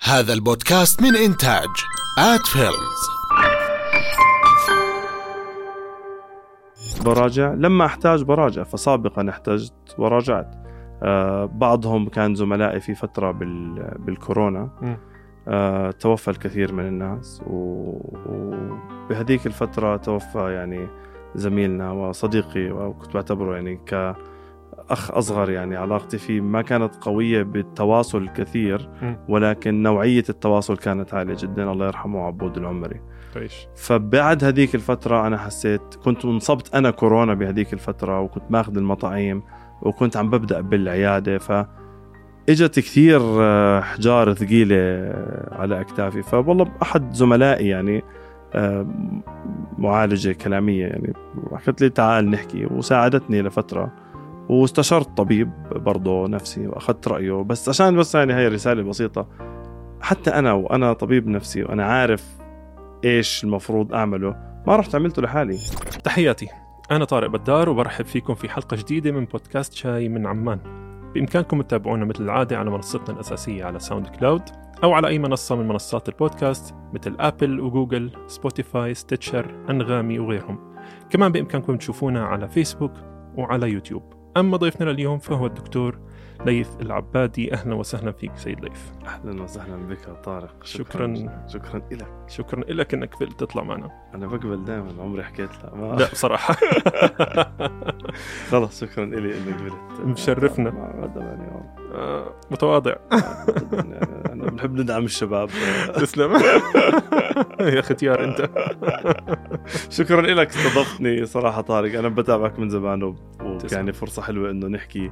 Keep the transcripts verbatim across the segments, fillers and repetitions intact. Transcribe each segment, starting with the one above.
هذا البودكاست من إنتاج آت فيلمز. براجع لما أحتاج براجع، فسابقا احتجت وراجعت. آه بعضهم كان زملائي في فترة بالكورونا. آه توفى الكثير من الناس، وبهذيك الفترة توفى يعني زميلنا وصديقي، وكنت بعتبره يعني كأخ أصغر. يعني علاقتي فيه ما كانت قوية بالتواصل الكثير، ولكن نوعية التواصل كانت عالية جدا. الله يرحمه عبود العمري. فبعد هذيك الفترة أنا حسيت كنت منصبت أنا كورونا بهذيك الفترة، وكنت ماخذ المطاعيم وكنت عم ببدأ بالعيادة، فإجت كثير حجار ثقيلة على أكتافي. فوالله أحد زملائي يعني معالجة كلامية يعني حكت لي تعال نحكي، وساعدتني لفترة، واستشرت طبيب برضو نفسي وأخذت رأيه. بس عشان بس يعني هاي رسالة بسيطة، حتى أنا وأنا طبيب نفسي وأنا عارف إيش المفروض أعمله، ما رحت عملته لحالي. تحياتي، أنا طارق بدار، وبرحب فيكم في حلقة جديدة من بودكاست شاي من عمان. بإمكانكم تتابعونا مثل العادة على منصتنا الأساسية على ساوند كلاود، أو على أي منصة من منصات البودكاست مثل أبل وجوجل، سبوتيفاي، ستيتشر، أنغامي وغيرهم. كمان بإمكانكم تشوفونا على فيسبوك وعلى يوتيوب. أما ضيفنا لليوم فهو الدكتور ليث العبادي. أهلا وسهلا فيك سيد ليث. أهلا وسهلا بك طارق. شكرا شكرا لك شكرا لك إنك قبلت تطلع معنا. أنا بقبل دائما، عمري حكيت لا ما... لا بصراحة. خلاص شكرا لي إنك قبلت. مشرفنا. آه متواضع. أنا بنحب ندعم الشباب. تسلم يا ختيار أنت. شكرا لك استضفتني صراحة طارق. أنا بتابعك من زمان، ويعني فرصة حلوة إنه نحكي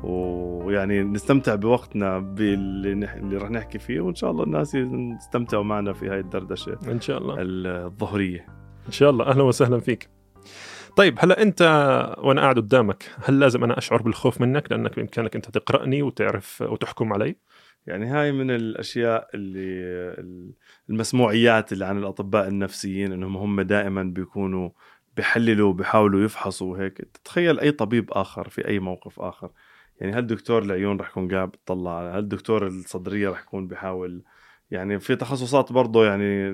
ويعني نستمتع بوقتنا باللي نح... اللي رح نحكي فيه، وإن شاء الله الناس يستمتعوا معنا في هاي الدردشة إن شاء الله الظهرية. إن شاء الله. أهلا وسهلا فيك. طيب هلا أنت وأنا قاعد قدامك، هل لازم أنا أشعر بالخوف منك لأنك بإمكانك أنت تقرأني وتعرف وتحكم علي؟ يعني هاي من الأشياء اللي المسموعيات اللي عن الأطباء النفسيين، إنهم هم دائما بيكونوا بيحللوا بيحاولوا يفحصوا هيك. تتخيل أي طبيب آخر في أي موقف آخر، يعني هل دكتور العيون رح يكون قاعد بتطلع، هل دكتور الصدرية رح يكون بيحاول، يعني في تخصصات برضو يعني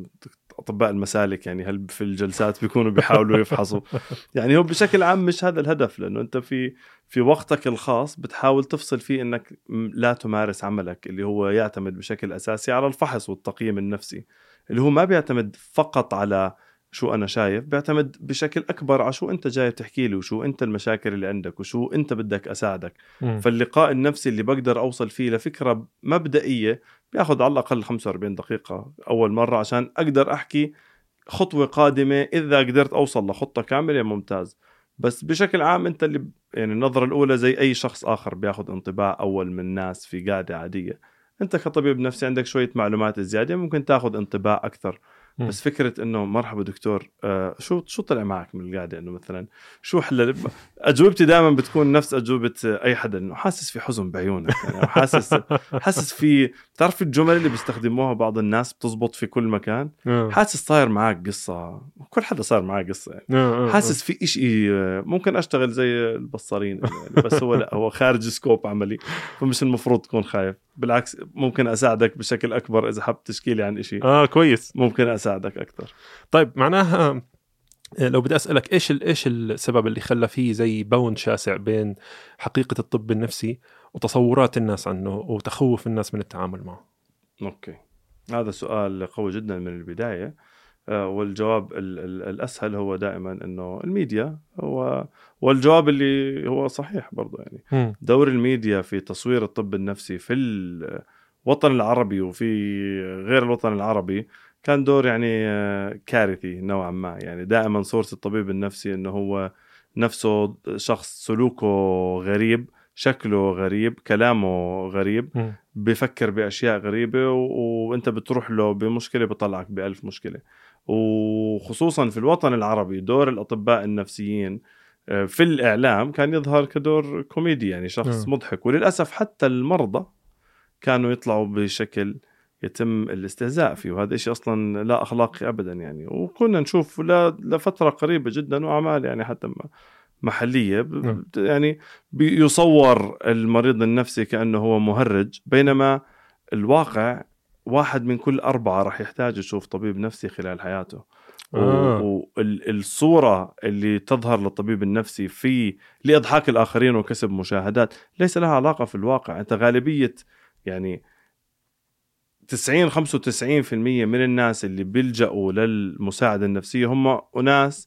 أطباء المسالك، يعني هل في الجلسات بيكونوا بيحاولوا يفحصوا. يعني هو بشكل عام مش هذا الهدف، لأنه أنت في في وقتك الخاص بتحاول تفصل فيه إنك لا تمارس عملك اللي هو يعتمد بشكل أساسي على الفحص والتقييم النفسي، اللي هو ما بيعتمد فقط على شو أنا شايف، بيعتمد بشكل أكبر على شو أنت جاي تحكي لي، وشو أنت المشاكل اللي عندك، وشو أنت بدك أساعدك. م. فاللقاء النفسي اللي بقدر أوصل فيه لفكرة مبدئية بياخد على الأقل خمسة وأربعين دقيقة أول مرة، عشان أقدر أحكي خطوة قادمة. إذا قدرت أوصل لخطة كاملة ممتاز. بس بشكل عام أنت اللي يعني النظرة الأولى زي أي شخص آخر بياخد انطباع أول من ناس في قاعدة عادية. أنت كطبيب نفسي عندك شوية معلومات زيادة، ممكن تاخد انطباع أكثر. م. بس فكرة إنه مرحبا دكتور، آه شو شو طلع معك من القعدة، إنه مثلا شو حل، أجوبتي دائما بتكون نفس أجوبة أي حدا، إنه حاسس في حزن بعيونك، يعني حاسس حاسس في، تعرف الجمل اللي بيستخدموها بعض الناس بتزبط في كل مكان. حاسس صاير معك قصة، كل حدا صار معه قصة يعني. حاسس في إشي، ممكن أشتغل زي البصارين يعني، بس هو لا، هو خارج سكوب عملي، فمش المفروض تكون خايف. بالعكس ممكن أساعدك بشكل أكبر إذا حاب تشكيلي عن إشي. آه كويس، ممكن أساعدك أكتر. طيب معناها لو بدي أسألك إيش إيش السبب اللي خلى فيه زي بون شاسع بين حقيقة الطب النفسي وتصورات الناس عنه وتخوف الناس من التعامل معه؟ أوكي، هذا سؤال قوي جدا من البداية. والجواب الأسهل هو دائما إنه الميديا هو، والجواب اللي هو صحيح برضو يعني. م. دور الميديا في تصوير الطب النفسي في الوطن العربي وفي غير الوطن العربي كان دور يعني كارثي نوعا ما. يعني دائما صورة الطبيب النفسي إنه هو نفسه شخص سلوكه غريب، شكله غريب، كلامه غريب، م. بيفكر بأشياء غريبة، وانت بتروح له بمشكلة بطلعك بألف مشكلة. وخصوصا في الوطن العربي دور الأطباء النفسيين في الإعلام كان يظهر كدور كوميدي، يعني شخص م. مضحك. وللأسف حتى المرضى كانوا يطلعوا بشكل يتم الاستهزاء فيه، وهذا إشي أصلا لا أخلاقي أبدا يعني. وكنا نشوف لفترة قريبة جدا وأعمال يعني حتى محلية ب... يعني بيصور المريض النفسي كأنه هو مهرج، بينما الواقع واحد من كل أربعة راح يحتاج يشوف طبيب نفسي خلال حياته. آه. والصورة اللي تظهر للطبيب النفسي في لإضحاك الآخرين وكسب مشاهدات ليس لها علاقة في الواقع. أنت غالبية يعني تسعين خمسة وتسعين بالمئة من الناس اللي بيلجأوا للمساعدة النفسية هم أناس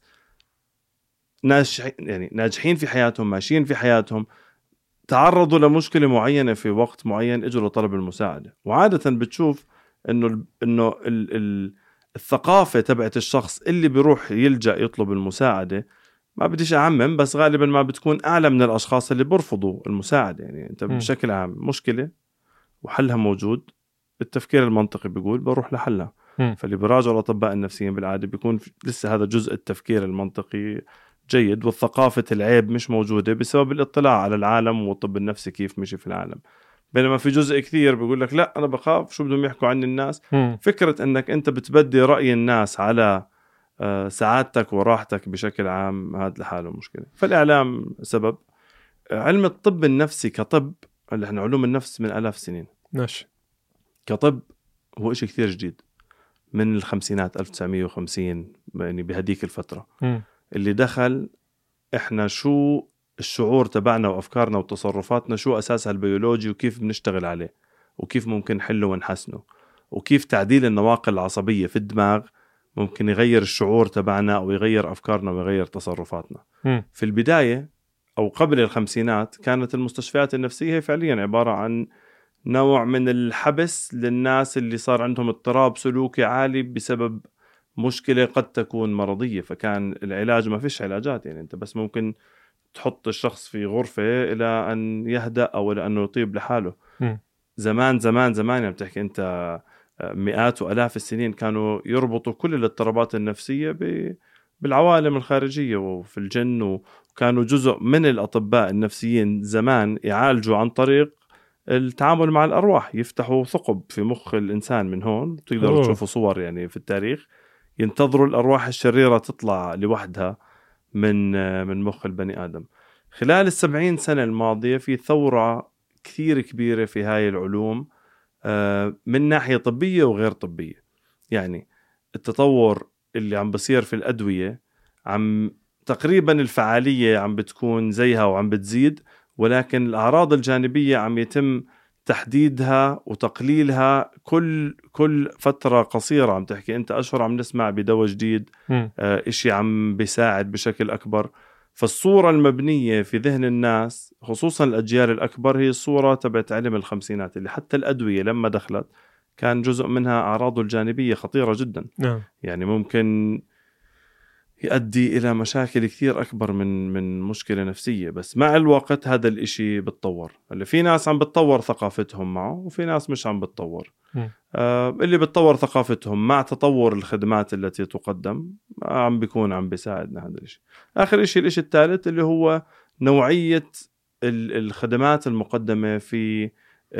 ناجحين، يعني ناجحين في حياتهم، ماشيين في حياتهم، تعرضوا لمشكلة معينة في وقت معين، اجوا لطلب المساعدة. وعادة بتشوف إنه إنه ال ال الثقافة تبعت الشخص اللي بيروح يلجأ يطلب المساعدة، ما بديش أعمم، بس غالبا ما بتكون أعلى من الأشخاص اللي برفضوا المساعدة. يعني أنت بشكل عام مشكلة وحلها موجود، التفكير المنطقي بيقول بروح لحلها. م. فاللي براجعوا الأطباء النفسيين بالعادة بيكون لسه هذا جزء التفكير المنطقي جيد، والثقافة العيب مش موجودة بسبب الاطلاع على العالم والطب النفسي كيف مشي في العالم. بينما في جزء كثير بيقول لك لا أنا بخاف شو بدهم يحكوا عني الناس. م. فكرة أنك أنت بتبدي رأي الناس على سعادتك وراحتك بشكل عام، هذا لحاله مشكلة. فالإعلام سبب. علم الطب النفسي كطب، اللي احنا علوم النفس من آلاف سنين ماشي، كطب هو إشي كثير جديد من الخمسينات ألف وتسعمية وخمسين، يعني بهديك الفترة م. اللي دخل إحنا شو الشعور تبعنا وأفكارنا وتصرفاتنا، شو أساسها البيولوجي وكيف بنشتغل عليه وكيف ممكن نحله ونحسنه، وكيف تعديل النواقل العصبية في الدماغ ممكن يغير الشعور تبعنا أو يغير أفكارنا ويغير تصرفاتنا. م. في البداية أو قبل الخمسينات كانت المستشفيات النفسية فعليا عبارة عن نوع من الحبس للناس اللي صار عندهم اضطراب سلوكي عالي بسبب مشكلة قد تكون مرضية. فكان العلاج ما فيش علاجات، يعني أنت بس ممكن تحط الشخص في غرفة إلى أن يهدأ أو إلى أنه يطيب لحاله. م. زمان زمان زمان يعني بتحكي أنت مئات وألاف السنين كانوا يربطوا كل الاضطرابات النفسية بالعوالم الخارجية وفي الجن، وكانوا جزء من الأطباء النفسيين زمان يعالجوا عن طريق التعامل مع الأرواح. يفتحوا ثقب في مخ الإنسان من هون، تقدروا تشوفوا صور يعني في التاريخ، ينتظروا الأرواح الشريرة تطلع لوحدها من من مخ البني آدم. خلال السبعين سنة الماضية في ثورة كثير كبيرة في هاي العلوم من ناحية طبية وغير طبية. يعني التطور اللي عم بصير في الأدوية عم تقريبا الفعالية عم بتكون زيها وعم بتزيد، ولكن الأعراض الجانبية عم يتم تحديدها وتقليلها كل كل فترة قصيرة. عم تحكي أنت أشهر عم نسمع بدواء جديد، آه إشي عم بيساعد بشكل أكبر. فالصورة المبنية في ذهن الناس خصوصا الأجيال الأكبر هي الصورة تبعت علم الخمسينات، اللي حتى الأدوية لما دخلت كان جزء منها أعراضه الجانبية خطيرة جدا. نعم. يعني ممكن يؤدي إلى مشاكل كثير أكبر من من مشكلة نفسية. بس مع الوقت هذا الإشي بتطور، اللي في ناس عم بتطور ثقافتهم معه وفي ناس مش عم بتطور. آه اللي بتطور ثقافتهم مع تطور الخدمات التي تقدم عم بيكون عم بيساعدنا هذا الإشي. آخر إشي الإشي الثالث اللي هو نوعية الخدمات المقدمة في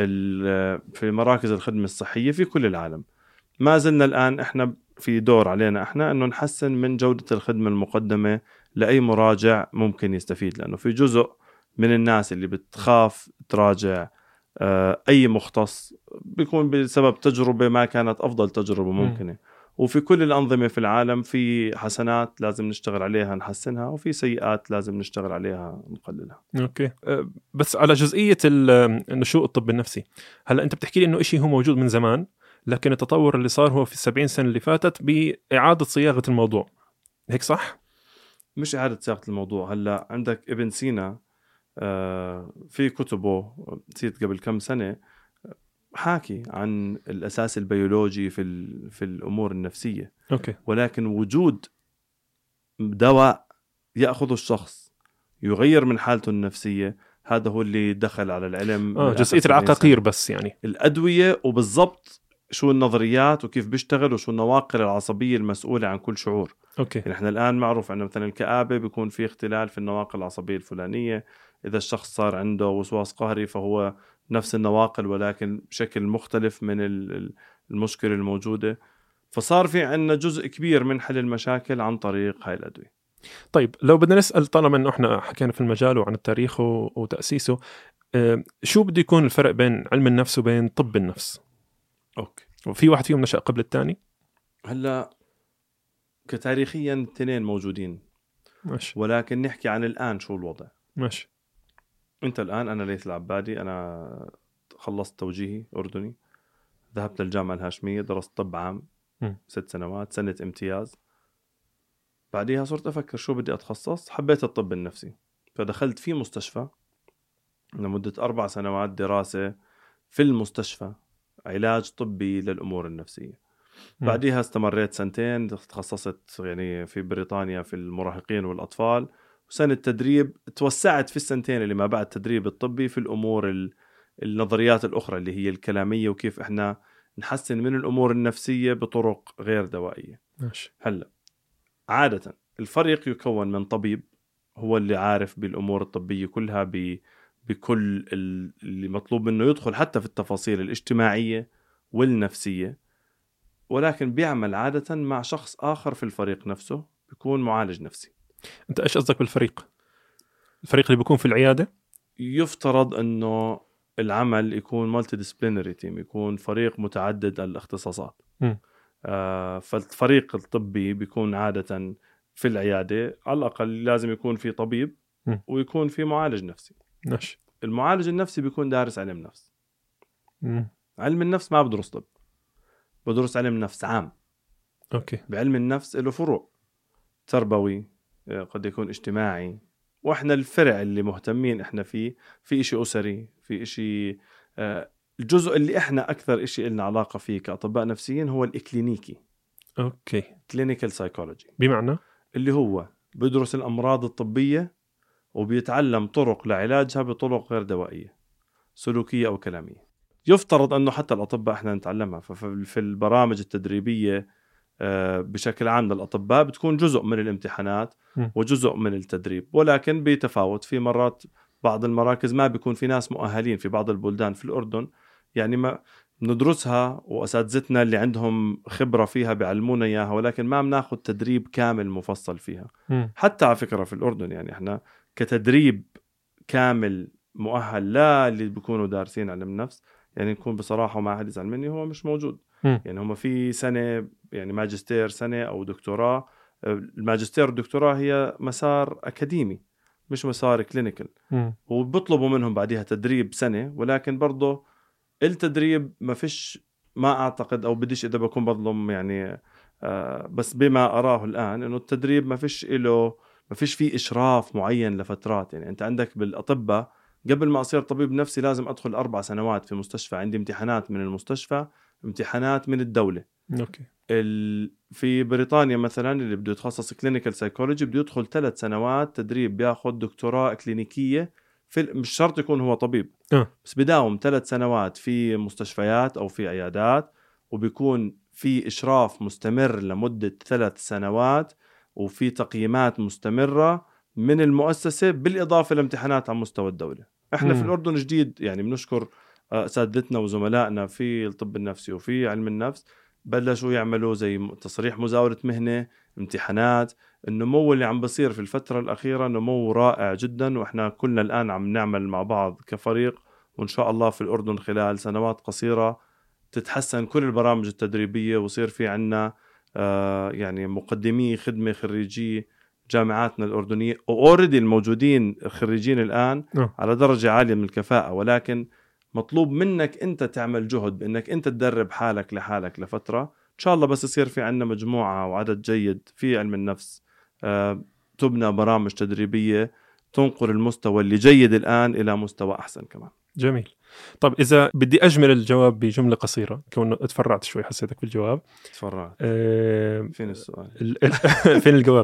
في مراكز الخدمة الصحية في كل العالم. ما زلنا الآن إحنا في دور علينا إحنا إنه نحسن من جودة الخدمة المقدمة لأي مراجع ممكن يستفيد، لأنه في جزء من الناس اللي بتخاف تراجع أي مختص بيكون بسبب تجربة ما كانت أفضل تجربة ممكنة. م. وفي كل الأنظمة في العالم في حسنات لازم نشتغل عليها نحسنها، وفي سيئات لازم نشتغل عليها نقللها. أوكي. بس على جزئية النشوء الطب النفسي، هلأ أنت بتحكي لي إنه إشي هو موجود من زمان، لكن التطور اللي صار هو في السبعين سنة اللي فاتت بإعادة صياغة الموضوع، هيك صح؟ مش إعادة صياغة الموضوع. هلأ عندك ابن سينا في كتبه نسيت قبل كم سنة حاكي عن الأساس البيولوجي في في الأمور النفسية. أوكي. ولكن وجود دواء يأخذ الشخص يغير من حالته النفسية، هذا هو اللي دخل على العلم. آه جزئية العقاقير بس، يعني الأدوية وبالضبط شو النظريات وكيف بيشتغل وشو النواقل العصبية المسؤولة عن كل شعور. أوكي. يعني إحنا الآن معروف أن مثلا الكآبة بيكون في اختلال في النواقل العصبية الفلانية. إذا الشخص صار عنده وسواس قهري فهو نفس النواقل ولكن بشكل مختلف من المشكلة الموجودة. فصار في عنا جزء كبير من حل المشاكل عن طريق هاي الأدوية. طيب لو بدنا نسأل، طالما إنه إحنا حكينا في المجال وعن التاريخ وتأسيسه، شو بده يكون الفرق بين علم النفس وبين طب النفس؟ أوكي. وفي واحد فيهم نشأ قبل الثاني؟ هلا كتاريخيا الاثنين موجودين. ماشي. ولكن نحكي عن الآن شو الوضع. ماشي. انت الآن، انا ليث العبادي، انا خلصت توجيهي أردني، ذهبت للجامعة الهاشمية، درست طب عام م. ست سنوات، سنة امتياز. بعديها صرت أفكر شو بدي أتخصص. حبيت الطب النفسي، فدخلت في مستشفى لمدة أربع سنوات دراسة في المستشفى، علاج طبي للأمور النفسية. م. بعديها استمريت سنتين، تخصصت يعني في بريطانيا في المراهقين والأطفال، وسنة تدريب توسعت في السنتين اللي ما بعد التدريب الطبي في الأمور ال... النظريات الأخرى اللي هي الكلامية، وكيف إحنا نحسن من الأمور النفسية بطرق غير دوائية. ماشي. هلأ عادة الفريق يكون من طبيب هو اللي عارف بالأمور الطبية كلها، ب... بكل اللي مطلوب منه يدخل حتى في التفاصيل الاجتماعية والنفسية، ولكن بيعمل عادة مع شخص آخر في الفريق نفسه، بيكون معالج نفسي. أنت إيش قصدك بالفريق؟ الفريق اللي بيكون في العيادة؟ يفترض أنه العمل يكون مالتي ديسبلينري تيم، يكون فريق متعدد الاختصاصات. م. آه فالفريق الطبي بيكون عادة في العيادة على الأقل لازم يكون في طبيب م. ويكون في معالج نفسي. ماشي. المعالج النفسي بيكون دارس علم نفس. م. علم النفس ما بدرس طب، بدرس علم نفس عام. أوكي. بعلم النفس له فروع، تربوي، قد يكون اجتماعي، واحنا الفرع اللي مهتمين احنا فيه في اشي اسري، في اشي آه الجزء اللي احنا اكثر اشي لنا علاقة فيه كأطباء نفسيين هو الاكلينيكي. أوكي. كلينيكال سايكولوجي، بمعنى اللي هو بدرس الامراض الطبية وبيتعلم طرق لعلاجها بطرق غير دوائية، سلوكية او كلامية. يفترض انه حتى الاطباء احنا نتعلمها. ففي البرامج التدريبية بشكل عام للأطباء بتكون جزء من الامتحانات وجزء من التدريب، ولكن بيتفاوت. في مرات بعض المراكز ما بيكون في ناس مؤهلين، في بعض البلدان في الأردن يعني ما ندرسها وأساتذتنا اللي عندهم خبرة فيها بيعلمونا إياها، ولكن ما بناخد تدريب كامل مفصل فيها. م. حتى على فكرة في الأردن يعني إحنا كتدريب كامل مؤهل لا اللي بيكونوا دارسين علم نفس، يعني نكون بصراحة ومع حديث عن مني هو مش موجود. م. يعني هم في سنة يعني ماجستير سنة أو دكتوراه. الماجستير والدكتوراه هي مسار أكاديمي مش مسار كلينيكال، وبيطلبوا منهم بعدها تدريب سنة، ولكن برضه التدريب ما فيش، ما أعتقد أو بديش إذا بكون بظلم يعني آه بس بما أراه الآن إنه التدريب ما فيش إله ما فيش فيه إشراف معين لفترات. يعني أنت عندك بالأطباء قبل ما أصير طبيب نفسي لازم أدخل أربع سنوات في مستشفى، عندي امتحانات من المستشفى، امتحانات من الدولة. أوكي. ال... في بريطانيا مثلا اللي بده يتخصص كلينيكال سايكولوجي بده يدخل ثلاث سنوات تدريب، بياخد دكتوراه كلينيكية في مش شرط يكون هو طبيب أه. بس بداوم ثلاث سنوات في مستشفيات أو في عيادات، وبيكون في إشراف مستمر لمدة ثلاث سنوات، وفي تقييمات مستمرة من المؤسسة بالإضافة لامتحانات على مستوى الدولة. احنا م. في الأردن جديد يعني بنشكر أساتذتنا وزملائنا في الطب النفسي وفي علم النفس بلشوا يعملوا زي تصريح مزاولة مهنة، امتحانات. النمو اللي عم بصير في الفترة الأخيرة نمو رائع جدا، وإحنا كلنا الآن عم نعمل مع بعض كفريق، وإن شاء الله في الأردن خلال سنوات قصيرة تتحسن كل البرامج التدريبية، ويصير في عنا آه يعني مقدمي خدمة خريجي جامعاتنا الأردنية، وأوردي الموجودين خريجين الآن أه. على درجة عالية من الكفاءة. ولكن مطلوب منك أنت تعمل جهد بأنك أنت تدرب حالك لحالك لفترة، إن شاء الله بس يصير في عنا مجموعة وعدد جيد في علم النفس آه تبنى برامج تدريبية تنقل المستوى اللي جيد الآن إلى مستوى أحسن كمان. جميل. طب إذا بدي أجمل الجواب بجملة قصيرة، كونه اتفرعت شوي حسيتك بالجواب. تفرعت. أه فين السؤال؟ فين الجواب؟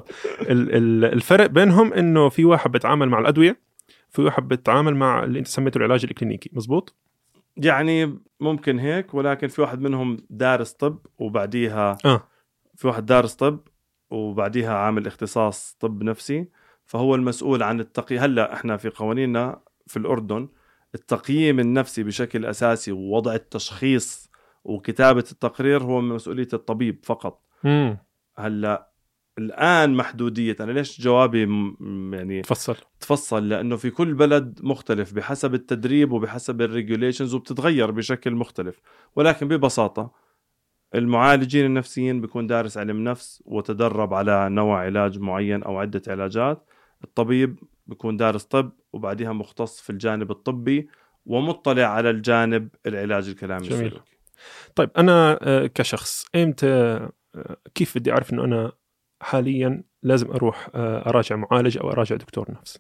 الفرق بينهم إنه في واحد بيتعامل مع الأدوية، في واحد بيتعامل مع اللي أنت سميته العلاج الإكلينيكي، مزبوط؟ يعني ممكن هيك، ولكن في واحد منهم دارس طب وبعديها آه. في واحد دارس طب وبعديها عامل اختصاص طب نفسي، فهو المسؤول عن التقييم. هلا احنا في قوانيننا في الأردن التقييم النفسي بشكل أساسي ووضع التشخيص وكتابة التقرير هو من مسؤولية الطبيب فقط. مم. هلا الآن محدودية، أنا ليش جوابي م... يعني تفصل تفصل لأنه في كل بلد مختلف بحسب التدريب وبحسب الريجوليشنز وبتتغير بشكل مختلف، ولكن ببساطة المعالجين النفسيين بيكون دارس علم نفس وتدرب على نوع علاج معين أو عدة علاجات. الطبيب بيكون دارس طب وبعدها مختص في الجانب الطبي ومطلع على الجانب العلاج الكلامي جميل. السلوكي. طيب أنا كشخص إمتى كيف بدي أعرف إنه أنا حاليا لازم أروح أراجع معالج أو أراجع دكتور نفس؟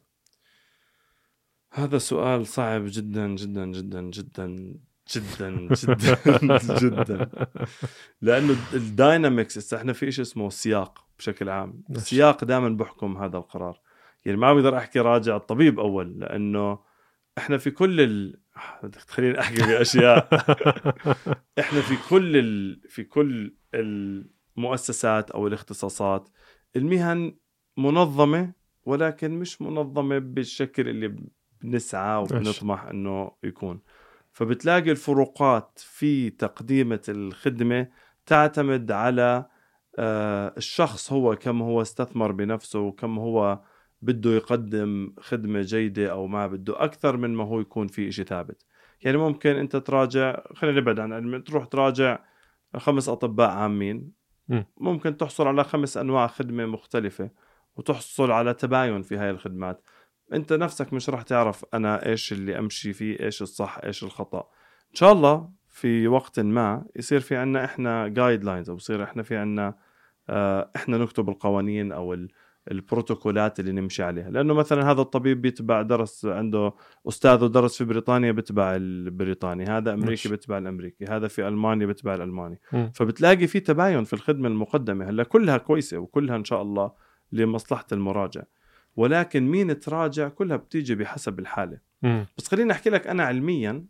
هذا سؤال صعب جدا جدا جدا جدا جدا جدا جدا لأنه الداينامكس احنا في شيء اسمه سياق بشكل عام. السياق دائما بحكم هذا القرار. يعني ما بقدر أحكي راجع الطبيب أول لأنه احنا في كل ال... خليني أحكي بأشياء احنا في كل ال... في كل المؤسسات أو الاختصاصات المهن منظمة ولكن مش منظمة بالشكل اللي بنسعى وبنطمح انه يكون. فبتلاقي الفروقات في تقديمة الخدمة تعتمد على الشخص هو كم هو استثمر بنفسه وكم هو بده يقدم خدمة جيدة أو ما بده، أكثر من ما هو يكون في إشي ثابت. يعني ممكن أنت تراجع، خلينا نبعد عن علم، تروح تراجع خمس أطباء عامين م. ممكن تحصل على خمس أنواع خدمة مختلفة وتحصل على تباين في هاي الخدمات. أنت نفسك مش راح تعرف أنا إيش اللي أمشي فيه، إيش الصح إيش الخطأ. إن شاء الله في وقت ما يصير في عنا إحنا guidelines أو يصير إحنا في عنا آه إحنا نكتب القوانين أو البروتوكولات اللي نمشي عليها. لأنه مثلا هذا الطبيب بيتبع درس عنده أستاذه درس في بريطانيا بيتبع البريطاني، هذا أمريكي بيتبع الأمريكي، هذا في ألمانيا بيتبع الألماني. م. فبتلاقي في تباين في الخدمة المقدمة. هلا كلها كويسة وكلها إن شاء الله لمصلحة المراجع، ولكن مين تراجع كلها بتيجي بحسب الحالة. م. بس خليني أحكي لك أنا علميا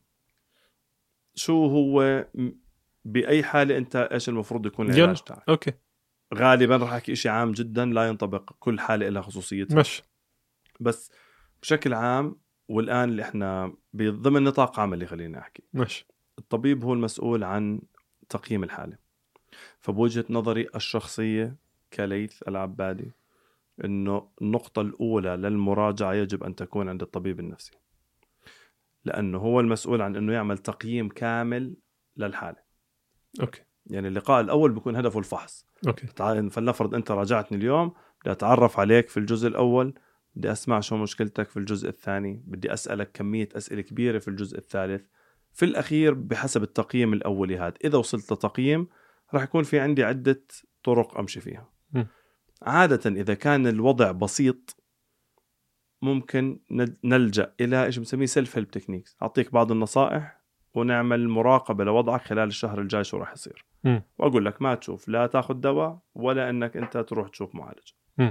شو هو بأي حالة أنت إيش المفروض يكون العلاج تاعك. أوكي. غالبا رح أحكي إشي عام جدا لا ينطبق، كل حالة لها خصوصيتها. مش. بس بشكل عام والآن اللي إحنا بضمن نطاق عملي خلينا أحكي مش. الطبيب هو المسؤول عن تقييم الحالة. فبوجهة نظري الشخصية كليث العبادي إنه النقطة الأولى للمراجعة يجب أن تكون عند الطبيب النفسي، لأنه هو المسؤول عن إنه يعمل تقييم كامل للحالة. أوكي. يعني اللقاء الأول بيكون هدفه الفحص. أوكي. فلنفرض أنت راجعتني اليوم، بدي أتعرف عليك في الجزء الأول، بدي أسمع شو مشكلتك في الجزء الثاني، بدي أسألك كمية أسئلة كبيرة في الجزء الثالث. في الأخير بحسب التقييم الأولي هذا إذا وصلت لتقييم راح يكون في عندي عدة طرق أمشي فيها. م. عادة إذا كان الوضع بسيط ممكن نلجأ إلى إيش بنسميه سيلف هيلب تكنيكس. أعطيك بعض النصائح ونعمل مراقبة لوضعك خلال الشهر الجاي شو راح يصير. م. وأقول لك ما تشوف لا تأخذ دواء ولا أنك أنت تروح تشوف معالج. م.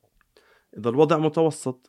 إذا الوضع متوسط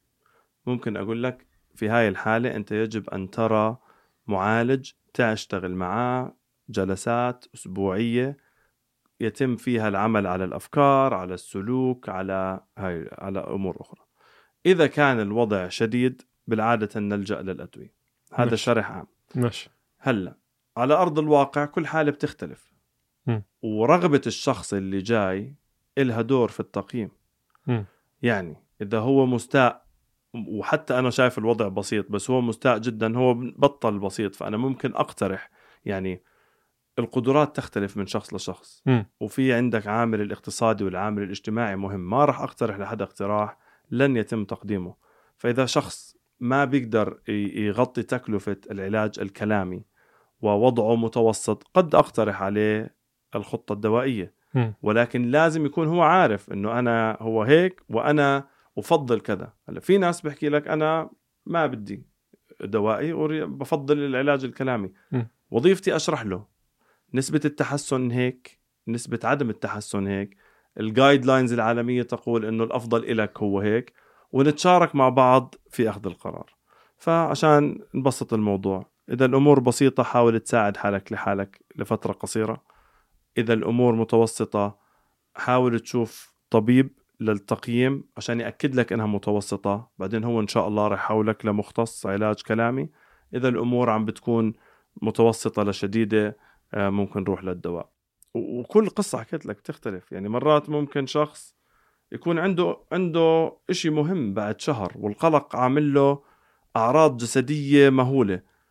ممكن أقول لك في هاي الحالة أنت يجب أن ترى معالج تشتغل معاه جلسات أسبوعية يتم فيها العمل على الأفكار، على السلوك، على هاي على أمور أخرى. إذا كان الوضع شديد بالعادة نلجأ للأدوية. هذا مش. شرح عام. مش. هلا على أرض الواقع كل حالة بتختلف. م. ورغبة الشخص اللي جاي إلها دور في التقييم. م. يعني إذا هو مستاء وحتى أنا شايف الوضع بسيط بس هو مستاء جدا، هو بطل بسيط، فأنا ممكن أقترح. يعني القدرات تختلف من شخص لشخص. م. وفي عندك عامل الاقتصادي والعامل الاجتماعي مهم. ما راح أقترح لحد اقتراح لن يتم تقديمه. فإذا شخص ما بيقدر يغطي تكلفة العلاج الكلامي ووضعه متوسط قد أقترح عليه الخطة الدوائية. م. ولكن لازم يكون هو عارف إنه أنا هو هيك وأنا أفضل كذا. هلا في ناس بحكي لك أنا ما بدي دوائي وبفضل العلاج الكلامي. م. وظيفتي أشرح له نسبة التحسن هيك، نسبة عدم التحسن هيك، الجايد لاينز العالمية تقول إنه الأفضل إلك هو هيك، ونتشارك مع بعض في أخذ القرار. فعشان نبسط الموضوع، إذا الأمور بسيطة حاول تساعد حالك لحالك لفترة قصيرة. إذا الأمور متوسطة حاول تشوف طبيب للتقييم عشان يأكد لك إنها متوسطة، بعدين هو إن شاء الله رح يحولك لمختص علاج كلامي. إذا الأمور عم بتكون متوسطة لشديدة ممكن نروح للدواء. وكل قصة حكيت لك تختلف. يعني مرات ممكن شخص يكون عنده عنده إشي مهم بعد شهر والقلق عامل له أعراض جسدية مهولة،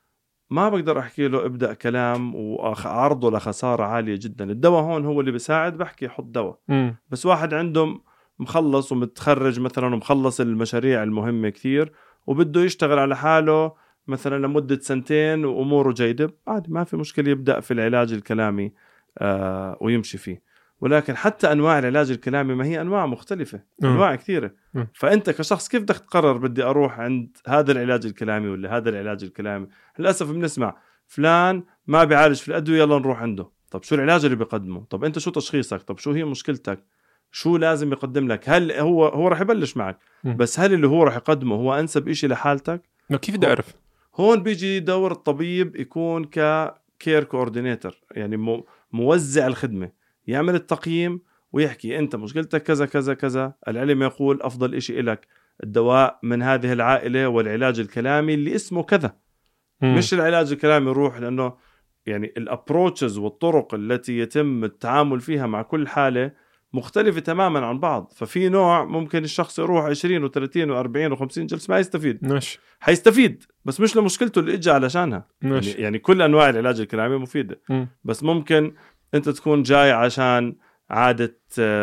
ما بقدر أحكي له ابدأ كلام وعرضه لخسارة عالية جدا. الدواء هون هو اللي بيساعد، بحكي حط دواء. م. بس واحد عنده مخلص ومتخرج مثلا ومخلص المشاريع المهمة كثير وبده يشتغل على حاله مثلا لمدة سنتين وأموره جيدة، عادي ما في مشكلة يبدأ في العلاج الكلامي آه ويمشي فيه. ولكن حتى أنواع العلاج الكلامي ما هي أنواع مختلفة، م. أنواع كثيرة. م. فأنت كشخص كيف بدك تقرر بدي أروح عند هذا العلاج الكلامي ولا هذا العلاج الكلامي؟ للأسف بنسمع فلان ما بيعالج في الأدوية يلا نروح عنده. طب شو العلاج اللي بيقدمه؟ طب أنت شو تشخيصك؟ طب شو هي مشكلتك؟ شو لازم يقدم لك؟ هل هو هو راح يبلش معك م. بس هل اللي هو راح يقدمه هو أنسب إشي لحالتك؟ كيف بدي أعرف؟ هون بيجي دور الطبيب يكون ككير كوردينيتر، يعني موزع الخدمة، يعمل التقييم ويحكي أنت مشكلتك كذا كذا كذا، العلم يقول أفضل إشي إلك الدواء من هذه العائلة والعلاج الكلامي اللي اسمه كذا. م. مش العلاج الكلامي يروح، لأنه يعني الابروتشز والطرق التي يتم التعامل فيها مع كل حالة مختلفة تماما عن بعض. ففي نوع ممكن الشخص يروح عشرين وثلاثين وأربعين وخمسين جلسة ما يستفيد. ماشي. حيستفيد بس مش لمشكلته اللي اجى علشانها. يعني, يعني كل أنواع العلاج الكلامي مفيدة. م. بس ممكن أنت تكون جاي عشان عادة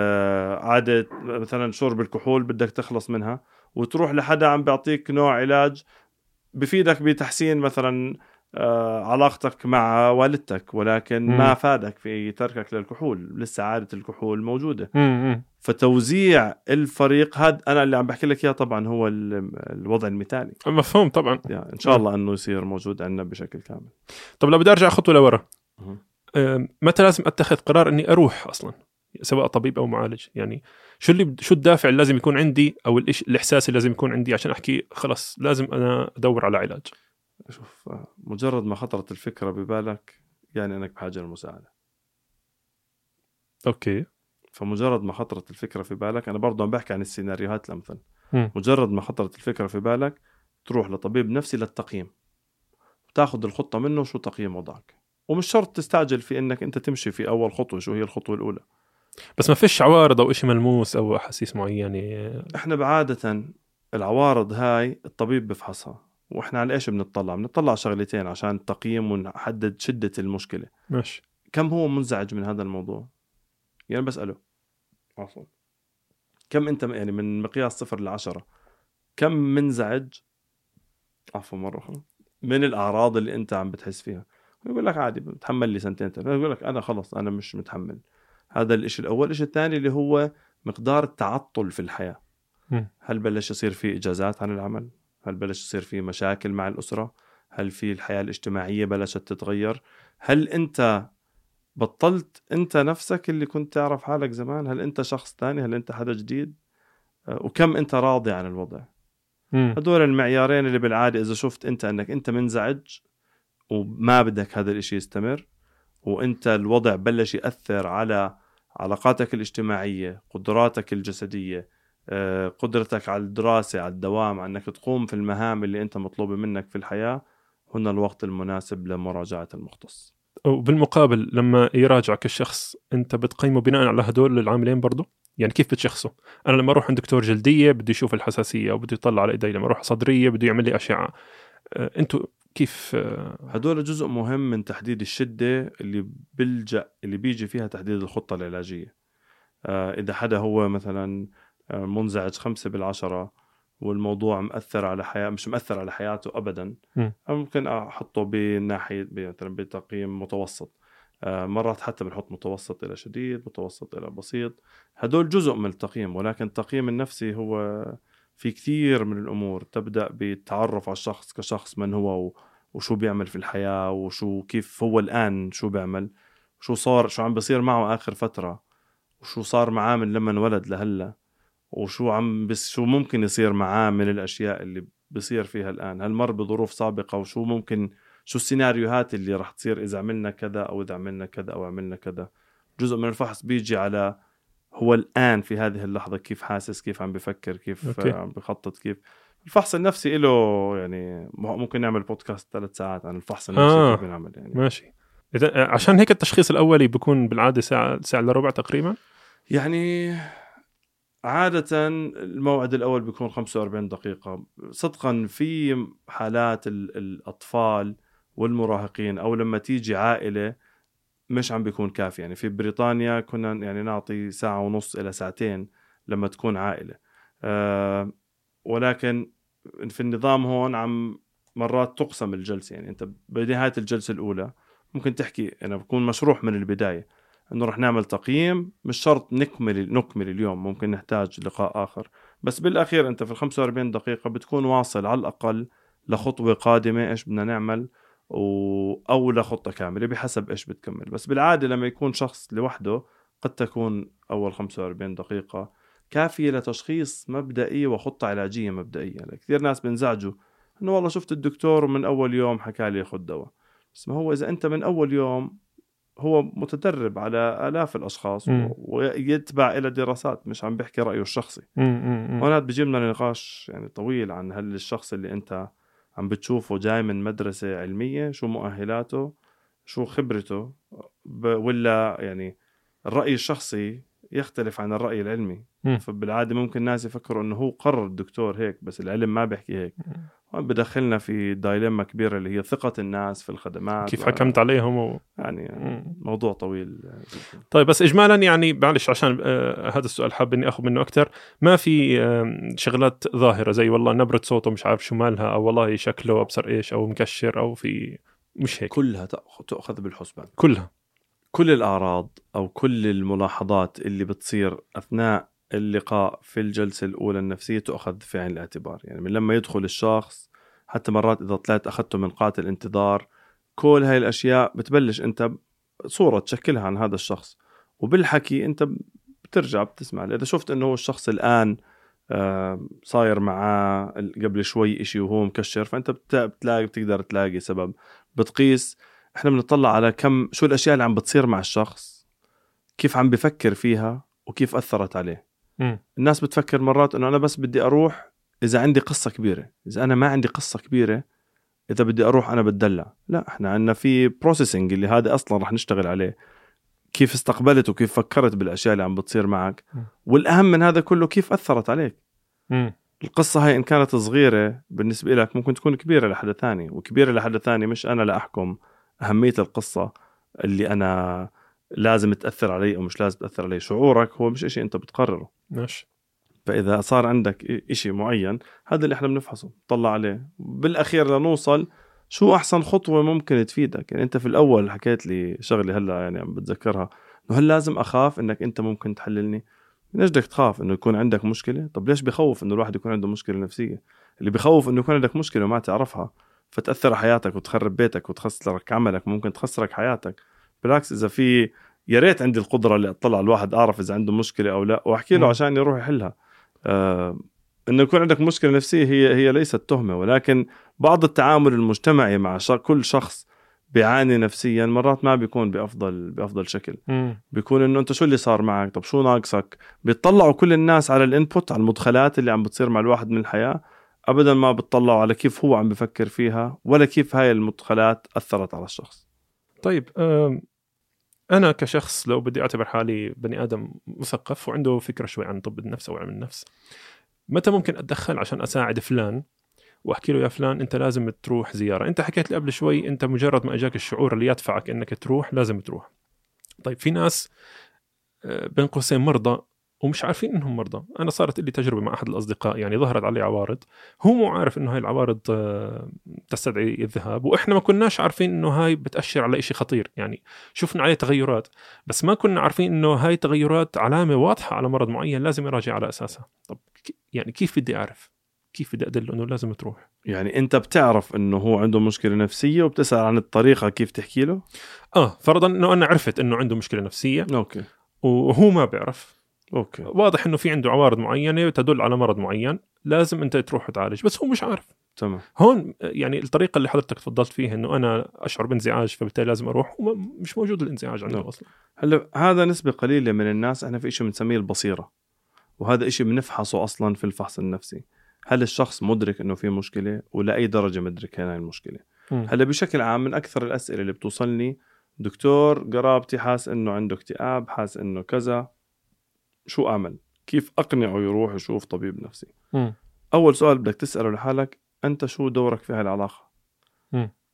عادة مثلا شرب الكحول بدك تخلص منها، وتروح لحدا عم بيعطيك نوع علاج بفيدك بتحسين مثلا علاقتك مع والدتك، ولكن م. ما فادك في تركك للكحول، لسه عادة الكحول موجودة. م. م. فتوزيع الفريق هذا أنا اللي عم بحكي لك إياه طبعا هو الوضع المثالي. مفهوم طبعا. يعني إن شاء الله أنه يصير موجود عندنا بشكل كامل. طب لو بدي أرجع خطوة لورا، م. متى لازم أتخذ قرار إني أروح أصلا سواء طبيب أو معالج؟ يعني شو اللي شو الدافع اللي لازم يكون عندي أو الإش الإحساس اللي لازم يكون عندي عشان أحكي خلاص لازم أنا أدور على علاج؟ شوف، مجرد ما خطرت الفكرة ببالك يعني أنك بحاجة للمساعدة. أوكي. فمجرد ما خطرت الفكرة في بالك، أنا برضو عم بحكي عن السيناريوهات الأمثل. م. مجرد ما خطرت الفكرة في بالك تروح لطبيب نفسي للتقييم، وتاخد الخطة منه شو تقييم وضعك. ومش شرط تستعجل في إنك أنت تمشي في أول خطوة شو هي الخطوة الأولى. بس ما فيش عوارض أو إشي ملموس أو أحاسيس معينة. إحنا بعادة العوارض هاي الطبيب بفحصها، وإحنا على إيش بنطلع؟ بنطلع شغلتين عشان التقييم ونحدد شدة المشكلة. ماشي. كم هو منزعج من هذا الموضوع؟ يعني بسأله عفوا كم أنت يعني من مقياس صفر لعشرة كم منزعج عفوا مرة من الأعراض اللي أنت عم بتحس فيها؟ يقول لك عادي بتحمل لي سنتين ثلاثة. يقول لك أنا خلص أنا مش متحمل. هذا الإشي الأول. الإشي الثاني اللي هو مقدار التعطل في الحياة. م. هل بلش يصير في إجازات عن العمل؟ هل بلش يصير في مشاكل مع الأسرة؟ هل في الحياة الاجتماعية بلشت تتغير؟ هل أنت بطلت أنت نفسك اللي كنت تعرف حالك زمان؟ هل أنت شخص تاني؟ هل أنت حدا جديد؟ وكم أنت راضي عن الوضع؟ هدول المعيارين اللي بالعادة إذا شفت أنت أنك أنت منزعج وما بدك هذا الإشي يستمر، وأنت الوضع بلش يأثر على علاقاتك الاجتماعية، قدراتك الجسدية، قدرتك على الدراسة، على الدوام، على أنك تقوم في المهام اللي أنت مطلوبة منك في الحياة، هنا الوقت المناسب لمراجعة المختص. وبالمقابل لما يراجعك الشخص أنت بتقيمه بناء على هدول العاملين برضو؟ يعني كيف بتشخصه؟ أنا لما أروح عند دكتور جلدية بده يشوف الحساسية وبده يطلع على إيدي، لما أروح صدرية بده يعمل لي أشعة. أه أنتوا كيف؟ أه هدول جزء مهم من تحديد الشدة اللي بلجأ اللي بيجي فيها تحديد الخطة العلاجية. أه إذا حدا هو مثلا منزعج خمسة بالعشرة والموضوع مأثر على حياة مش مأثر على حياته أبدا، م. ممكن أحطه بناحية مثلا بتقييم متوسط. مرات حتى بنحط متوسط إلى شديد، متوسط إلى بسيط. هدول جزء من التقييم، ولكن التقييم النفسي هو في كثير من الأمور تبدأ بالتعرف على الشخص كشخص، من هو وشو بيعمل في الحياة وشو كيف هو الآن شو بيعمل، شو صار شو عم بيصير معه آخر فترة، وشو صار معاه من لما انولد لهلا، وشو عم بس شو ممكن يصير معاه من الأشياء اللي بيصير فيها الآن، هل مر بظروف سابقة، وشو ممكن شو السيناريوهات اللي راح تصير إذا عملنا كذا أو إذا عملنا كذا أو عملنا كذا. جزء من الفحص بيجي على هو الآن في هذه اللحظة كيف حاسس، كيف عم بفكر، كيف أوكي. عم بخطط. كيف الفحص النفسي له يعني ممكن نعمل بودكاست ثلاث ساعات عن الفحص النفسي. آه. كيف بنعمل يعني ماشي. إذا عشان هيك التشخيص الأولي بيكون بالعادة ساعة ساعة إلا ربع تقريبا. يعني عادة الموعد الأول بيكون خمسة وأربعين دقيقة. صدقا في حالات الأطفال والمراهقين، أو لما تيجي عائلة مش عم بيكون كافي. يعني في بريطانيا كنا يعني نعطي ساعة ونص إلى ساعتين لما تكون عائلة، أه ولكن في النظام هون عم مرات تقسم الجلسة. يعني أنت بنهاية الجلسة الأولى ممكن تحكي أنا بكون مشروح من البداية إنه رح نعمل تقييم، مش شرط نكمل نكمل اليوم، ممكن نحتاج لقاء آخر، بس بالأخير أنت في الخمسة وأربعين دقيقة بتكون واصل على الأقل لخطوة قادمة إيش بدنا نعمل، أو لخطة كاملة بحسب إيش بتكمل. بس بالعادة لما يكون شخص لوحده قد تكون أول خمسة وأربعين دقيقة كافية لتشخيص مبدئي وخطة علاجية مبدئية. يعني كثير ناس بنزعجوا إنه والله شفت الدكتور ومن أول يوم حكى لي خد دواء، بس ما هو إذا أنت من أول يوم، هو متدرب على آلاف الأشخاص م. ويتبع إلى دراسات، مش عم بيحكي رأيه الشخصي. هنا بيجيبنا نقاش يعني طويل عن هل الشخص اللي أنت عم بتشوفه جاي من مدرسة علمية، شو مؤهلاته، شو خبرته، ولا يعني الرأي الشخصي يختلف عن الرأي العلمي. م. فبالعادة ممكن الناس يفكروا إنه هو قرر الدكتور هيك، بس العلم ما بيحكي هيك. هون بدخلنا في دايلما كبيرة اللي هي ثقة الناس في الخدمات، كيف حكمت عليهم و... يعني م. موضوع طويل جدا. طيب بس إجمالا يعني معلش عشان آه هذا السؤال حاب إني أخذ منه أكتر، ما في آه شغلات ظاهرة زي والله نبرة صوته مش عارف شو مالها، أو والله شكله أبصر إيش، أو مكشر، أو في مش هيك؟ كلها تأخذ بالحسبان، كلها كل الأعراض أو كل الملاحظات اللي بتصير أثناء اللقاء في الجلسة الأولى النفسية تأخذ في عين الاعتبار. يعني من لما يدخل الشخص حتى مرات إذا طلعت أخذته من قاعة الانتظار، كل هاي الأشياء بتبلش أنت صورة تشكلها عن هذا الشخص، وبالحكي أنت بترجع بتسمع. إذا شفت أنه هو الشخص الآن آه صاير معاه قبل شوي إشي وهو مكشر، فأنت بتلاقي بتقدر تلاقي سبب. بتقيس، احنا بنطلع على كم شو الاشياء اللي عم بتصير مع الشخص، كيف عم بفكر فيها وكيف اثرت عليه. م. الناس بتفكر مرات انه انا بس بدي اروح اذا عندي قصة كبيرة، اذا انا ما عندي قصة كبيرة اذا بدي اروح انا بتدلع. لا، احنا عندنا في بروسيسنج اللي هذا اصلا رح نشتغل عليه، كيف استقبلت وكيف فكرت بالاشياء اللي عم بتصير معك، م. والاهم من هذا كله كيف اثرت عليك. م. القصة هاي إن كانت صغيرة بالنسبة لك ممكن تكون كبيرة لحد ثاني، وكبيرة لحد ثاني مش أنا لا أحكم أهمية القصة اللي أنا لازم تأثر علي أو مش لازم تأثر علي. شعورك هو مش إشي أنت بتقرره. ماشي. فإذا صار عندك إشي معين هذا اللي إحنا بنفحصه طلع عليه بالأخير لنوصل شو أحسن خطوة ممكن تفيدك. يعني أنت في الأول حكيت لي شغلة هلأ يعني عم بتذكرها، إنه هل لازم أخاف إنك أنت ممكن تحللني؟ ليش بدك تخاف إنه يكون عندك مشكلة؟ طب ليش بيخوف إنه الواحد يكون عنده مشكلة نفسية؟ اللي بيخوف إنه يكون عندك مشكلة وما تعرفها فتأثر على حياتك وتخرب بيتك وتخسرك عملك، ممكن تخسرك حياتك. بالعكس، إذا في يا ريت عندي القدرة اللي أطلع الواحد أعرف إذا عنده مشكلة أو لا وأحكي له عشان يروح يحلها. آه إنه يكون عندك مشكلة نفسية هي هي ليست تهمة، ولكن بعض التعامل المجتمعي مع كل شخص بيعاني نفسيا مرات ما بيكون بأفضل بأفضل شكل. م. بيكون إنه أنت شو اللي صار معك، طب شو ناقصك. بيطلعوا كل الناس على الانبوت، على المدخلات اللي عم بتصير مع الواحد من الحياة، أبدا ما بتطلعوا على كيف هو عم بفكر فيها ولا كيف هاي المدخلات أثرت على الشخص. طيب أنا كشخص لو بدي أعتبر حالي بني آدم مثقف وعنده فكرة شوي عن طب النفس أو علم النفس، متى ممكن أتدخل عشان أساعد فلان وأحكي له يا فلان أنت لازم تروح زيارة؟ أنت حكيت لي قبل شوي أنت مجرد ما أجاك الشعور اللي يدفعك أنك تروح لازم تروح. طيب في ناس بين قوسين مرضى ومش عارفين إنهم مرضى. أنا صارت لي تجربة مع أحد الأصدقاء، يعني ظهرت عليه عوارض هو مو عارف إنه هاي العوارض تستدعي الذهاب، وإحنا ما كناش عارفين إنه هاي بتأشر على إشي خطير. يعني شفنا عليه تغيرات بس ما كنا عارفين إنه هاي تغيرات علامة واضحة على مرض معين لازم يراجع على أساسها. طب يعني كيف بدي أعرف، كيف بدي أدله إنه لازم تروح؟ يعني أنت بتعرف إنه هو عنده مشكلة نفسية وبتسأل عن الطريقة كيف تحكي له؟ آه فرضا إنه أنا عرفت إنه عنده مشكلة نفسية، أوكي، وهو ما بيعرف، أوكي، واضح إنه في عنده عوارض معينة تدل على مرض معين لازم أنت تروح وتعالج، بس هو مش عارف. تمام. هون يعني الطريقة اللي حضرتك تفضلت فيها إنه أنا أشعر بانزعاج فبالتالي لازم أروح، ومش موجود الانزعاج عنده أصلا. هلا هذا نسبة قليلة من الناس. إحنا في إشي بنسميه البصيرة، وهذا إشي بنفحصه أصلا في الفحص النفسي. هل الشخص مدرك إنه في مشكلة ولا أي درجة مدرك هاي المشكلة؟ م. هلا بشكل عام من أكثر الأسئلة اللي بتوصلني، دكتور قرابتي حاس إنه عنده اكتئاب، حاس إنه كذا، شو أعمل؟ كيف أقنعه يروح يشوف طبيب نفسي؟ م. أول سؤال بدك تسأله لحالك، أنت شو دورك في هاي العلاقة؟ م.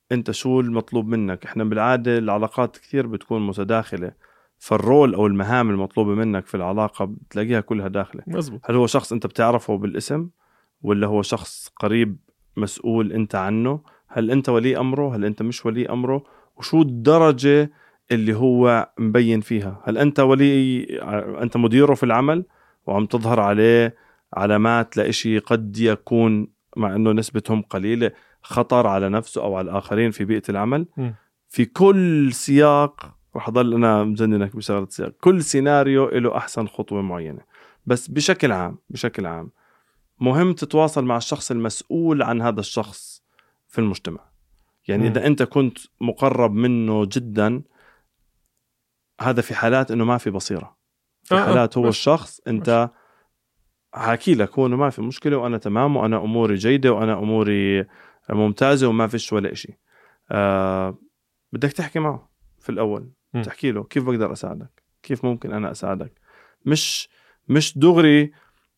انت شو المطلوب منك. احنا بالعادة العلاقات كثير بتكون متداخلة، فالرول او المهام المطلوبة منك في العلاقة بتلاقيها كلها داخلة. مزبوط. هل هو شخص انت بتعرفه بالاسم، ولا هو شخص قريب مسؤول انت عنه؟ هل انت ولي امره، هل انت مش ولي امره؟ وشو الدرجة اللي هو مبين فيها؟ هل انت ولي انت مديره في العمل وعم تظهر عليه علامات لإشي قد يكون مع انه نسبتهم قليلة خطر على نفسه او على الاخرين في بيئة العمل؟ م. في كل سياق رح أضل أنا مجننك بشغلة سياق، كل سيناريو له أحسن خطوة معينة. بس بشكل عام بشكل عام مهم تتواصل مع الشخص المسؤول عن هذا الشخص في المجتمع. يعني م. إذا أنت كنت مقرب منه جدا، هذا في حالات إنه ما في بصيرة، في آه حالات آه. هو مش. الشخص أنت حاكي لك هو إنه ما في مشكلة وأنا تمام وأنا أموري جيدة وأنا أموري ممتازة وما فيش ولا إشي. آه بدك تحكي معه في الأول، م. تحكي له كيف بقدر أساعدك، كيف ممكن أنا أساعدك. مش مش دغري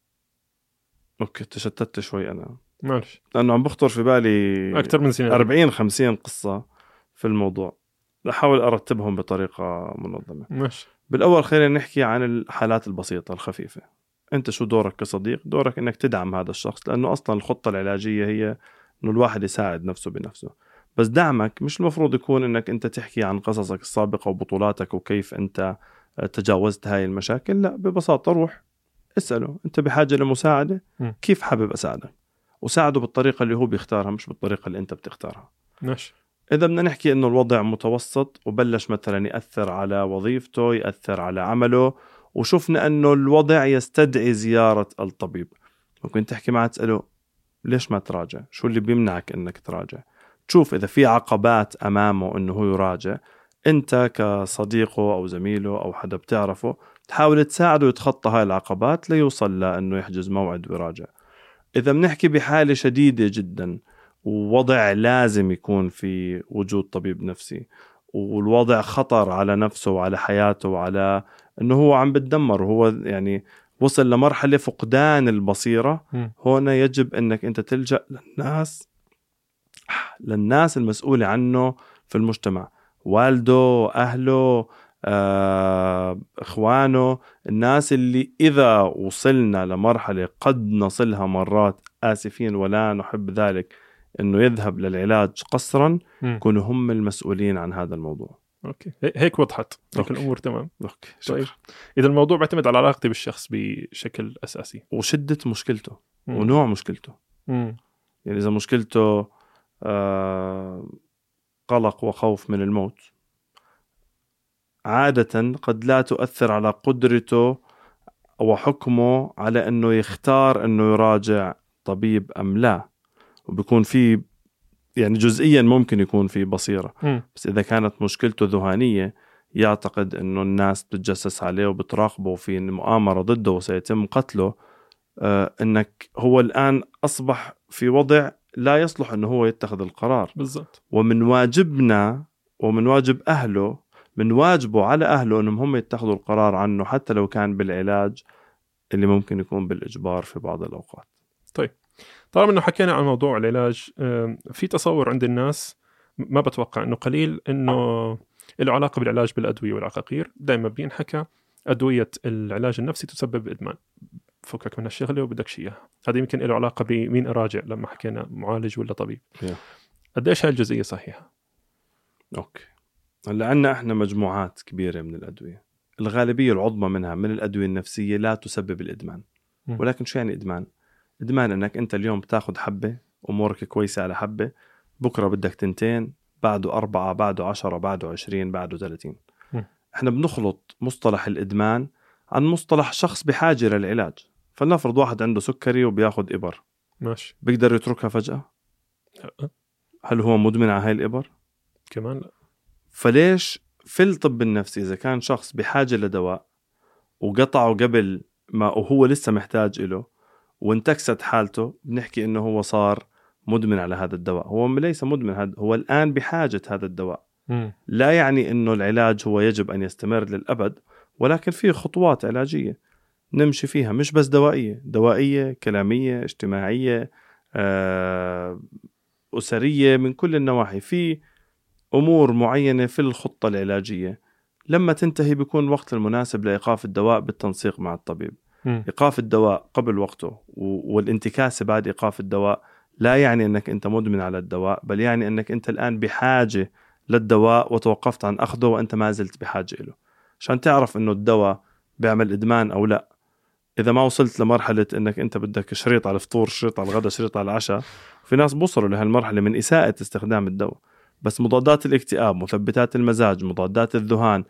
أوكي تشتت شوي أنا ماشي، لأنه عم بخطر في بالي أكثر من سنة أربعين خمسين قصة في الموضوع، أحاول أرتبهم بطريقة منظمة. ماشي. بالأول خلينا نحكي عن الحالات البسيطة الخفيفة. أنت شو دورك كصديق؟ دورك إنك تدعم هذا الشخص، لأنه أصلا الخطة العلاجية هي إنه الواحد يساعد نفسه بنفسه. بس دعمك مش المفروض يكون إنك أنت تحكي عن قصصك السابقة وبطولاتك وكيف أنت تجاوزت هاي المشاكل. لا، ببساطة روح اسأله أنت بحاجة لمساعدة، م. كيف حابب أساعدك، وساعده بالطريقة اللي هو بيختارها مش بالطريقة اللي أنت بتختارها. ماشي. إذا بدنا نحكي إنه الوضع متوسط وبلش مثلا يأثر على وظيفته، يأثر على عمله، وشفنا إنه الوضع يستدعي زيارة الطبيب، ممكن تحكي معه تسأله ليش ما تراجع، شو اللي بيمنعك إنك تراجع. تشوف إذا في عقبات أمامه إنه هو يراجع، أنت كصديقه أو زميله أو حدا بتعرفه تحاول تساعده يتخطى هاي العقبات ليوصل لأنه يحجز موعد ويراجع. إذا بنحكي بحالة شديدة جدا ووضع لازم يكون في وجود طبيب نفسي، والوضع خطر على نفسه وعلى حياته وعلى أنه هو عم بتدمر وهو يعني وصل لمرحلة فقدان البصيرة، م. هنا يجب أنك أنت تلجأ للناس للناس المسؤولة عنه في المجتمع، والده، أهله، آه، إخوانه، الناس اللي إذا وصلنا لمرحلة قد نصلها مرات، آسفين ولا نحب ذلك، إنه يذهب للعلاج قسرا، يكونوا هم المسؤولين عن هذا الموضوع. أوكي، هيك وضحت، هيك أوكي. الأمور تمام. أوكي. طيب، إذا الموضوع بيعتمد على علاقتي بالشخص بشكل أساسي وشدة مشكلته م. ونوع مشكلته. م. يعني إذا مشكلته آه قلق وخوف من الموت، عادة قد لا تؤثر على قدرته وحكمه على أنه يختار أنه يراجع طبيب أم لا، وبيكون في يعني جزئيا ممكن يكون في بصيرة. م. بس إذا كانت مشكلته ذهانية، يعتقد أنه الناس بتتجسس عليه وبتراقبه في مؤامرة ضده وسيتم قتله، آه أنك هو الآن أصبح في وضع لا يصلح أنه هو يتخذ القرار. بالضبط. ومن واجبنا ومن واجب أهله، من واجبه على أهله أنهم هم يتخذوا القرار عنه، حتى لو كان بالعلاج اللي ممكن يكون بالإجبار في بعض الأوقات. طيب، طالما أنه حكينا عن موضوع العلاج، في تصور عند الناس ما بتوقع أنه قليل أنه له علاقة بالعلاج بالأدوية والعقاقير. دائما بينحكى أدوية العلاج النفسي تسبب إدمان، فكك من الشغلة وبدك إياها. هذا يمكن له علاقة بمين أراجع لما حكينا معالج ولا طبيب. yeah. قديش هاي الجزئية صحيحة؟ أوكي، هلا عنا إحنا مجموعات كبيرة من الأدوية، الغالبية العظمى منها من الأدوية النفسية لا تسبب الإدمان. م. ولكن شو يعني إدمان؟ إدمان إنك أنت اليوم بتاخد حبة أمورك كويسة على حبة، بكرة بدك تنتين، بعده أربعة، بعده عشرة، بعده عشرين، بعده ثلاثين. م. إحنا بنخلط مصطلح الإدمان عن مصطلح شخص بحاجة للعلاج. فلنفرض واحد عنده سكري وبياخد إبر، ماشي، بيقدر يتركها فجأة؟ لا. هل هو مدمن على هاي الإبر؟ كمان لا. فليش في الطب النفسي إذا كان شخص بحاجة لدواء وقطعه قبل ما وهو لسه محتاج إله وانتكست حالته، بنحكي إنه هو صار مدمن على هذا الدواء؟ هو ليس مدمن، هذا هو الآن بحاجة هذا الدواء. م. لا يعني إنه العلاج هو يجب أن يستمر للأبد، ولكن فيه خطوات علاجية نمشي فيها، مش بس دوائية، دوائية، كلامية، اجتماعية، آه أسرية من كل النواحي. في أمور معينة في الخطة العلاجية لما تنتهي بيكون وقت المناسب لإيقاف الدواء بالتنسيق مع الطبيب. م. إيقاف الدواء قبل وقته والانتكاسة بعد إيقاف الدواء لا يعني أنك أنت مدمن على الدواء، بل يعني أنك أنت الآن بحاجة للدواء وتوقفت عن أخذه وأنت ما زلت بحاجة له، عشان تعرف أنه الدواء بيعمل إدمان أو لا. إذا ما وصلت لمرحلة أنك أنت بدك شريط على الفطور، شريط على الغداء، شريط على العشاء، في ناس بوصلوا لهالمرحلة من إساءة استخدام الدواء. بس مضادات الاكتئاب، مثبتات المزاج، مضادات الذهان،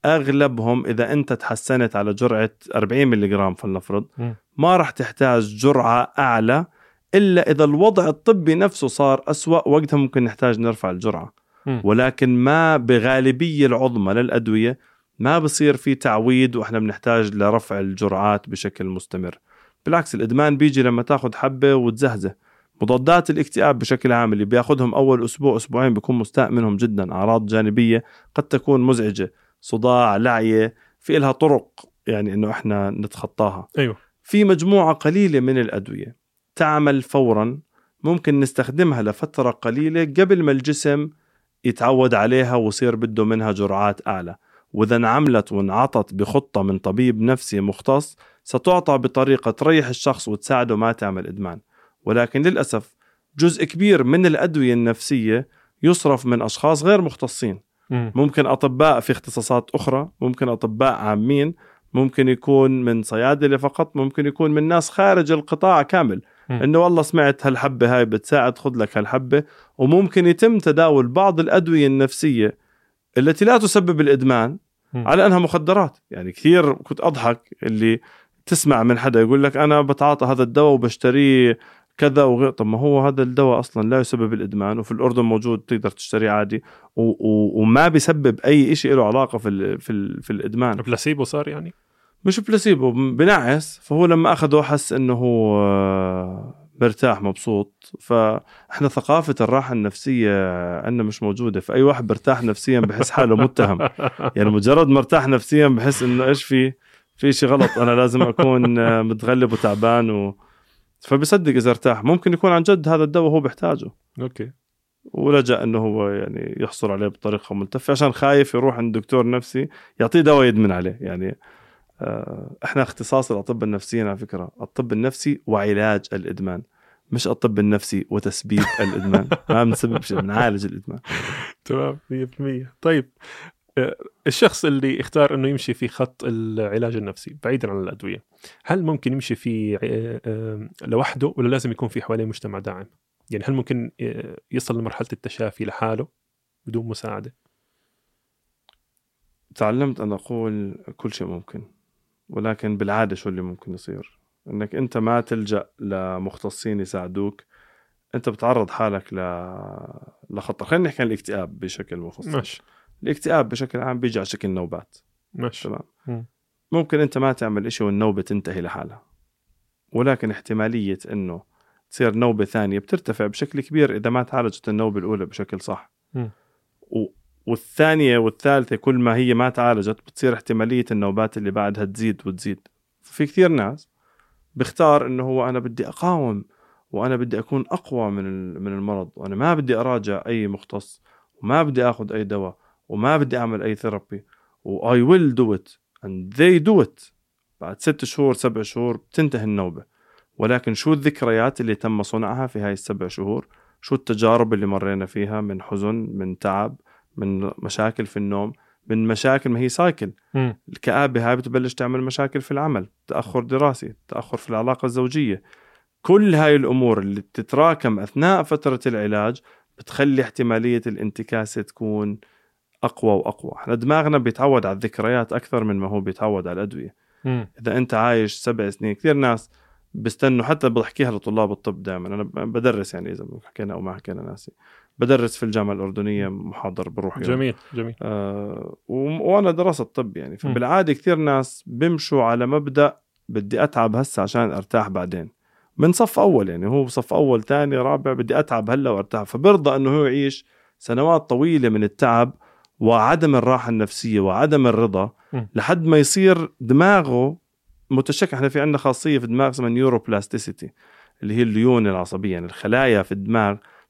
أغلبهم إذا أنت تحسنت على جرعة أربعين ملغرام فلنفرض ما رح تحتاج جرعة أعلى إلا إذا الوضع الطبي نفسه صار أسوأ، وقتها ممكن نحتاج نرفع الجرعة. م. ولكن ما بغالبية العظمى للأدوية ما بصير في تعويد وإحنا بنحتاج لرفع الجرعات بشكل مستمر. بالعكس الإدمان بيجي لما تاخد حبة وتزهزه. مضادات الاكتئاب بشكل عام اللي بياخدهم أول أسبوع أسبوعين بيكون مستاء منهم جدا، أعراض جانبية قد تكون مزعجة، صداع، لعية، في إلها طرق يعني إنه إحنا نتخطاها. أيوه. في مجموعة قليلة من الأدوية تعمل فورا، ممكن نستخدمها لفترة قليلة قبل ما الجسم يتعود عليها ويصير بده منها جرعات أعلى، وإذا انعملت وانعطت بخطة من طبيب نفسي مختص ستعطى بطريقة تريح الشخص وتساعده ما تعمل إدمان. ولكن للأسف جزء كبير من الأدوية النفسية يصرف من أشخاص غير مختصين، م. ممكن أطباء في اختصاصات أخرى، ممكن أطباء عامين، ممكن يكون من صيادلة فقط، ممكن يكون من ناس خارج القطاع كامل، م. إنه والله سمعت هالحبة هاي بتساعد خذ لك هالحبة. وممكن يتم تداول بعض الأدوية النفسية التي لا تسبب الإدمان م. على أنها مخدرات. يعني كثير كنت أضحك اللي تسمع من حدا يقول لك أنا بتعاطى هذا الدواء وبشتريه كذا وغير. طب ما هو هذا الدواء أصلا لا يسبب الإدمان، وفي الأردن موجود تقدر تشتريه عادي و- و- وما بيسبب أي إشي له علاقة في ال في ال في الإدمان. بلاسيبو صار يعني مش بلاسيبو، بنعس. فهو لما أخذه حس إنه هو مرتاح مبسوط. فإحنا ثقافة الراحة النفسية عندنا مش موجودة. فأي واحد برتاح نفسيا بحس حاله متهم. يعني مجرد مرتاح نفسيا بحس إنه إيش في في شيء غلط، أنا لازم أكون متغلب وتعبان و... فبصدق إذا ارتاح. ممكن يكون عن جد هذا الدواء هو بيحتاجه، أوكي، ولجأ إنه هو يعني يحصل عليه بطريقة ملتفة عشان خايف يروح عند دكتور نفسي يعطيه دواء يدمن عليه. يعني احنا اختصاص الأطباء النفسيين على فكرة الطب النفسي وعلاج الإدمان، مش الطب النفسي وتسبيب الإدمان. ما بنسبب شيء، بنعالج الإدمان. تمام مية بالمية. طيب الشخص اللي اختار انه يمشي في خط العلاج النفسي بعيدا عن الأدوية، هل ممكن يمشي فيه لوحده ولا لازم يكون في حواليه مجتمع داعم؟ يعني هل ممكن يصل لمرحلة التشافي لحاله بدون مساعدة؟ تعلمت أن أقول كل شيء ممكن، ولكن بالعادة شو اللي ممكن يصير؟ أنك أنت ما تلجأ لمختصين يساعدوك، أنت بتعرض حالك ل... لخطر. خلينا نحكي عن الاكتئاب بشكل مخصص. ماشي. الاكتئاب بشكل عام بيجي على شكل نوبات. ماشي. تمام. ممكن أنت ما تعمل إشي والنوبة تنتهي لحالها، ولكن احتمالية أنه تصير نوبة ثانية بترتفع بشكل كبير إذا ما تعالجت النوبة الأولى بشكل صح. و... والثانية والثالثة كل ما هي ما تعالجت بتصير احتمالية النوبات اللي بعدها تزيد وتزيد. في كثير ناس بيختار إنه هو أنا بدي أقاوم وأنا بدي أكون أقوى من من المرض، وأنا ما بدي أراجع أي مختص، وما بدي أخذ أي دواء، وما بدي أعمل أي ثيرابي، و I will do it and they do it. بعد ست شهور سبع شهور بتنتهي النوبة. ولكن شو الذكريات اللي تم صنعها في هاي السبع شهور؟ شو التجارب اللي مرينا فيها من حزن، من تعب، من مشاكل في النوم، من مشاكل ما هي سايكل. م. الكآبة هاي بتبلش تعمل مشاكل في العمل، تأخر دراسي، تأخر في العلاقة الزوجية. كل هاي الأمور اللي تتراكم أثناء فترة العلاج بتخلي احتمالية الانتكاسة تكون أقوى وأقوى. احنا دماغنا بيتعود على الذكريات أكثر من ما هو بيتعود على الأدوية. م. إذا أنت عايش سبع سنين، كثير ناس بستنوا، حتى بحكيها لطلاب الطب دائما، أنا بدرس يعني إذا حكينا أو ما حكينا ناسي، بدرس في الجامعة الأردنية محاضر بروح يوم. جميل جميل. آه وأنا درست طب يعني. فبالعادة كثير ناس بيمشوا على مبدأ بدي أتعب هسه عشان أرتاح بعدين، من صف أول يعني، هو صف أول ثاني رابع بدي أتعب هلا وأرتاح. فبرضى أنه هو يعيش سنوات طويلة من التعب وعدم الراحة النفسية وعدم الرضا م. لحد ما يصير دماغه متشكل. احنا في عندنا خاصية في الدماغ اسمها نيوروبلاستيسيتي، اللي هي الليونة العصبية. يعني الخلايا في الدماغ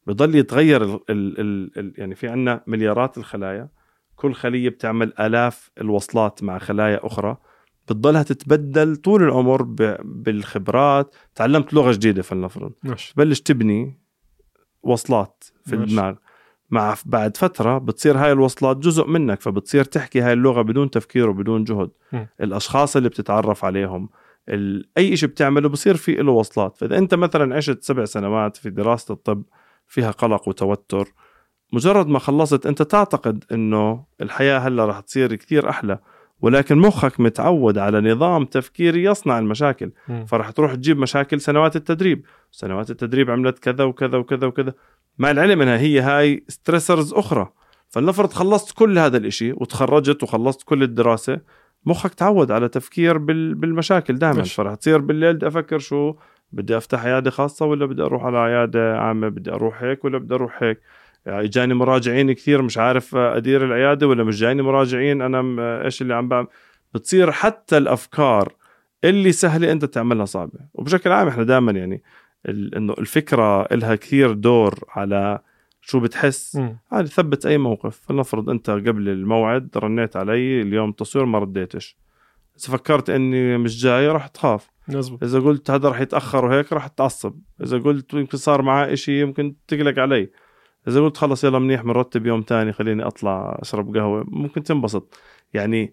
بضل يتغير ال ال ال ال يعني في عنا مليارات الخلايا، كل خلية بتعمل آلاف الوصلات مع خلايا أخرى، بتضلها تتبدل طول العمر بالخبرات. تعلمت لغة جديدة فلنفرض، بلش تبني وصلات في ماشي. الدماغ، مع بعد فترة بتصير هاي الوصلات جزء منك، فبتصير تحكي هاي اللغة بدون تفكير وبدون جهد. م. الأشخاص اللي بتتعرف عليهم، أي إشي بتعمله بصير فيه له وصلات. فإذا أنت مثلا عشت سبع سنوات في دراسة الطب فيها قلق وتوتر، مجرد ما خلصت أنت تعتقد أنه الحياة هلا رح تصير كثير أحلى، ولكن مخك متعود على نظام تفكيري يصنع المشاكل. م. فرح تروح تجيب مشاكل سنوات التدريب، سنوات التدريب عملت كذا وكذا وكذا وكذا، مع العلم انها هي هاي ستريسرز اخرى. فلنفرض خلصت كل هذا الاشي وتخرجت وخلصت كل الدراسة، مخك تعود على تفكير بالمشاكل دائما. فرح تصير بالليل بدي افكر شو بدي افتح عيادة خاصة ولا بدي اروح على عيادة عامة، بدي اروح هيك ولا بدي اروح هيك، يعني جاني مراجعين كثير مش عارف ادير العيادة ولا مش جاني مراجعين، انا ايش اللي عم بعمل. بتصير حتى الافكار اللي سهلة انت تعملها صعبة. وبشكل عام احنا دائما يعني انه الفكرة إلها كثير دور على شو بتحس. عادي ثبت اي موقف، فلنفرض انت قبل الموعد رنيت علي اليوم تصوير ما رديتش، اذا فكرت اني مش جاي راح تخاف. نزبط. اذا قلت هذا راح يتأخر وهيك راح تتعصب، اذا قلت يمكن صار معاه اشي يمكن تقلق علي، اذا قلت خلص يلا منيح بنرتب يوم تاني خليني اطلع اشرب قهوة ممكن تنبسط. يعني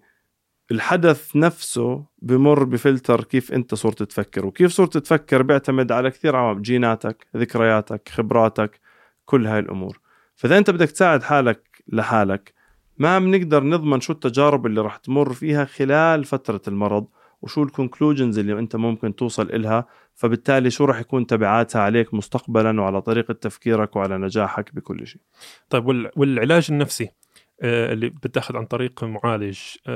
الحدث نفسه بمر بفلتر كيف انت صرت تفكر، وكيف صرت تفكر بيعتمد على كثير عوامل، جيناتك، ذكرياتك، خبراتك، كل هاي الامور. فاذا انت بدك تساعد حالك لحالك، ما بنقدر نضمن شو التجارب اللي راح تمر فيها خلال فترة المرض، وشو الكونكلوجنز اللي انت ممكن توصل إلها، فبالتالي شو راح يكون تبعاتها عليك مستقبلا وعلى طريقة تفكيرك وعلى نجاحك بكل شيء. طيب والعلاج النفسي اللي بتاخذ عن طريق معالج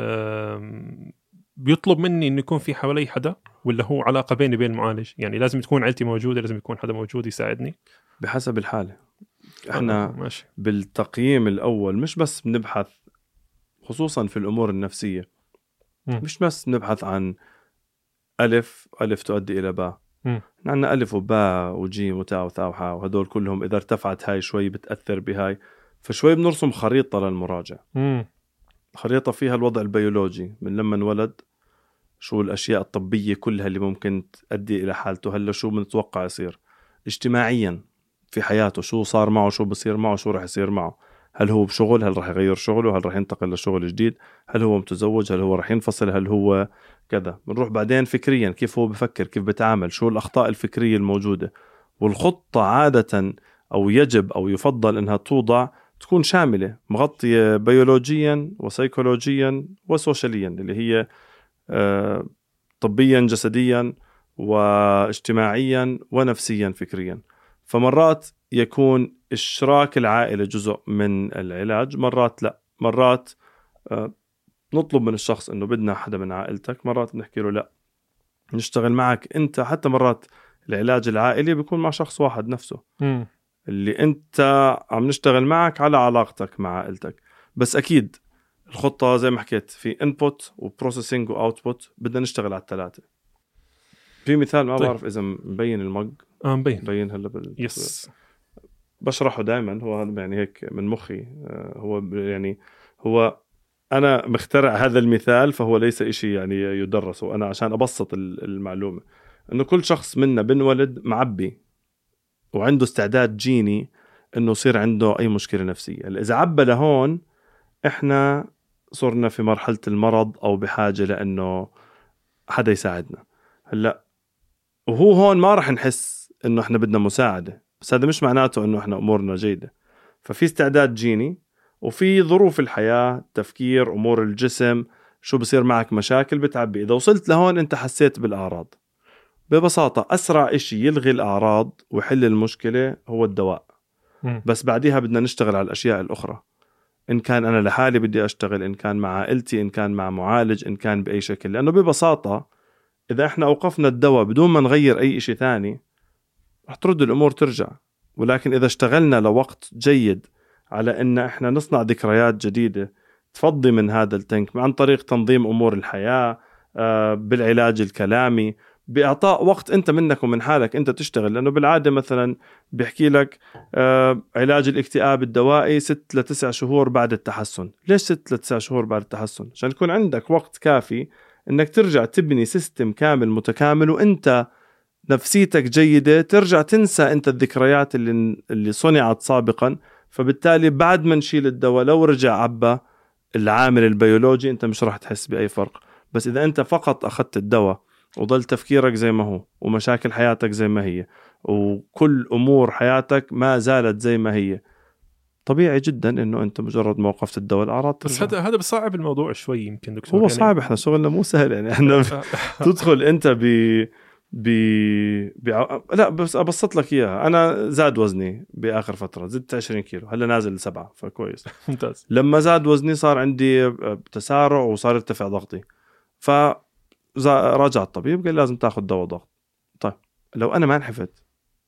بيطلب مني انه يكون في حوالي حدا، ولا هو علاقة بيني وبين المعالج؟ يعني لازم تكون عيلتي موجودة، لازم يكون حدا موجود يساعدني؟ بحسب الحالة. احنا ماشي. بالتقييم الاول مش بس بنبحث خصوصا في الامور النفسية، م. مش بس نبحث عن ألف ألف تؤدي إلى باء، عندنا ألف وباء وجيم وتاء وثاء وحاء، وهدول كلهم إذا ارتفعت هاي شوي بتأثر بهاي. فشوي بنرسم خريطة للمراجع، م. خريطة فيها الوضع البيولوجي من لما انولد، شو الأشياء الطبية كلها اللي ممكن تؤدي إلى حالته هلا، شو بنتوقع يصير اجتماعيا في حياته، شو صار معه، شو بصير معه، شو رح يصير معه، هل هو بشغل، هل رح يغير شغله، هل رح ينتقل لشغل جديد، هل هو متزوج، هل هو رح ينفصل، هل هو كذا. بنروح بعدين فكريا كيف هو بفكر، كيف بتعامل، شو الأخطاء الفكرية الموجودة. والخطة عادة أو يجب أو يفضل أنها توضع تكون شاملة، مغطية بيولوجيا وسيكولوجيا وسوشياليا، اللي هي آه طبيا جسديا واجتماعيا ونفسيا فكريا. فمرات يكون إشراك العائلة جزء من العلاج، مرات لا، مرات آه نطلب من الشخص أنه بدنا حدا من عائلتك، مرات نحكي له لا نشتغل معك أنت. حتى مرات العلاج العائلي بيكون مع شخص واحد نفسه، م. اللي أنت عم نشتغل معك على علاقتك مع عائلتك. بس أكيد الخطة زي ما حكيت في input وprocessing وoutput، بدنا نشتغل على الثلاثة. في مثال ما طيب. بعرف إذا مبين المج آه مبين مبين هلا بال... يس بشرحه دائما، هو هذا يعني هيك من مخي. هو يعني هو أنا مخترع هذا المثال، فهو ليس إشي يعني يدرس، وأنا عشان أبسط المعلومة إنه كل شخص منا بنولد معبي وعنده استعداد جيني إنه يصير عنده أي مشكلة نفسية. إذا عبى لهون إحنا صرنا في مرحلة المرض أو بحاجة لأنه حدا يساعدنا. هلأ وهو هون ما رح نحس إنه إحنا بدنا مساعدة، بس هذا مش معناته إنه إحنا أمورنا جيدة. ففي استعداد جيني وفي ظروف الحياة، تفكير، أمور الجسم، شو بصير معك مشاكل بتعبي. إذا وصلت لهون أنت حسيت بالأعراض، ببساطة أسرع إشي يلغي الأعراض ويحل المشكلة هو الدواء. م. بس بعدها بدنا نشتغل على الأشياء الأخرى، إن كان أنا لحالي بدي أشتغل، إن كان مع عائلتي، إن كان مع معالج، إن كان بأي شكل. لأنه ببساطة إذا إحنا أوقفنا الدواء بدون ما نغير أي إشي ثاني رح ترد الأمور ترجع. ولكن إذا اشتغلنا لوقت جيد على إن إحنا نصنع ذكريات جديدة تفضي من هذا التنك عن طريق تنظيم أمور الحياة، بالعلاج الكلامي، بإعطاء وقت أنت منك ومن حالك أنت تشتغل. لأنه بالعادة مثلا بيحكي لك آه علاج الاكتئاب الدوائي ست لتسع شهور بعد التحسن. ليش ست لتسع شهور بعد التحسن؟ عشان يكون عندك وقت كافي أنك ترجع تبني سيستم كامل متكامل، وأنت نفسيتك جيدة، ترجع تنسى أنت الذكريات اللي, اللي صنعت سابقا. فبالتالي بعد ما نشيل الدواء لو رجع عبا العامل البيولوجي أنت مش راح تحس بأي فرق. بس إذا أنت فقط أخذت الدواء وضل تفكيرك زي ما هو، ومشاكل حياتك زي ما هي، وكل أمور حياتك ما زالت زي ما هي، طبيعي جدا إنه أنت مجرد ما وقفت الدواء الأعراض بس هذا هذا بصعب الموضوع شوي يمكن دكتور. هو يعني صعب، إحنا شغلنا مو سهل يعني. إحنا تدخل أنت ب ب بع... لا بس أبسط لك إياها. أنا زاد وزني بآخر فترة، زدت عشرين كيلو، هلا نازل سبعة، فكويس. ممتاز. لما زاد وزني صار عندي تسارع وصار يرتفع ضغطي، ف راجع الطبيب قال لازم تاخذ دواء ضغط. طيب لو انا ما نحفت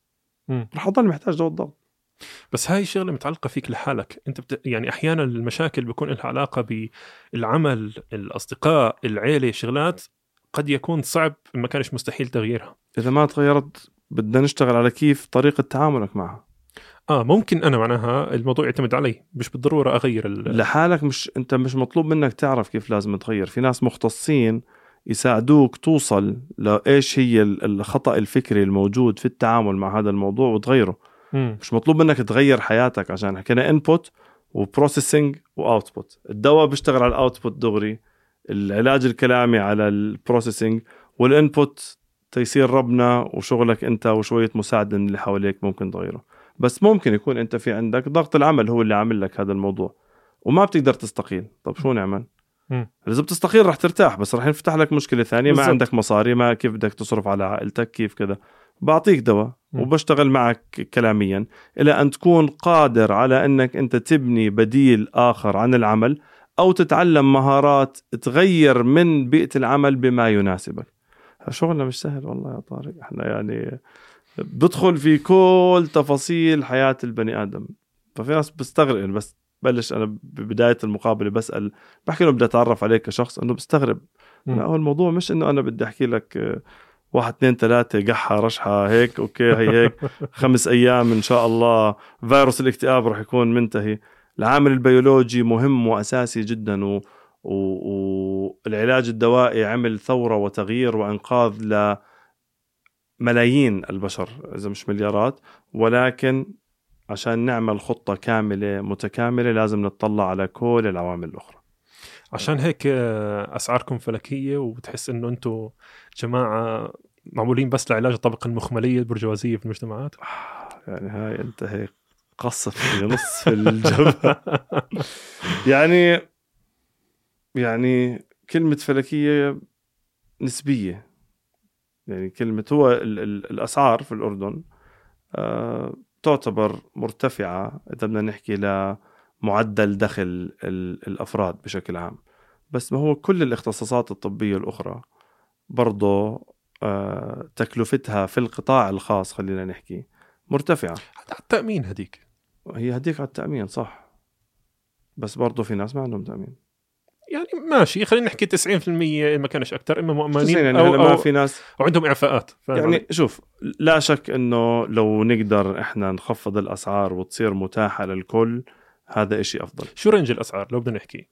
رح اضل محتاج دواء ضغط. بس هاي شغله متعلقه فيك لحالك انت بت... يعني احيانا المشاكل بيكون لها علاقه بالعمل، الاصدقاء، العيله، شغلات قد يكون صعب ما كانش مستحيل تغييرها. اذا ما تغيرت بدنا نشتغل على كيف طريقه تعاملك معها. اه ممكن انا معناها الموضوع يعتمد علي، مش بالضروره اغير ال... لحالك. مش انت مش مطلوب منك تعرف كيف لازم تغير. في ناس مختصين يساعدوك توصل لإيش هي الخطأ الفكري الموجود في التعامل مع هذا الموضوع وتغيره. م. مش مطلوب منك تغير حياتك، عشان حكينا انبوت وبروسيسنج واوتبوت. الدواء بيشتغل على الاوتبوت دغري، العلاج الكلامي على البروسيسنج، والانبوت تيصير ربنا وشغلك انت وشوية مساعدة اللي حواليك ممكن تغيره. بس ممكن يكون انت في عندك ضغط العمل هو اللي عامل لك هذا الموضوع وما بتقدر تستقيل. طب شو نعمل؟ إذا بتستقيل رح ترتاح، بس رح ينفتح لك مشكلة ثانية. ما عندك مصاري، ما كيف بدك تصرف على عائلتك، كيف كذا. بعطيك دواء وبشتغل معك كلاميا إلى أن تكون قادر على أنك أنت تبني بديل آخر عن العمل، أو تتعلم مهارات تغير من بيئة العمل بما يناسبك. شغلنا مش سهل والله يا طارق. احنا يعني بدخل في كل تفاصيل حياة البني آدم. ففي ناس بستغرب، بس بلش أنا ببداية المقابلة بسأل بحكي له بدي أتعرف عليك كشخص، أنه بستغرب. أنا أول موضوع مش أنه أنا بدي أحكي لك واحد اثنين ثلاثة قحة رشحة هيك أوكي هي هيك خمس أيام إن شاء الله فيروس الاكتئاب رح يكون منتهي. العامل البيولوجي مهم وأساسي جدا، و... و... والعلاج الدوائي عمل ثورة وتغيير وإنقاذ لملايين البشر إذا مش مليارات. ولكن عشان نعمل خطة كاملة متكاملة لازم نتطلع على كل العوامل الأخرى. عشان هيك أسعاركم فلكية، وبتحس إنه أنتوا جماعة معمولين بس لعلاج الطبقة المخملية البرجوازية في المجتمعات. يعني هاي أنت هيك قصف في نصف الجبهة. يعني يعني كلمة فلكية نسبية. يعني كلمة هو ال ال الأسعار في الأردن آه تعتبر مرتفعة إذا بدنا نحكي لمعدل دخل الأفراد بشكل عام. بس ما هو كل الاختصاصات الطبية الأخرى برضو آه تكلفتها في القطاع الخاص خلينا نحكي مرتفعة. حتى على التأمين هديك هي هديك على التأمين صح، بس برضو في ناس ما عندهم تأمين. يعني ماشي خلينا نحكي تسعين بالمية ما كانش أكتر، إما مؤمنين يعني أو, ما أو في ناس وعندهم إعفاءات. يعني شوف، لا شك إنه لو نقدر إحنا نخفض الأسعار وتصير متاحة للكل هذا إشي أفضل. شو رينج الأسعار لو بدنا نحكي؟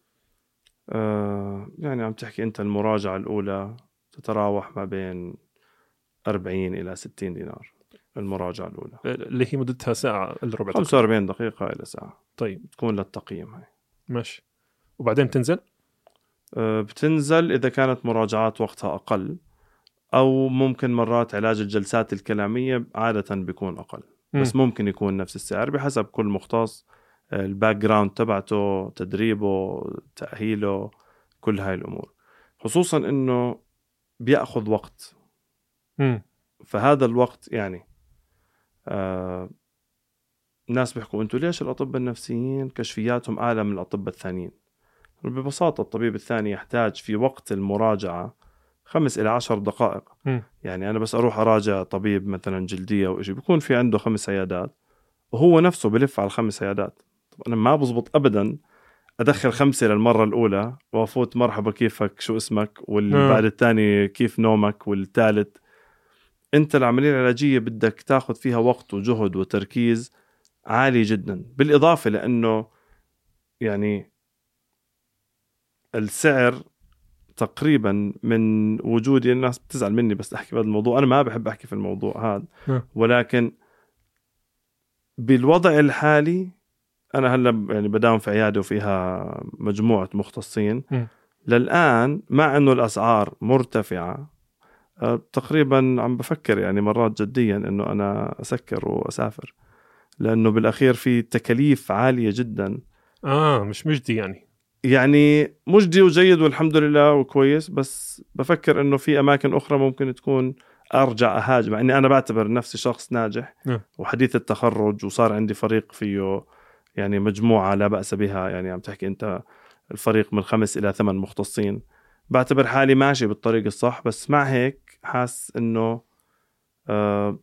آه يعني عم تحكي أنت المراجعة الأولى تتراوح ما بين أربعين إلى ستين دينار المراجعة الأولى، اللي هي مدتها ساعة إلا ربع، خمسة وأربعين دقيقة إلى ساعة. طيب تكون للتقييم هاي ماشي. وبعدين بتنزل آه بتنزل إذا كانت مراجعات وقتها أقل، أو ممكن مرات علاج الجلسات الكلامية عادة بيكون أقل، بس ممكن يكون نفس السعر بحسب كل مختص، الباك جراوند تبعته، تدريبه، تأهيله، كل هاي الأمور. خصوصا إنه بيأخذ وقت. م. فهذا الوقت يعني آه الناس بيحكوا أنتوا ليش الأطباء النفسيين كشفياتهم أعلى من الأطباء الثانيين؟ ببساطة الطبيب الثاني يحتاج في وقت المراجعة خمس إلى عشر دقائق. م. يعني أنا بس أروح أراجع طبيب مثلا جلدية أو إشي بيكون في عنده خمس عيادات وهو نفسه بلف على الخمس عيادات. طب أنا ما بزبط أبدا أدخل خمسة للمرة الأولى وأفوت مرحبا كيفك شو اسمك، والبعد الثاني كيف نومك، والثالث أنت العملية العلاجية بدك تاخذ فيها وقت وجهد وتركيز عالي جدا، بالإضافة لأنه يعني السعر تقريبا من وجودي، الناس بتزعل مني بس أحكي بهذا الموضوع، أنا ما بحب أحكي في الموضوع هذا، ولكن بالوضع الحالي أنا هلا يعني بداوم في عيادة وفيها مجموعة مختصين م. للآن مع أنه الأسعار مرتفعة أه تقريبا عم بفكر يعني مرات جديا أنه أنا أسكر وأسافر، لأنه بالأخير في تكاليف عالية جدا. آه مش مجدي يعني يعني مجدي وجيد والحمد لله وكويس، بس بفكر أنه في أماكن أخرى ممكن تكون أرجع أهاجم، مع أني أنا بعتبر نفسي شخص ناجح م. وحديث التخرج وصار عندي فريق فيه يعني مجموعة لا بأس بها، يعني عم تحكي أنت الفريق من خمس إلى ثمان مختصين، بعتبر حالي ماشي بالطريق الصح. بس مع هيك حاس إنه آه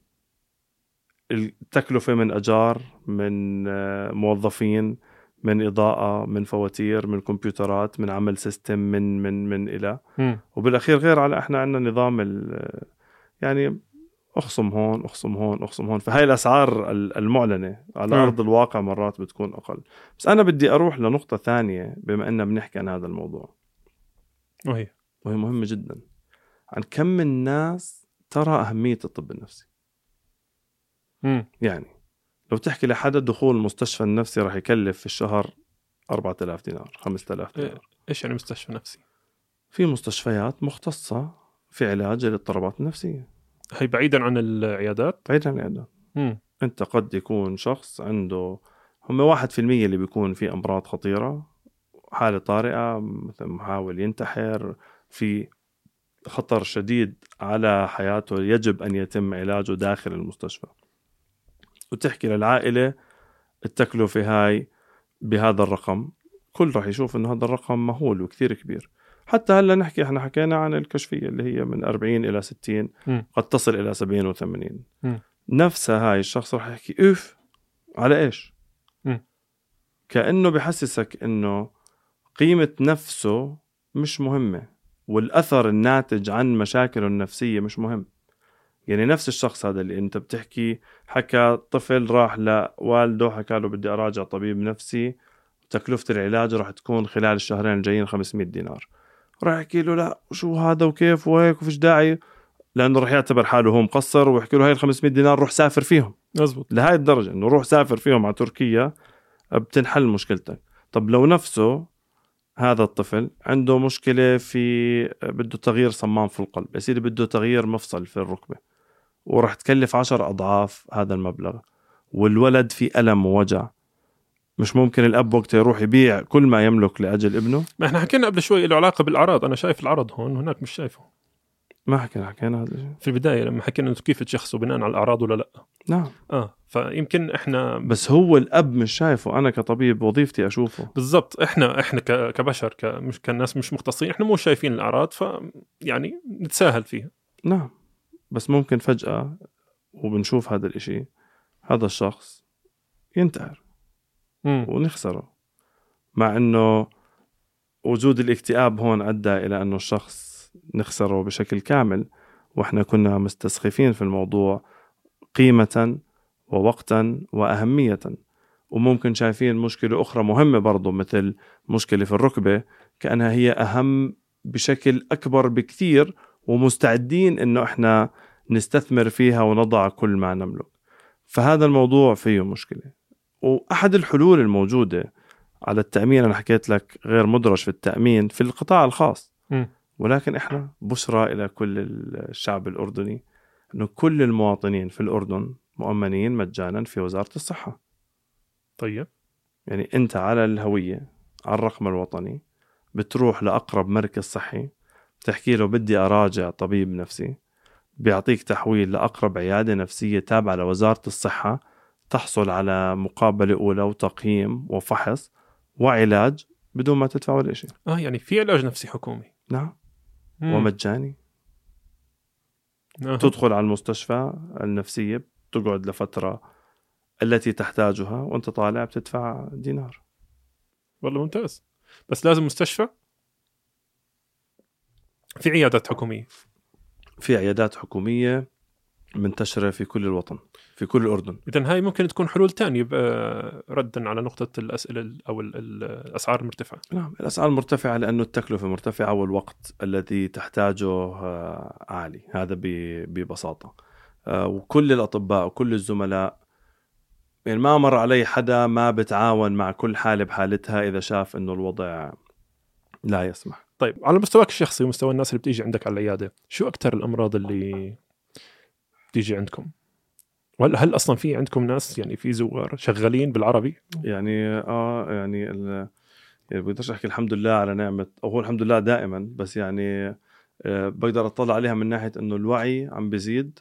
التكلفة من أجار، من آه موظفين، من إضاءة، من فواتير، من كمبيوترات، من عمل سيستم، من من من إلى م. وبالأخير غير على إحنا عندنا نظام يعني أخصم هون أخصم هون أخصم هون، فهاي الأسعار المعلنة على م. أرض الواقع مرات بتكون أقل. بس أنا بدي أروح لنقطة ثانية بما أننا بنحكي عن هذا الموضوع، وهي وهي مهمة جدا، عن كم الناس ترى أهمية الطب النفسي. م. يعني لو تحكي لحدا دخول المستشفى النفسي راح يكلف في الشهر أربعة آلاف دينار، خمسة آلاف دينار. إيش يعني مستشفى نفسي؟ في مستشفيات مختصة في علاج الاضطرابات النفسية. هي بعيدا عن العيادات؟ بعيدا عن العيادات. م. أنت قد يكون شخص عنده هم واحد في المية اللي بيكون في أمراض خطيرة، حالة طارئة، مثل محاول ينتحر، في خطر شديد على حياته يجب أن يتم علاجه داخل المستشفى، وتحكي للعائلة التكلفة هاي بهذا الرقم، كل راح يشوف أنه هذا الرقم مهول وكثير كبير. حتى هلا نحكي احنا حكينا عن الكشفية اللي هي من أربعين إلى ستين م. قد تصل إلى سبعين وثمانين. م. نفسها هاي الشخص راح يحكي إف على إيش؟ م. كأنه بحسسك إنه قيمة نفسه مش مهمة، والأثر الناتج عن مشاكله النفسية مش مهم. يعني نفس الشخص هذا اللي أنت بتحكي حكى طفل راح لوالده حكى له بدي أراجع طبيب نفسي، تكلفة العلاج راح تكون خلال الشهرين الجايين خمسمية دينار، راح يحكي له لا شو هذا وكيف وهيك وفيش داعي، لأنه راح يعتبر حاله هو مقصر، ويحكي له هاي الخمسمية دينار روح سافر فيهم. مزبوط. لهاي الدرجة إنه روح سافر فيهم على تركيا بتنحل مشكلتك. طب لو نفسه هذا الطفل عنده مشكلة في بده تغيير صمام في القلب، يصير بده تغيير مفصل في الركبة، وراح تكلف عشر أضعاف هذا المبلغ، والولد في ألم ووجع، مش ممكن الأب وقت يروح يبيع كل ما يملك لأجل ابنه؟ ما احنا حكينا قبل شوي له علاقة بالأعراض، أنا شايف العرض هون هناك مش شايفه. ما حكينا حكينا هذا الشيء في البداية لما حكينا أنه كيف تشخصوا بناء على الأعراض ولا لأ. نعم. آه فيمكن إحنا بس هو الأب مش شايفه، أنا كطبيب وظيفتي أشوفه. بالضبط. إحنا إحنا كبشر كمش كناس مش مختصين، إحنا مو شايفين الأعراض، فيعني نتساهل فيها. نعم. بس ممكن فجأة وبنشوف هذا الإشي، هذا الشخص ينتحر م. ونخسره، مع أنه وجود الاكتئاب هون أدى إلى أنه الشخص نخسره بشكل كامل، وإحنا كنا مستسخفين في الموضوع قيمة ووقتا وأهمية. وممكن شايفين مشكلة أخرى مهمة برضو مثل مشكلة في الركبة كأنها هي أهم بشكل أكبر بكثير، ومستعدين إنه إحنا نستثمر فيها ونضع كل ما نملك. فهذا الموضوع فيه مشكلة. وأحد الحلول الموجودة على التأمين، أنا حكيت لك غير مدرج في التأمين في القطاع الخاص، م. ولكن إحنا بشرى إلى كل الشعب الأردني أنه كل المواطنين في الأردن مؤمنين مجانا في وزارة الصحة. طيب يعني أنت على الهوية على الرقم الوطني بتروح لأقرب مركز صحي بتحكي له بدي أراجع طبيب نفسي، بيعطيك تحويل لأقرب عيادة نفسية تابعة لوزارة الصحة، تحصل على مقابلة أولى وتقييم وفحص وعلاج بدون ما تدفع ولا شيء. آه يعني في علاج نفسي حكومي. نعم. مم. ومجاني. آه. تدخل على المستشفى النفسية تقعد لفترة التي تحتاجها، وانت طالع بتدفع دينار. والله ممتاز. بس لازم مستشفى؟ في عيادات حكومية؟ في عيادات حكومية منتشرة في كل الوطن، في كل الأردن. إذن هاي ممكن تكون حلول تانية ردا على نقطة الأسئلة أو الأسعار المرتفعة. نعم، الأسعار مرتفعة لأنه التكلفة مرتفعة والوقت الذي تحتاجه عالي، هذا ببساطة. وكل الأطباء وكل الزملاء، يعني ما مر علي حدا ما بتعاون مع كل حالة بحالتها إذا شاف إنه الوضع لا يسمح. طيب، على مستواك الشخصي ومستوى الناس اللي بتيجي عندك على العيادة، شو أكتر الأمراض اللي بتيجي عندكم؟ وهل هل أصلا في عندكم ناس يعني في زوار شغالين بالعربي؟ يعني آه يعني ال يعني بقدرش أحكي الحمد لله على نعمة، أو هو الحمد لله دائما، بس يعني آه بقدر أطلع عليها من ناحية إنه الوعي عم بيزيد،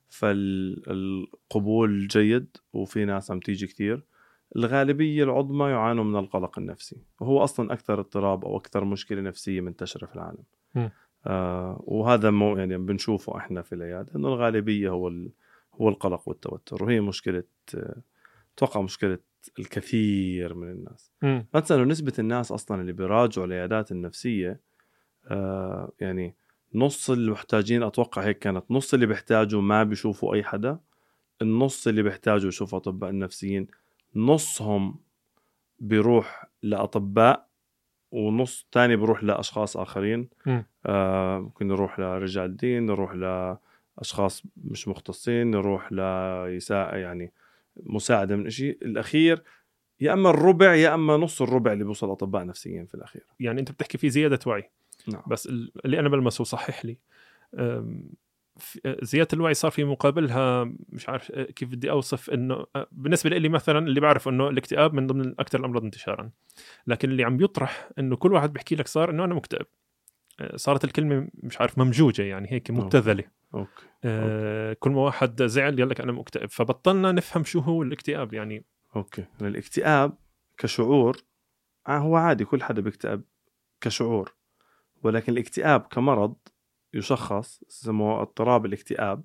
فالقبول جيد، وفي ناس عم تيجي كتير. الغالبية العظمى يعانوا من القلق النفسي، وهو أصلا أكثر اضطراب أو أكثر مشكلة نفسية منتشرة في العالم. م. آه وهذا مو يعني بنشوفه إحنا في العيادة، إنه الغالبية هو ال هو القلق والتوتر، وهي مشكلة آه توقع مشكلة الكثير من الناس. م. مثلا نسبة الناس أصلا اللي بيراجعوا العيادات النفسية، آه يعني نص المحتاجين، أتوقع هيك كانت، نص اللي بيحتاجوا ما بيشوفوا أي حدا، النص اللي بيحتاجوا يشوفوا أطباء النفسيين نصهم بيروح لأطباء، ونص تاني بيروح لأشخاص آخرين. آه ممكن نروح لرجال دين، نروح لأشخاص مش مختصين، نروح ليساء يعني مساعدة من إشي. الأخير يا أما الربع يا أما نص الربع اللي بيوصل أطباء نفسيين في الأخير. يعني أنت بتحكي في زيادة وعي. نعم. بس اللي أنا بلمسه صحح لي، زيادة الوعي صار في مقابلها، مش عارف كيف بدي أوصف، إنه بالنسبة لي مثلا اللي بعرف إنه الاكتئاب من ضمن أكثر الأمراض انتشارا، لكن اللي عم يطرح إنه كل واحد بيحكي لك صار إنه أنا مكتئب، صارت الكلمة مش عارف ممجوجة، يعني هيك مبتذلة. أوكي. آه كل ما واحد زعل يقول لك أنا مكتئب، فبطلنا نفهم شو هو الاكتئاب. يعني أوكي، الاكتئاب كشعور هو عادي، كل حدا بيكتئب كشعور، ولكن الاكتئاب كمرض يشخص، اسمه اضطراب الاكتئاب.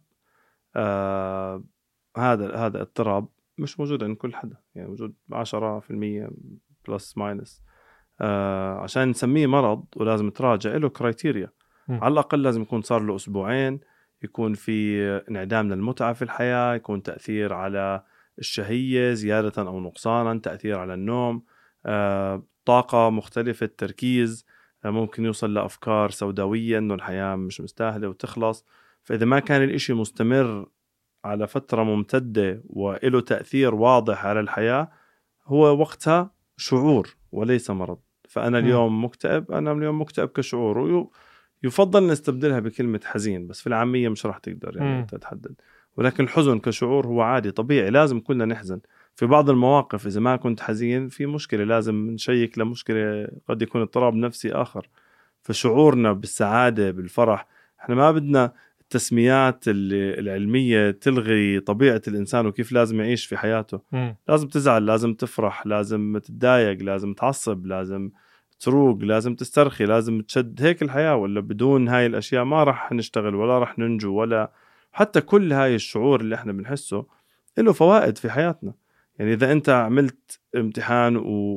آه هذا هذا اضطراب مش موجود عند كل حدا، يعني موجود عشرة في المية بلس ماينس. آه عشان نسميه مرض ولازم تراجع له كرايتيريا. م. على الأقل لازم يكون صار له أسبوعين، يكون في انعدام للمتعة في الحياة، يكون تأثير على الشهية زيادة أو نقصانا، تأثير على النوم، آه طاقة مختلفة، تركيز، ممكن يوصل لأفكار سوداوية إنه الحياة مش مستاهلة وتخلص. فإذا ما كان الإشي مستمر على فترة ممتدة وإله تأثير واضح على الحياة، هو وقتها شعور وليس مرض. فأنا اليوم مكتئب، أنا اليوم مكتئب كشعور، ويفضل نستبدلها بكلمة حزين، بس في العامية مش راح تقدر يعني تتحدد. ولكن الحزن كشعور هو عادي طبيعي، لازم كلنا نحزن في بعض المواقف. إذا ما كنت حزين في مشكلة، لازم نشيك لمشكلة، قد يكون اضطراب نفسي آخر. فشعورنا بالسعادة بالفرح، احنا ما بدنا التسميات العلمية تلغي طبيعة الإنسان وكيف لازم يعيش في حياته. م. لازم تزعل، لازم تفرح، لازم تتضايق، لازم تعصب، لازم تروق، لازم تسترخي، لازم تشد. هيك الحياة، ولا بدون هاي الأشياء ما رح نشتغل ولا رح ننجو. ولا حتى كل هاي الشعور اللي احنا بنحسه له فوائد في حياتنا. يعني إذا أنت عملت امتحان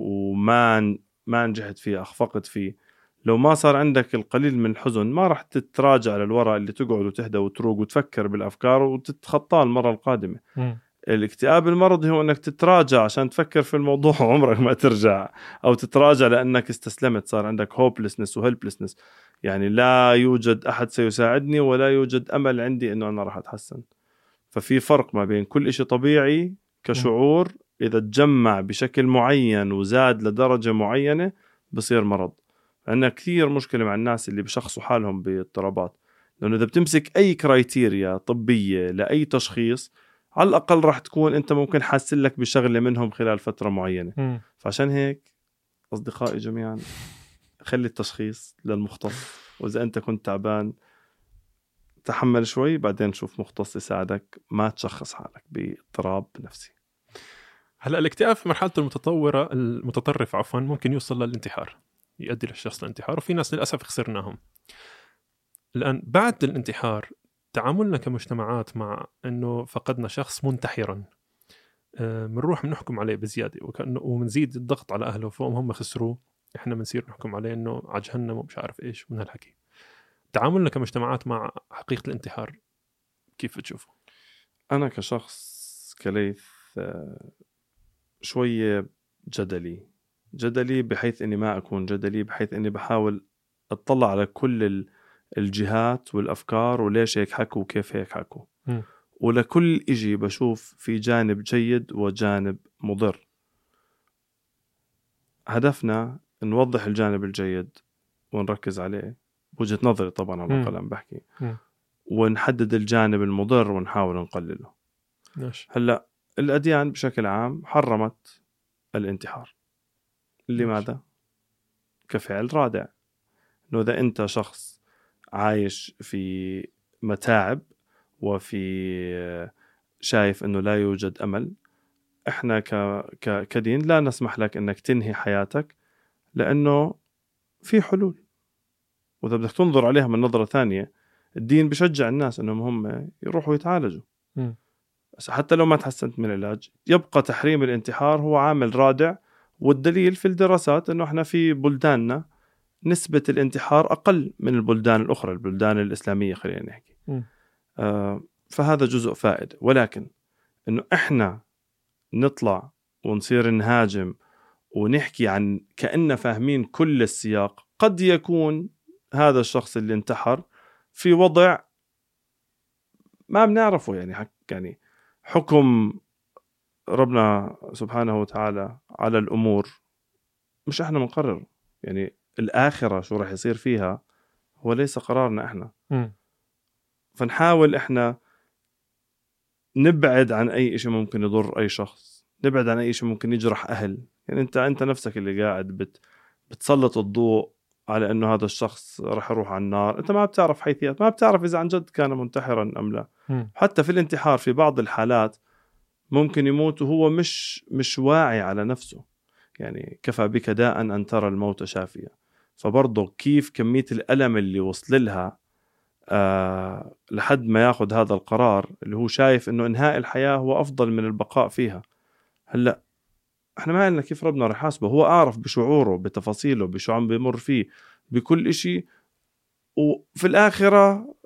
وما ما نجحت فيه، أخفقت فيه، لو ما صار عندك القليل من الحزن ما راح تتراجع للوراء اللي تقعد وتهدى وتروق وتفكر بالأفكار وتتخطى المرة القادمة. م. الاكتئاب المرضي هو أنك تتراجع عشان تفكر في الموضوع وعمرك ما ترجع، أو تتراجع لأنك استسلمت، صار عندك hopelessness و helplessness، يعني لا يوجد أحد سيساعدني ولا يوجد أمل عندي أنه أنا راح أتحسن. ففي فرق ما بين كل إشي طبيعي كشعور إذا تجمع بشكل معين وزاد لدرجة معينة بصير مرض. عندنا كثير مشكلة مع الناس اللي بشخصوا حالهم باضطرابات، لأنه إذا بتمسك أي كرايتيريا طبية لأي تشخيص، على الأقل راح تكون أنت ممكن حاسن لك بشغلة منهم خلال فترة معينة. م. فعشان هيك أصدقائي جميعا، خلي التشخيص للمختص، وإذا أنت كنت تعبان تحمل شوي، بعدين شوف مختص يساعدك، ما تشخص حالك باضطراب نفسي. هلأ الاكتئاب في مرحلته المتطورة المتطرف عفوا ممكن يوصل للانتحار، يؤدي للشخص الانتحار، وفي ناس للأسف خسرناهم. الآن بعد الانتحار تعاملنا كمجتمعات مع أنه فقدنا شخص منتحرا، بنروح بنحكم عليه بزيادة وكأنه ومنزيد الضغط على أهله، فهم هم خسروه، إحنا بنصير نحكم عليه أنه عجهنم ومش عارف إيش من هالحكي. تعاملنا كمجتمعات مع حقيقة الانتحار كيف بتشوفه؟ أنا كشخص كليث شوية جدلي جدلي بحيث أني ما أكون جدلي، بحيث أني بحاول أطلع على كل الجهات والأفكار وليش هيك حكوا وكيف هيك حكوا، م. ولكل إجي بشوف في جانب جيد وجانب مضر. هدفنا نوضح الجانب الجيد ونركز عليه بوجهة نظري طبعا على الأقل عم بحكي، م. ونحدد الجانب المضر ونحاول نقلله. ماشي. هلأ الأديان بشكل عام حرمت الانتحار. لماذا؟ كفعل رادع، إنه إذا أنت شخص عايش في متاعب وفي شايف إنه لا يوجد أمل، إحنا ك... ك... كدين لا نسمح لك إنك تنهي حياتك، لأنه في حلول. وإذا بدك تنظر عليها من نظرة ثانية، الدين بشجع الناس إنهم هم يروحوا يتعالجوا. م. حتى لو ما تحسنت من العلاج، يبقى تحريم الانتحار هو عامل رادع. والدليل في الدراسات إنه إحنا في بلداننا نسبة الانتحار أقل من البلدان الأخرى، البلدان الإسلامية خلينا نحكي. آه فهذا جزء فائدة، ولكن إنه إحنا نطلع ونصير نهاجم ونحكي عن كأننا فاهمين كل السياق. قد يكون هذا الشخص اللي انتحر في وضع ما بنعرفه، يعني حك يعني حكم ربنا سبحانه وتعالى على الأمور مش إحنا منقرر. يعني الآخرة شو رح يصير فيها هو ليس قرارنا إحنا. م. فنحاول إحنا نبعد عن أي إشي ممكن يضر أي شخص، نبعد عن أي إشي ممكن يجرح أهل. يعني أنت أنت نفسك اللي قاعد بت بتسلط الضوء على إنه هذا الشخص رح يروح على النار. أنت ما بتعرف حيثيات، ما بتعرف إذا عن جد كان منتحرا أم لا. م. حتى في الانتحار في بعض الحالات ممكن يموت وهو مش مش واعي على نفسه. يعني كفى بك داء أن ترى الموت شافيا. فبرضه كيف كمية الألم اللي وصل لها أه لحد ما ياخد هذا القرار اللي هو شايف إنه إنهاء الحياة هو أفضل من البقاء فيها. هلأ إحنا ما قلنا كيف ربنا رح يحاسبه، هو أعرف بشعوره بتفاصيله بشو عم بيمر فيه بكل إشي. وفي الآخرة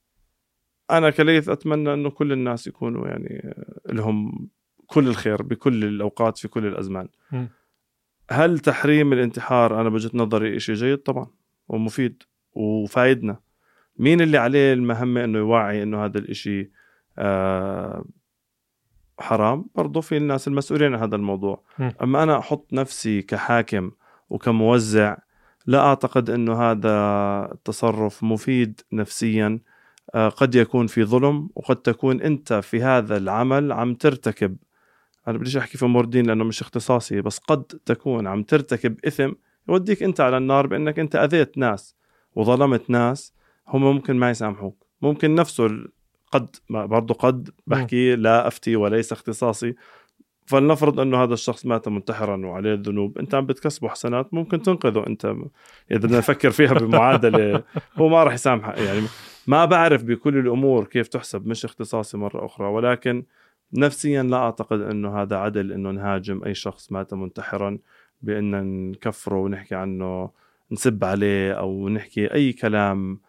أنا كليث أتمنى إنه كل الناس يكونوا يعني لهم كل الخير بكل الأوقات في كل الأزمان. م. هل تحريم الانتحار أنا بوجهة نظري إشي جيد؟ طبعا ومفيد وفايدنا. مين اللي عليه المهمة إنه يوعي إنه هذا الإشي آه حرام؟ برضو في الناس المسؤولين عن هذا الموضوع. م. أما أنا أحط نفسي كحاكم وكموزع، لا أعتقد إنه هذا التصرف مفيد نفسيا. آه قد يكون في ظلم، وقد تكون أنت في هذا العمل عم ترتكب، أنا بديش أحكي في أمور دين لأنه مش اختصاصي، بس قد تكون عم ترتكب إثم يوديك أنت على النار بأنك أنت أذيت ناس وظلمت ناس هم ممكن ما يسامحوك. ممكن نفسه قد برضو قد بحكي لا أفتي وليس اختصاصي. فلنفرض أنه هذا الشخص مات منتحرا وعليه الذنوب، أنت عم بتكسبه حسنات ممكن تنقذه. أنت إذا بدنا نفكر فيها بمعادلة هو ما راح يسامح. يعني ما بعرف بكل الأمور كيف تحسب، مش اختصاصي مرة أخرى، ولكن نفسيا لا أعتقد أنه هذا عدل أنه نهاجم أي شخص مات منتحرا بأن نكفره ونحكي عنه نسب عليه أو نحكي أي كلام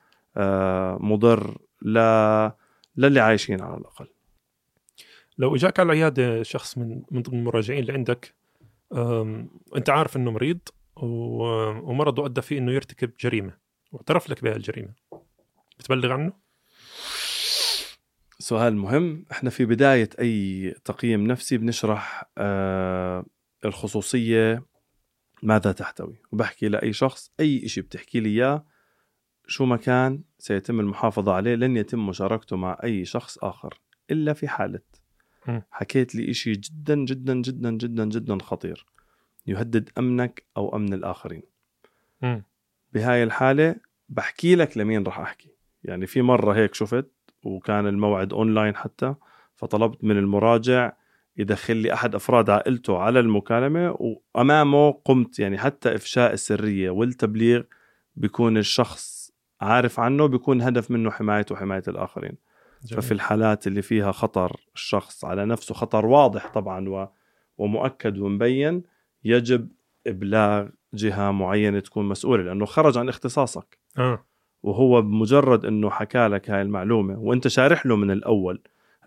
مضر لا للي عايشين على الأقل. لو إجاك على العيادة شخص من من ضمن المراجعين اللي عندك، أنت عارف أنه مريض ومرضه أدى فيه أنه يرتكب جريمة واعترف لك بها الجريمة، بتبلغ عنه؟ سؤال مهم. احنا في بداية أي تقييم نفسي بنشرح آه الخصوصية ماذا تحتوي، وبحكي لأي شخص أي إشي بتحكي لي إياه شو ما كان سيتم المحافظة عليه، لن يتم مشاركته مع أي شخص آخر إلا في حالة حكيت لي إشي جدا جدا جدا جدا جدا خطير يهدد أمنك أو أمن الآخرين. م. بهاي الحالة بحكي لك لمين رح أحكي. يعني في مرة هيك شفت وكان الموعد أونلاين حتى، فطلبت من المراجع يدخل لي أحد أفراد عائلته على المكالمة، وأمامه قمت يعني حتى إفشاء السرية والتبليغ بيكون الشخص عارف عنه، بيكون هدف منه حمايته وحماية الآخرين. جميل. ففي الحالات اللي فيها خطر الشخص على نفسه، خطر واضح طبعا و... ومؤكد ومبين، يجب إبلاغ جهة معينة تكون مسؤولة، لأنه خرج عن اختصاصك. آه. وهو بمجرد أنه حكى لك هاي المعلومة وأنت شارح له من الأول،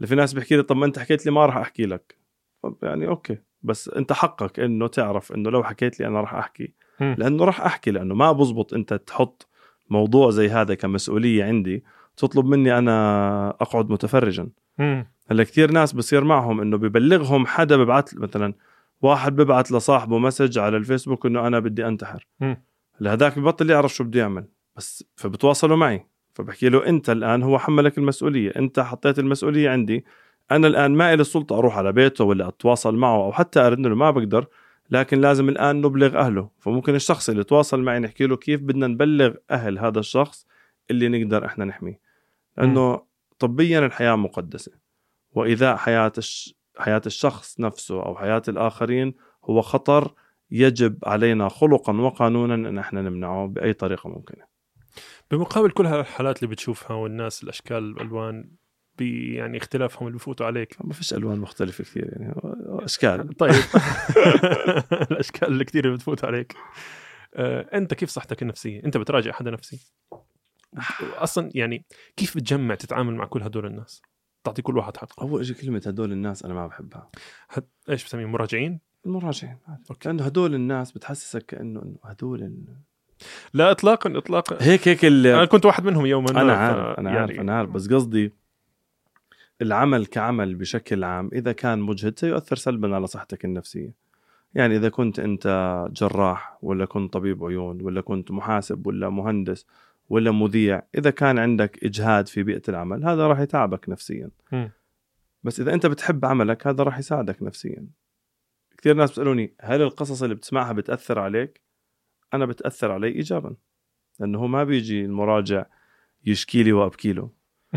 اللي في ناس بيحكي لي طب ما انت حكيت لي ما راح احكي لك. طب يعني اوكي، بس انت حقك انه تعرف انه لو حكيت لي انا راح احكي، م. لانه راح احكي، لانه ما بزبط انت تحط موضوع زي هذا كمسؤولية عندي تطلب مني انا اقعد متفرجا. م. هلا كثير ناس بصير معهم انه ببلغهم حدا ببعث، مثلا واحد ببعث لصاحبه مسج على الفيسبوك انه انا بدي انتحر، م. لهذاك ببطل يعرف شو بده يعمل، بس فبتواصلوا معي فبحكي له انت الان هو حملك المسؤولية، انت حطيت المسؤولية عندي، انا الان ما إلي السلطة اروح على بيته ولا اتواصل معه او حتى ارن له، ما بقدر، لكن لازم الان نبلغ اهله. فممكن الشخص اللي تواصل معي نحكي له كيف بدنا نبلغ اهل هذا الشخص اللي نقدر احنا نحميه، لانه طبيا الحياة مقدسة، واذا حياة الش... حياة الشخص نفسه او حياة الاخرين هو خطر يجب علينا خلقا وقانونا ان احنا نمنعه باي طريقة ممكنة. بمقابل كل هالحالات اللي بتشوفها والناس الاشكال والالوان بي يعني اختلافهم اللي بفوتوا عليك، ما فيش الوان مختلفة كثير يعني اشكال. طيب الاشكال اللي كثير اللي بتفوت عليك، آه، انت كيف صحتك النفسيه؟ انت بتراجع حدا نفسي اصلا؟ يعني كيف بتجمع تتعامل مع كل هدول الناس، تعطي كل واحد حقه؟ اول شيء كلمة هدول الناس انا ما بحبها. هد... ايش بسميهم؟ مراجعين؟ المراجعين، لانه هدول الناس بتحسسك كانه انه هدول ال... لا اطلاقا اطلاقا، هيك هيك ال... انا كنت واحد منهم يوما ما. انا عارف انا يعني... عارف انا عارف بس قصدي العمل كعمل بشكل عام إذا كان مجهد سيؤثر سلبا على صحتك النفسية. يعني إذا كنت أنت جراح ولا كنت طبيب عيون ولا كنت محاسب ولا مهندس ولا مذيع، إذا كان عندك إجهاد في بيئة العمل هذا راح يتعبك نفسيا. م. بس إذا أنت بتحب عملك هذا راح يساعدك نفسيا. كثير ناس بيسألوني هل القصص اللي بتسمعها بتأثر عليك؟ أنا بتأثر علي إيجابا، لأنه ما بيجي المراجع يشكي لي وأبكي له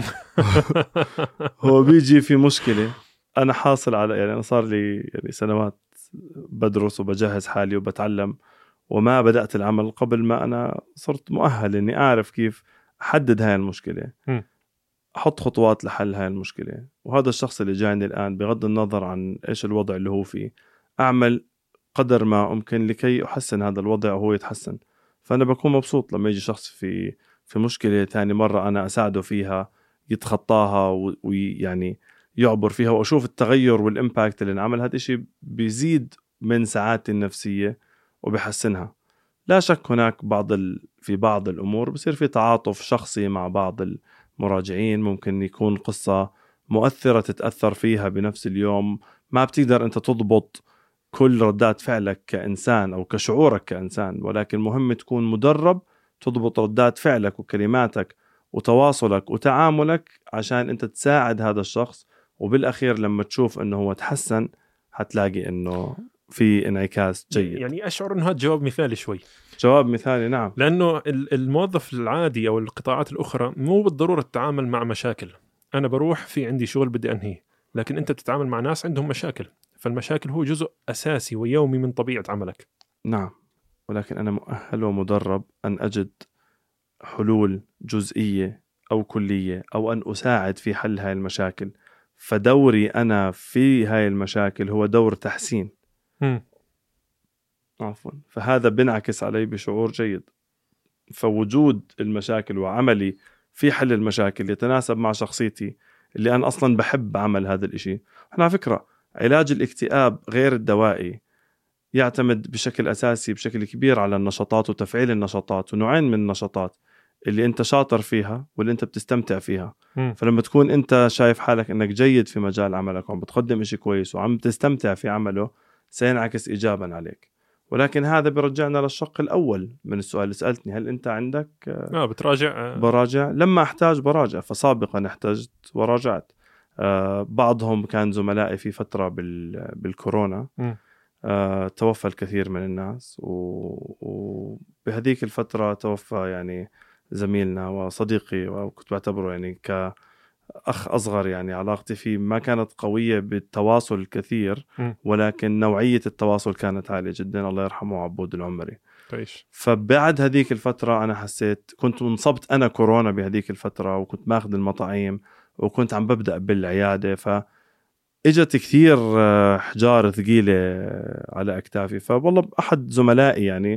هو بيجي في مشكلة أنا حاصل على، يعني أنا صار لي يعني سنوات بدرس وبجهز حالي وبتعلم، وما بدأت العمل قبل ما أنا صرت مؤهل إني أعرف كيف أحدد هاي المشكلة، م. أحط خطوات لحل هاي المشكلة. وهذا الشخص اللي جايني الآن بغض النظر عن إيش الوضع اللي هو فيه أعمل قدر ما أمكن لكي أحسن هذا الوضع وهو يتحسن. فأنا بكون مبسوط لما يجي شخص في في مشكلة تاني مرة أنا أساعده فيها يتخطاها ويعني يعبر فيها، وأشوف التغير والإمباكت اللي نعمل. هذا الشيء بيزيد من سعادتي النفسية وبيحسنها. لا شك هناك بعض ال... في بعض الأمور بصير في تعاطف شخصي مع بعض المراجعين، ممكن يكون قصة مؤثرة تتأثر فيها بنفس اليوم، ما بتقدر أنت تضبط كل ردات فعلك كإنسان أو كشعورك كإنسان، ولكن مهم تكون مدرب تضبط ردات فعلك وكلماتك وتواصلك وتعاملك عشان أنت تساعد هذا الشخص. وبالأخير لما تشوف أنه هو تحسن هتلاقي أنه في انعكاس جيد. يعني أشعر أنه هذا جواب مثالي شوي. جواب مثالي نعم، لأنه الموظف العادي أو القطاعات الأخرى مو بالضرورة تتعامل مع مشاكل. أنا بروح في عندي شغل بدي أنهيه، لكن أنت تتعامل مع ناس عندهم مشاكل، فالمشاكل هو جزء أساسي ويومي من طبيعة عملك. نعم، ولكن أنا مؤهل ومدرب أن أجد حلول جزئية أو كلية أو أن أساعد في حل هاي المشاكل. فدوري أنا في هاي المشاكل هو دور تحسين. م. عفوا، فهذا بنعكس علي بشعور جيد. فوجود المشاكل وعملي في حل المشاكل يتناسب مع شخصيتي اللي أنا أصلا بحب عمل هذا الإشي. احنا على فكرة علاج الاكتئاب غير الدوائي يعتمد بشكل أساسي بشكل كبير على النشاطات وتفعيل النشاطات، ونوعين من النشاطات اللي أنت شاطر فيها واللي أنت بتستمتع فيها. م. فلما تكون أنت شايف حالك أنك جيد في مجال عملك وعم بتقدم إشي كويس وعم تستمتع في عمله سينعكس إيجابا عليك. ولكن هذا برجعنا للشق الأول من السؤال اللي سألتني، هل أنت عندك آه بتراجع؟ آه. براجع لما أحتاج براجع، فسابقا احتجت وراجعت. آه بعضهم كان زملائي في فترة بال بالكورونا. م. آه توفى الكثير من الناس، وبهذيك الفترة توفى يعني زميلنا وصديقي، وكنت بعتبره يعني كأخ أصغر، يعني علاقتي فيه ما كانت قوية بالتواصل الكثير، م. ولكن نوعية التواصل كانت عالية جدا. الله يرحمه عبود العمري. تعيش. فبعد هذيك الفترة أنا حسيت كنت منصبت أنا كورونا بهذيك الفترة، وكنت ماخذ المطاعيم وكنت عم ببدأ بالعيادة، ف اجت كثير حجار ثقيلة على أكتافي. فوالله أحد زملائي يعني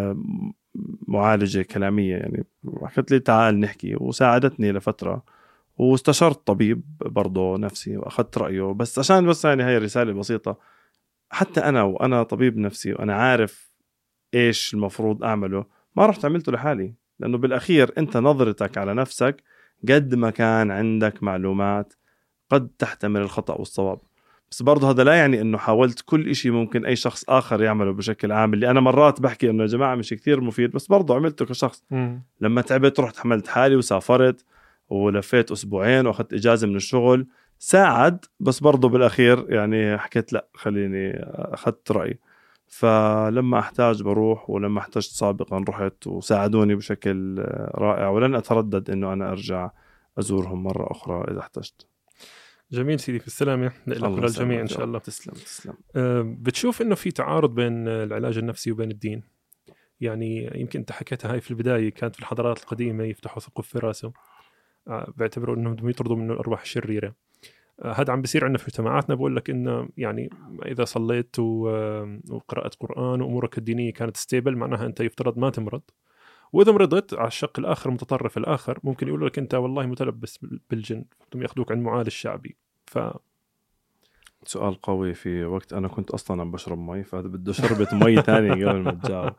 معالجة كلامية يعني حكت لي تعال نحكي، وساعدتني لفترة واستشرت طبيب برضه نفسي وأخذت رأيه. بس عشان بس يعني هاي رسالة بسيطة، حتى أنا وأنا طبيب نفسي وأنا عارف إيش المفروض أعمله ما رحت عملته لحالي، لأنه بالأخير أنت نظرتك على نفسك قد ما كان عندك معلومات قد تحتمل الخطأ والصواب. بس برضه هذا لا يعني أنه حاولت كل إشي ممكن أي شخص آخر يعمله بشكل عام، اللي أنا مرات بحكي أنه يا جماعة مش كتير مفيد، بس برضه عملته كشخص. م. لما تعبت رحت حملت حالي وسافرت ولفيت أسبوعين وأخذت إجازة من الشغل، ساعد. بس برضه بالأخير يعني حكيت لا خليني أخذت رأي. فلما أحتاج بروح، ولما احتجت سابقا رحت وساعدوني بشكل رائع، ولن أتردد أنه أنا أرجع أزورهم مرة أخرى إذا احتجت. جميل سيدي، في السلامة لك وللجميع إن شاء الله. تسلم تسلم. أه بتشوف إنه في تعارض بين العلاج النفسي وبين الدين؟ يعني يمكن أنت حكيتها هاي في البداية، كانت في الحضارات القديمة يفتحوا ثقب في راسه، أه بيعتبروا إنهم بدهم يطردوا منه الأرواح الشريرة. أه هذا عم بيصير عندنا في مجتمعاتنا. بقول لك إنه يعني إذا صليت وقرأت قرآن وأمورك الدينية كانت ستيبل، معناها أنت يفترض ما تمرض. وإذا مرضت على الشق الآخر متطرف الآخر ممكن يقولوا لك أنت والله متلبس بالجن، بدهم ياخذوك عند معالج شعبي. ف سؤال قوي في وقت أنا كنت أصلاً عم بشرب مي، فهذا بده شربة مي تانية قبل ما تجاوب.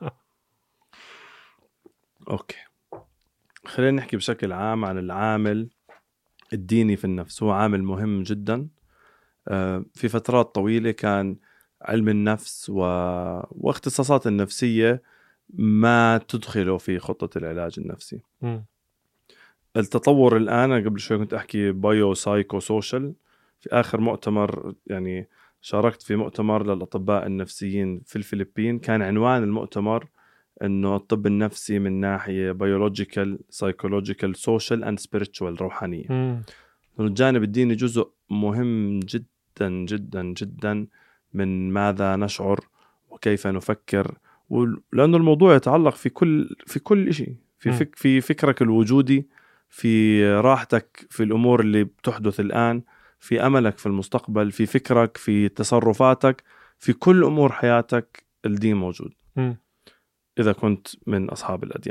أوكي، خلينا نحكي بشكل عام عن العامل الديني في النفس. هو عامل مهم جداً. في فترات طويلة كان علم النفس و... واختصاصات النفسية ما تدخله في خطة العلاج النفسي. م. التطور الآن، قبل شوي كنت أحكي بايو سايكو سوشيال. في آخر مؤتمر يعني شاركت في مؤتمر للأطباء النفسيين في الفلبين، كان عنوان المؤتمر إنه الطب النفسي من ناحية biological, psychological, social and spiritual، روحانية. م. الجانب الديني جزء مهم جدا جدا جدا من ماذا نشعر وكيف نفكر، لأنه الموضوع يتعلق في كل في كل شيء، في فك في فكرك الوجودي، في راحتك في الأمور اللي بتحدث الآن، في أملك في المستقبل، في فكرك، في تصرفاتك، في كل أمور حياتك الدين موجود. م. إذا كنت من أصحاب الأديان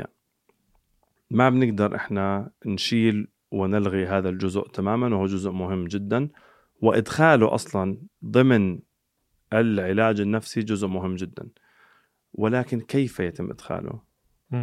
ما بنقدر إحنا نشيل ونلغي هذا الجزء تماما، وهو جزء مهم جدا. وإدخاله أصلا ضمن العلاج النفسي جزء مهم جدا، ولكن كيف يتم إدخاله م.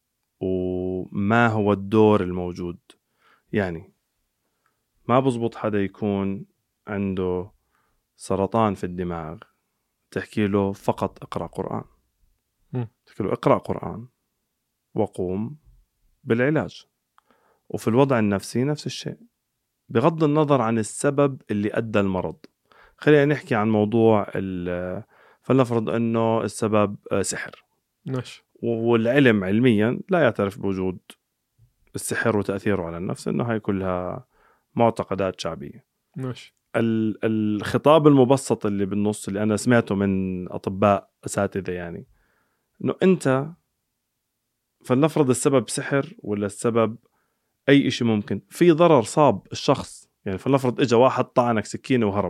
وما هو الدور الموجود. يعني ما بزبط حدا يكون عنده سرطان في الدماغ تحكي له فقط اقرأ قرآن، م. تحكي له اقرأ قرآن وقوم بالعلاج. وفي الوضع النفسي نفس الشيء، بغض النظر عن السبب اللي أدى المرض. خلينا نحكي عن موضوع فلنفرض أنه السبب سحر، نش. والعلم علميا لا يعترف بوجود السحر وتأثيره على النفس، أنه هاي كلها معتقدات شعبية. نش. الخطاب المبسط اللي بالنص اللي أنا سمعته من أطباء أساتذة، يعني أنه أنت فلنفرض السبب سحر ولا السبب أي إشي، ممكن في ضرر صاب الشخص. يعني فلنفرض إجا واحد طعنك سكينة وهرب،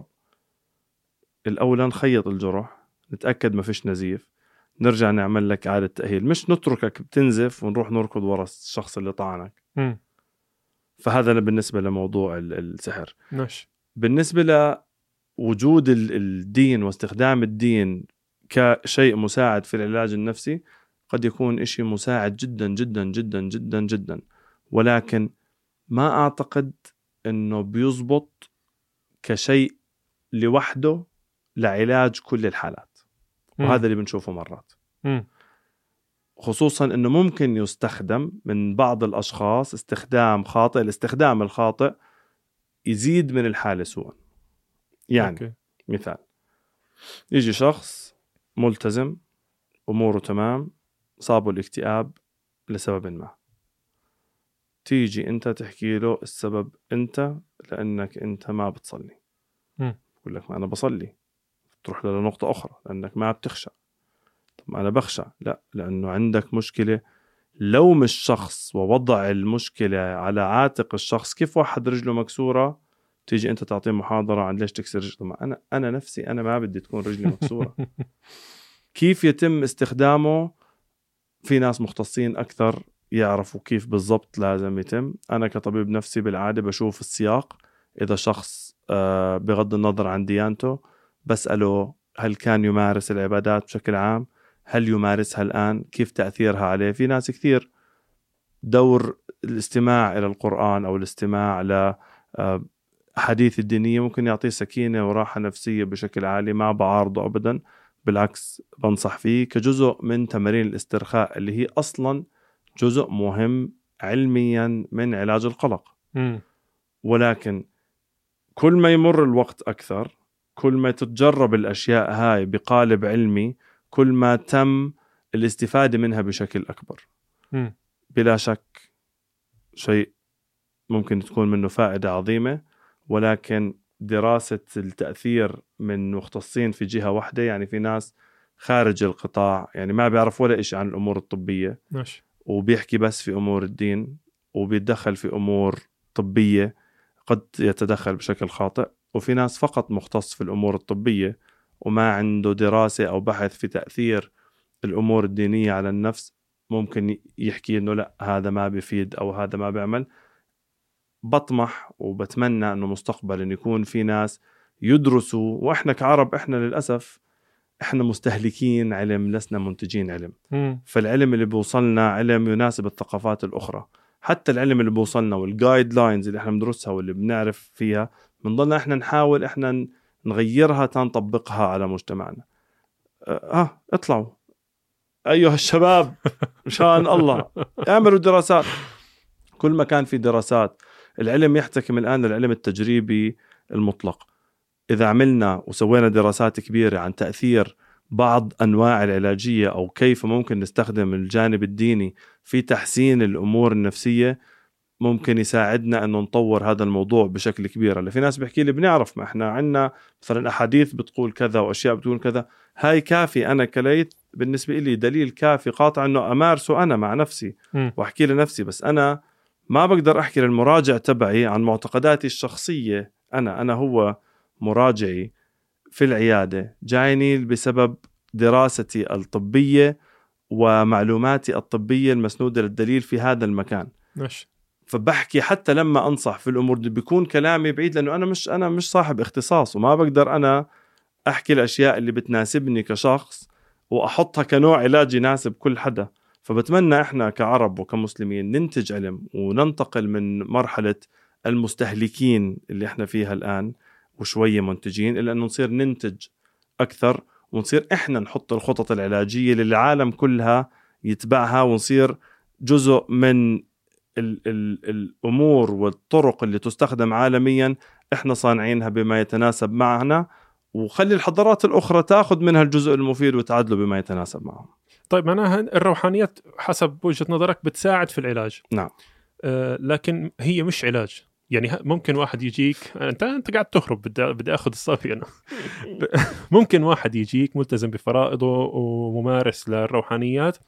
الأولى نخيط الجرح، نتأكد ما فيش نزيف، نرجع نعمل لك إعادة تأهيل، مش نتركك بتنزف ونروح نركض ورا الشخص اللي طعنك. م. فهذا بالنسبة لموضوع السحر. نش. بالنسبة لوجود الدين واستخدام الدين كشيء مساعد في العلاج النفسي، قد يكون إشي مساعد جدا جدا جدا جدا جدا، ولكن ما أعتقد أنه بيزبط كشيء لوحده لعلاج كل الحالات. م. وهذا اللي بنشوفه مرات، م. خصوصا أنه ممكن يستخدم من بعض الأشخاص استخدام خاطئ. الاستخدام الخاطئ يزيد من الحالة سوءا. يعني أوكي. مثال، يجي شخص ملتزم أموره تمام، صابه الاكتئاب لسبب ما، تيجي أنت تحكي له السبب أنت، لأنك أنت ما بتصلي. م. يقول لك ما أنا بصلي. تروح لنقطة أخرى، لأنك ما بتخشى. طب ما أنا بخشى. لا، لأنه عندك مشكلة. لوم الشخص ووضع المشكلة على عاتق الشخص. كيف واحد رجله مكسورة تيجي أنت تعطيه محاضرة عن ليش تكسر رجله؟ ما أنا أنا نفسي أنا ما بدي تكون رجلي مكسورة. كيف يتم استخدامه؟ في ناس مختصين أكثر يعرفوا كيف بالضبط لازم يتم. أنا كطبيب نفسي بالعادة بشوف السياق، إذا شخص آه بغض النظر عن ديانته بسأله هل كان يمارس العبادات بشكل عام، هل يمارسها الآن، كيف تأثيرها عليه. في ناس كثير دور الاستماع إلى القرآن أو الاستماع إلى حديث الدينية ممكن يعطيه سكينة وراحة نفسية بشكل عالي، ما بعارضه أبدا، بالعكس بنصح فيه كجزء من تمارين الاسترخاء اللي هي أصلا جزء مهم علميا من علاج القلق. م. ولكن كل ما يمر الوقت أكثر، كل ما تتجرب الأشياء هاي بقالب علمي، كل ما تم الاستفادة منها بشكل أكبر. م. بلا شك شيء ممكن تكون منه فائدة عظيمة، ولكن دراسة التأثير من مختصين في جهة واحدة، يعني في ناس خارج القطاع يعني ما بيعرف ولا إشي عن الأمور الطبية ماشي. وبيحكي بس في أمور الدين وبيتدخل في أمور طبية قد يتدخل بشكل خاطئ، وفي ناس فقط مختص في الأمور الطبية وما عنده دراسة أو بحث في تأثير الأمور الدينية على النفس، ممكن يحكي إنه لا هذا ما بيفيد أو هذا ما بيعمل. بطمح وبتمنى أنه مستقبلا يكون في ناس يدرسوا، وإحنا كعرب إحنا للأسف إحنا مستهلكين علم، لسنا منتجين علم. م. فالعلم اللي بوصلنا علم يناسب الثقافات الأخرى. حتى العلم اللي بوصلنا والجايد لاينز اللي إحنا بندرسها واللي بنعرف فيها بنضلنا إحنا نحاول إحنا نغيرها تنطبقها على مجتمعنا. آه اطلعوا أيها الشباب مشان الله اعملوا دراسات. كل ما كان في دراسات، العلم يحتكم الآن للعلم التجريبي المطلق. إذا عملنا وسوينا دراسات كبيرة عن تأثير بعض أنواع العلاجية أو كيف ممكن نستخدم الجانب الديني في تحسين الأمور النفسية، ممكن يساعدنا أن نطور هذا الموضوع بشكل كبير. اللي في ناس بيحكي لي بنعرف، ما إحنا عنا مثلا أحاديث بتقول كذا وأشياء بتقول كذا، هاي كافي. أنا كليت بالنسبة لي دليل كافي قاطع أنه أمارسه أنا مع نفسي م. وأحكي لنفسي، بس أنا ما بقدر أحكي للمراجع تبعي عن معتقداتي الشخصية. أنا أنا هو مراجعي في العيادة جايني بسبب دراستي الطبية ومعلوماتي الطبية المسنودة للدليل في هذا المكان. ماشي. فبحكي حتى لما أنصح في الأمور دي بيكون كلامي بعيد، لأنه أنا مش أنا مش صاحب اختصاص، وما بقدر أنا أحكي الأشياء اللي بتناسبني كشخص وأحطها كنوع علاج يناسب كل حدا. فبتمنى إحنا كعرب وكمسلمين ننتج علم وننتقل من مرحلة المستهلكين اللي إحنا فيها الآن وشوية منتجين، إلا أنه نصير ننتج أكثر، ونصير إحنا نحط الخطط العلاجية للعالم كلها يتبعها، ونصير جزء من ال ال الأمور والطرق اللي تستخدم عالميا إحنا صانعينها بما يتناسب معنا، وخلي الحضارات الأخرى تأخذ منها الجزء المفيد وتعدله بما يتناسب معهم. طيب معناها الروحانيات حسب وجهة نظرك بتساعد في العلاج. نعم. آه لكن هي مش علاج. يعني ممكن واحد يجيك، انت انت قاعد تخرب، بدي بدي اخذ الصافي انا. ممكن واحد يجيك ملتزم بفرائضه وممارس للروحانيات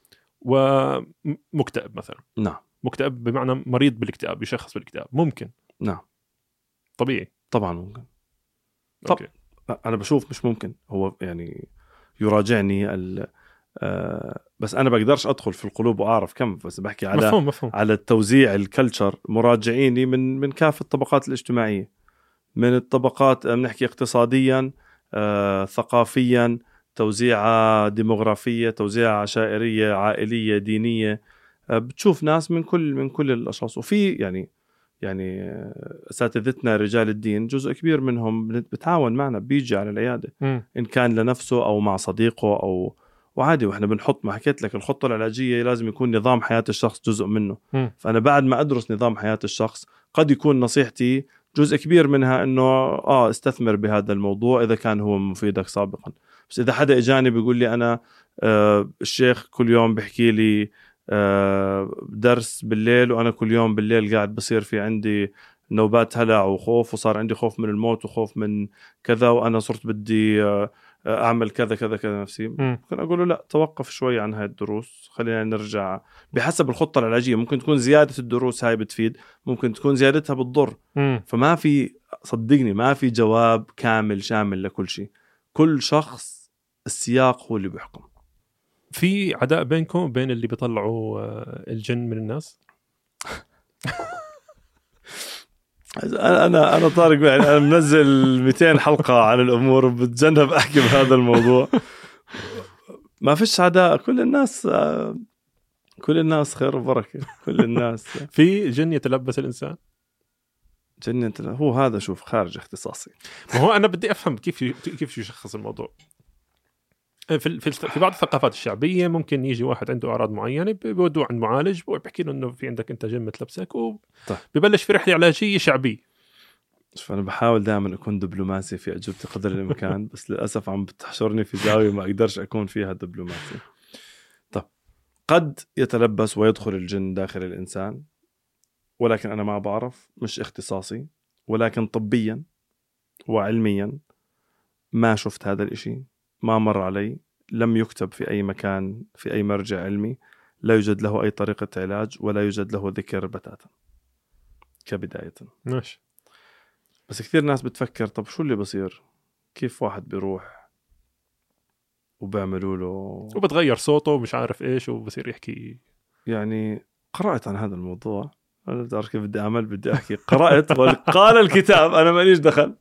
ومكتئب مثلا. نعم. مكتئب بمعنى مريض بالاكتئاب، يشخص بالاكتئاب. ممكن. نعم. طبيعي. طبعا ممكن. طب انا بشوف مش ممكن، هو يعني يراجعني ال آه بس انا بقدرش ادخل في القلوب واعرف كم، بس بحكي على مفهوم مفهوم. على التوزيع الكلتشر. مراجعيني من من كافة الطبقات الاجتماعية، من الطبقات بنحكي اقتصاديا، آه ثقافيا، توزيع ديموغرافية، توزيع عشائرية، عائلية، دينية. آه بتشوف ناس من كل من كل الاشخاص. وفي يعني يعني اساتذتنا رجال الدين جزء كبير منهم بتعاون معنا، بيجي على العيادة م. ان كان لنفسه او مع صديقه او وعادي. واحنا بنحط، ما حكيت لك الخطة العلاجية لازم يكون نظام حياة الشخص جزء منه. م. فأنا بعد ما أدرس نظام حياة الشخص قد يكون نصيحتي جزء كبير منها إنه آه استثمر بهذا الموضوع إذا كان هو مفيدك سابقا. بس إذا حدا إجاني بيقول لي أنا آه الشيخ كل يوم بحكي لي آه درس بالليل، وأنا كل يوم بالليل قاعد بصير في عندي نوبات هلع وخوف، وصار عندي خوف من الموت وخوف من كذا، وأنا صرت بدي آه أعمل كذا كذا كذا نفسي، ممكن أقول له لا توقف شوي عن هاي الدروس، خلينا نرجع بحسب الخطة العلاجية. ممكن تكون زيادة الدروس هاي بتفيد، ممكن تكون زيادتها بتضر. م. فما في، صدقني ما في جواب كامل شامل لكل شيء. كل شخص السياق هو اللي بيحكم. في عداء بينكم وبين اللي بيطلعوا الجن من الناس؟ انا انا انا طارق، يعني انا منزل مئتين حلقه عن الامور وبتجنب احكي بهذا الموضوع. ما فيش عداء، كل الناس كل الناس خير وبركه، كل الناس. في جن يتلبس الانسان؟ جن هو هذا، شوف خارج اختصاصي. ما هو انا بدي افهم كيف كيف يشخص الموضوع. في في في بعض الثقافات الشعبيه ممكن يجي واحد عنده اعراض معينه بيودوه عند معالج وبيحكي له انه في عندك انت جن متلبسك، وبيبلش في رحله علاجيه شعبيه. فانا بحاول دائما اكون دبلوماسي في اجوبتي قدر الامكان، بس للاسف عم بتحشرني في زاويه ما اقدرش اكون فيها دبلوماسي. طب قد يتلبس ويدخل الجن داخل الانسان، ولكن انا ما بعرف، مش اختصاصي، ولكن طبيا وعلميا ما شفت هذا الاشي، ما مر علي، لم يكتب في أي مكان في أي مرجع علمي، لا يوجد له أي طريقة علاج ولا يوجد له ذكر بتاتا كبداية. ماشي. بس كثير ناس بتفكر طب شو اللي بصير؟ كيف واحد بيروح وبيعملوا له وبتغير صوته ومش عارف إيش وبصير يحكي؟ يعني قرأت عن هذا الموضوع، أنا تعرف كيف بدي أعمل، بدي أحكي قرأت وقال الكتاب، أنا ماليش دخل.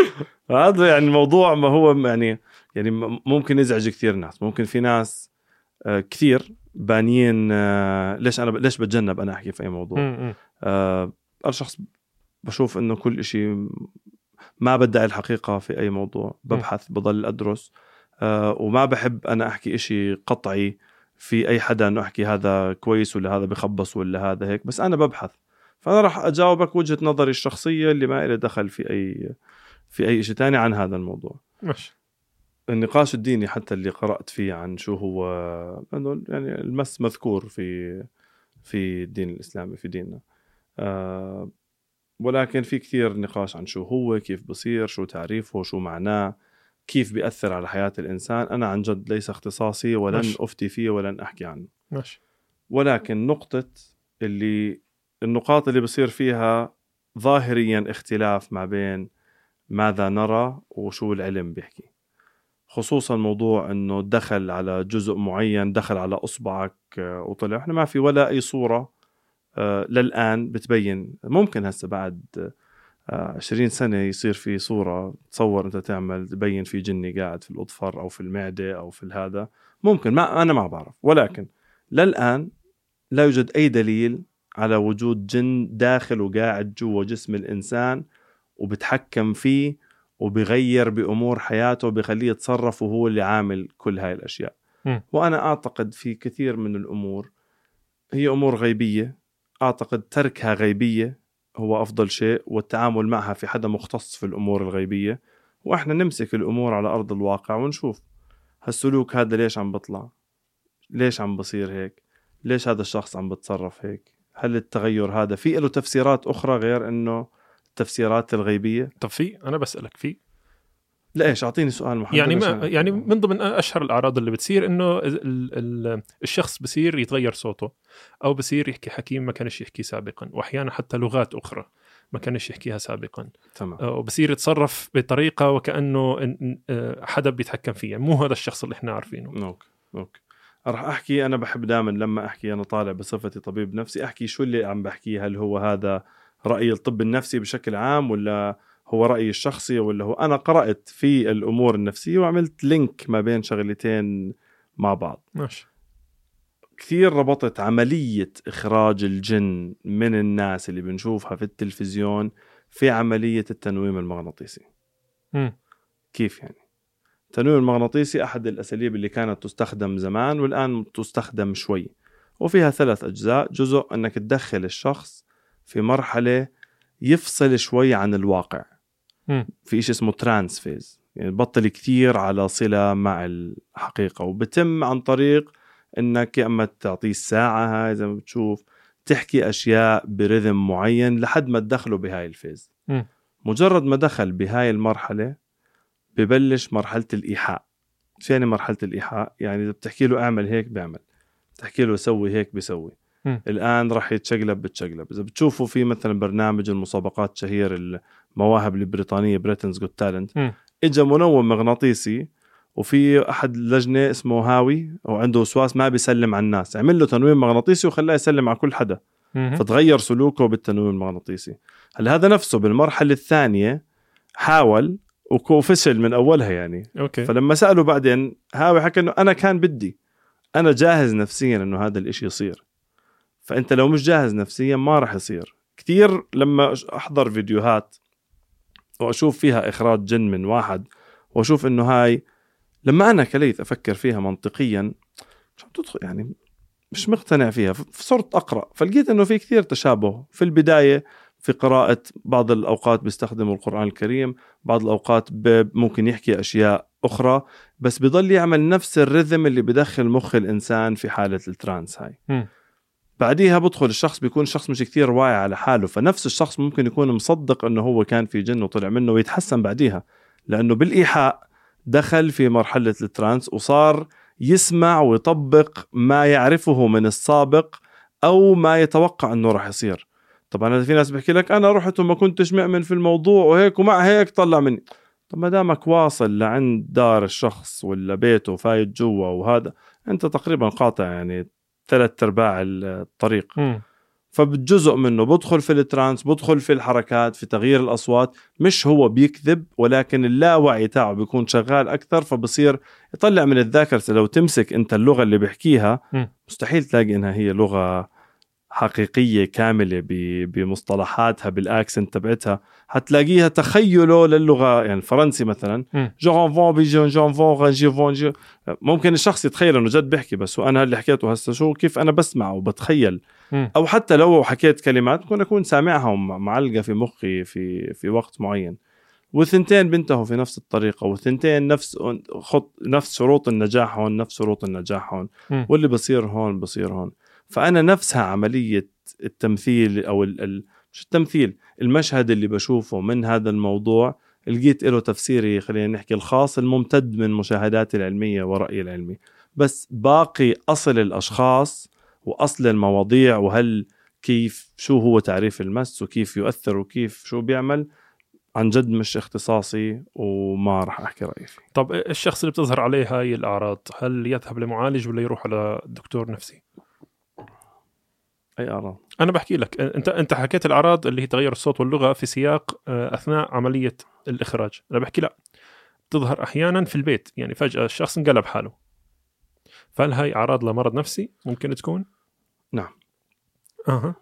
هذا يعني الموضوع ما هو يعني يعني ممكن يزعج كثير ناس، ممكن في ناس كثير بانيين. ليش أنا ليش بتجنب أنا أحكي في أي موضوع؟ أنا شخص بشوف إنه كل إشي ما بدعي الحقيقة في أي موضوع، ببحث بضل أدرس، وما بحب أنا أحكي إشي قطعي في أي حدا إنه أحكي هذا كويس ولا هذا بخبص ولا هذا هيك، بس أنا ببحث، فأنا راح أجاوبك وجهة نظري الشخصية اللي ما إلي دخل في أي في أي شيء تاني عن هذا الموضوع. ماشي. النقاش الديني حتى اللي قرأت فيه عن شو هو، أنه يعني المس مذكور في في الدين الإسلامي في ديننا، أه ولكن في كثير نقاش عن شو هو، كيف بصير، شو تعريفه، شو معناه، كيف بيأثر على حياة الإنسان. أنا عن جد ليس اختصاصي ولن ماشي. أفتي فيه ولن أحكي عنه. ماشي. ولكن نقطة اللي النقاط اللي بصير فيها ظاهريا اختلاف ما بين ماذا نرى وشو العلم بيحكي، خصوصا موضوع انه دخل على جزء معين، دخل على اصبعك وطلع. احنا ما في ولا اي صورة للآن بتبين، ممكن هسه بعد عشرين سنة يصير في صورة تصور انت تعمل تبين في جني قاعد في الاظفر او في المعدة او في هذا، ممكن، ما انا ما بعرف، ولكن للآن لا يوجد اي دليل على وجود جن داخل وقاعد جوا جسم الانسان وبتحكم فيه وبيغير بأمور حياته وبيخليه يتصرف وهو اللي عامل كل هاي الأشياء. م. وأنا أعتقد في كثير من الأمور هي أمور غيبية، أعتقد تركها غيبية هو أفضل شيء، والتعامل معها في حدا مختص في الأمور الغيبية، وإحنا نمسك الأمور على أرض الواقع ونشوف هالسلوك هذا ليش عم بطلع، ليش عم بصير هيك، ليش هذا الشخص عم بتصرف هيك، هل التغير هذا في له تفسيرات أخرى غير إنه التفسيرات الغيبية؟ طب في، أنا بسألك في لا إيش، أعطيني سؤال محدد. يعني ما يعني من ضمن أشهر الأعراض اللي بتصير إنه ال ال الشخص بصير يتغير صوته، أو بصير يحكي حكيم ما كانش يحكي سابقا، وأحيانا حتى لغات أخرى ما كانش يحكيها سابقا. تمام. وبصير يتصرف بطريقة وكأنه حدا بيتحكم فيها، مو هذا الشخص اللي إحنا عارفينه. أوكي أوكي راح أحكي. أنا بحب دائما لما أحكي أنا طالع بصفتي طبيب نفسي أحكي شو اللي عم بحكيه، هل هو هذا رأي الطب النفسي بشكل عام ولا هو رأيي الشخصي، ولا هو أنا قرأت في الأمور النفسية وعملت لينك ما بين شغلتين مع بعض. ماشي. كثير ربطت عملية إخراج الجن من الناس اللي بنشوفها في التلفزيون في عملية التنويم المغناطيسي. م. كيف يعني؟ التنويم المغناطيسي أحد الأساليب اللي كانت تستخدم زمان والآن تستخدم شوي، وفيها ثلاث أجزاء. جزء أنك تدخل الشخص في مرحلة يفصل شوي عن الواقع، م. في إشي اسمه ترانس فيز، يعني بطل كثير على صلة مع الحقيقة، وبتم عن طريق أنك يا أما تعطيه الساعة هاي زي ما بتشوف، تحكي أشياء برذم معين لحد ما تدخله بهاي الفيز. م. مجرد ما دخل بهاي المرحلة ببلش مرحلة الإيحاء. شو يعني مرحلة الإيحاء؟ يعني إذا بتحكي له أعمل هيك بيعمل، تحكي له سوي هيك بيسوي. م. الآن راح يتشقلب بتشقلب. إذا بتشوفوا في مثلا برنامج المسابقات شهير المواهب البريطانية بريتنز جوت تالنت، إجا منوم مغناطيسي وفي أحد اللجنة اسمه هاوي وعنده وسواس ما بيسلم على الناس، عمل له تنويم مغناطيسي وخلاه يسلم على كل حدا، فتغير سلوكه بالتنويم المغناطيسي. هل هذا نفسه بالمرحلة الثانية حاول وفشل من أولها يعني. أوكي. فلما سأله بعدين هاوي حكى إنه أنا كان بدي، أنا جاهز نفسيا إنه هذا الإشي يصير، فأنت لو مش جاهز نفسيا ما رح يصير. كتير لما أحضر فيديوهات وأشوف فيها إخراج جن من واحد وأشوف إنه هاي، لما أنا كليت أفكر فيها منطقيا مش تدخل يعني مش مقتنع فيها، فصرت أقرأ فلقيت إنه في كثير تشابه. في البداية في قراءة بعض الأوقات بيستخدموا القرآن الكريم، بعض الأوقات ممكن يحكي أشياء أخرى، بس بيضل يعمل نفس الرذم اللي بدخل مخ الإنسان في حالة الترانس هاي. م. بعديها بدخل الشخص بيكون الشخص مش كثير واعي على حاله، فنفس الشخص ممكن يكون مصدق إنه هو كان في جن وطلع منه ويتحسن بعديها، لأنه بالإيحاء دخل في مرحلة الترانس وصار يسمع ويطبق ما يعرفه من السابق أو ما يتوقع أنه رح يصير. طبعا في ناس بيحكي لك أنا رحت وما كنتش مؤمن في الموضوع وهيك ومع هيك طلع مني. طب ما دامك واصل لعند دار الشخص ولا بيته فايت جوا وهذا، أنت تقريبا قاطع يعني ثلاث أرباع الطريق. م. فبالجزء منه بدخل في الترانس، بدخل في الحركات، في تغيير الأصوات، مش هو بيكذب ولكن اللاوعي تاعه بيكون شغال أكثر، فبصير يطلع من الذاكرة. لو تمسك أنت اللغة اللي بيحكيها م. مستحيل تلاقي إنها هي لغة حقيقية كاملة بمصطلحاتها بالأكسنت تبعتها، هتلاقيها تخيله للغة. يعني الفرنسي مثلا جون فون بيجون جون فون غنجي فون، ممكن الشخص يتخيل إنه جد بيحكي، بس وأنا اللي حكيته هسه شو كيف أنا بسمع وبتخيل. م. أو حتى لو حكيت كلمات كون أكون سامعها ومعلقة في مخي في في وقت معين، وثنتين بنتهوا في نفس الطريقة، وثنتين نفس خط نفس شروط النجاح هون، نفس شروط النجاح هون، م. واللي بصير هون بصير هون. فأنا نفسها عملية التمثيل أو ال... مش التمثيل، المشهد اللي بشوفه من هذا الموضوع لقيت له تفسيري خلينا نحكي الخاص الممتد من مشاهداتي العلمية ورأيي العلمي. بس باقي أصل الأشخاص وأصل المواضيع وهل كيف شو هو تعريف المس وكيف يؤثر وكيف شو بيعمل، عن جد مش اختصاصي وما رح أحكي رأيي فيه. طب الشخص اللي بتظهر عليه هاي الأعراض هل يذهب لمعالج ولا يروح على دكتور نفسي؟ أي أعراض؟ أنا بحكي لك، أنت أنت حكيت الأعراض اللي هي تغير الصوت واللغة في سياق أثناء عملية الإخراج. أنا بحكي لا، تظهر أحيانا في البيت، يعني فجأة الشخص انقلب حاله. فهل هاي أعراض لمرض نفسي ممكن تكون؟ نعم. أها.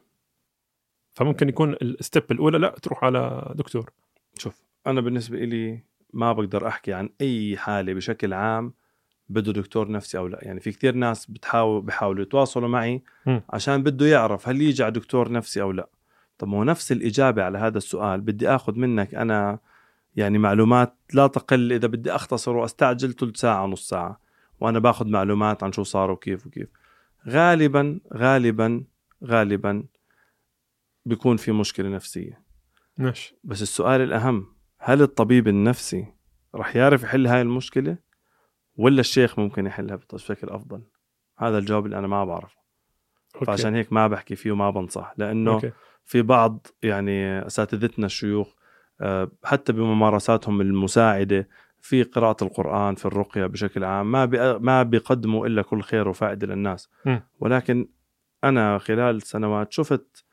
فممكن يكون الستيب الأولى لا تروح على دكتور. شوف أنا بالنسبة إلي ما بقدر أحكي عن أي حالة بشكل عام بده دكتور نفسي أو لا. يعني في كتير ناس بتحاول بحاولوا يتواصلوا معي م. عشان بده يعرف هل يجي على دكتور نفسي أو لا. طب ما هو نفس الإجابة على هذا السؤال بدي أخذ منك أنا يعني معلومات لا تقل، إذا بدي أختصر وأستعجل ثلث ساعة نص ساعة، وأنا باخذ معلومات عن شو صار وكيف وكيف. غالبا غالبا غالبا بيكون في مشكلة نفسية. ماشي. بس السؤال الأهم، هل الطبيب النفسي رح يعرف يحل هاي المشكلة ولا الشيخ ممكن يحلها بشكل أفضل؟ هذا الجواب اللي أنا ما بعرفه. أوكي. فعشان هيك ما بحكي فيه وما بنصح، لأنه أوكي. في بعض يعني أساتذتنا الشيوخ حتى بممارساتهم المساعدة في قراءة القرآن في الرقية بشكل عام ما بي ما بيقدموا إلا كل خير وفائدة للناس. م. ولكن أنا خلال سنوات شفت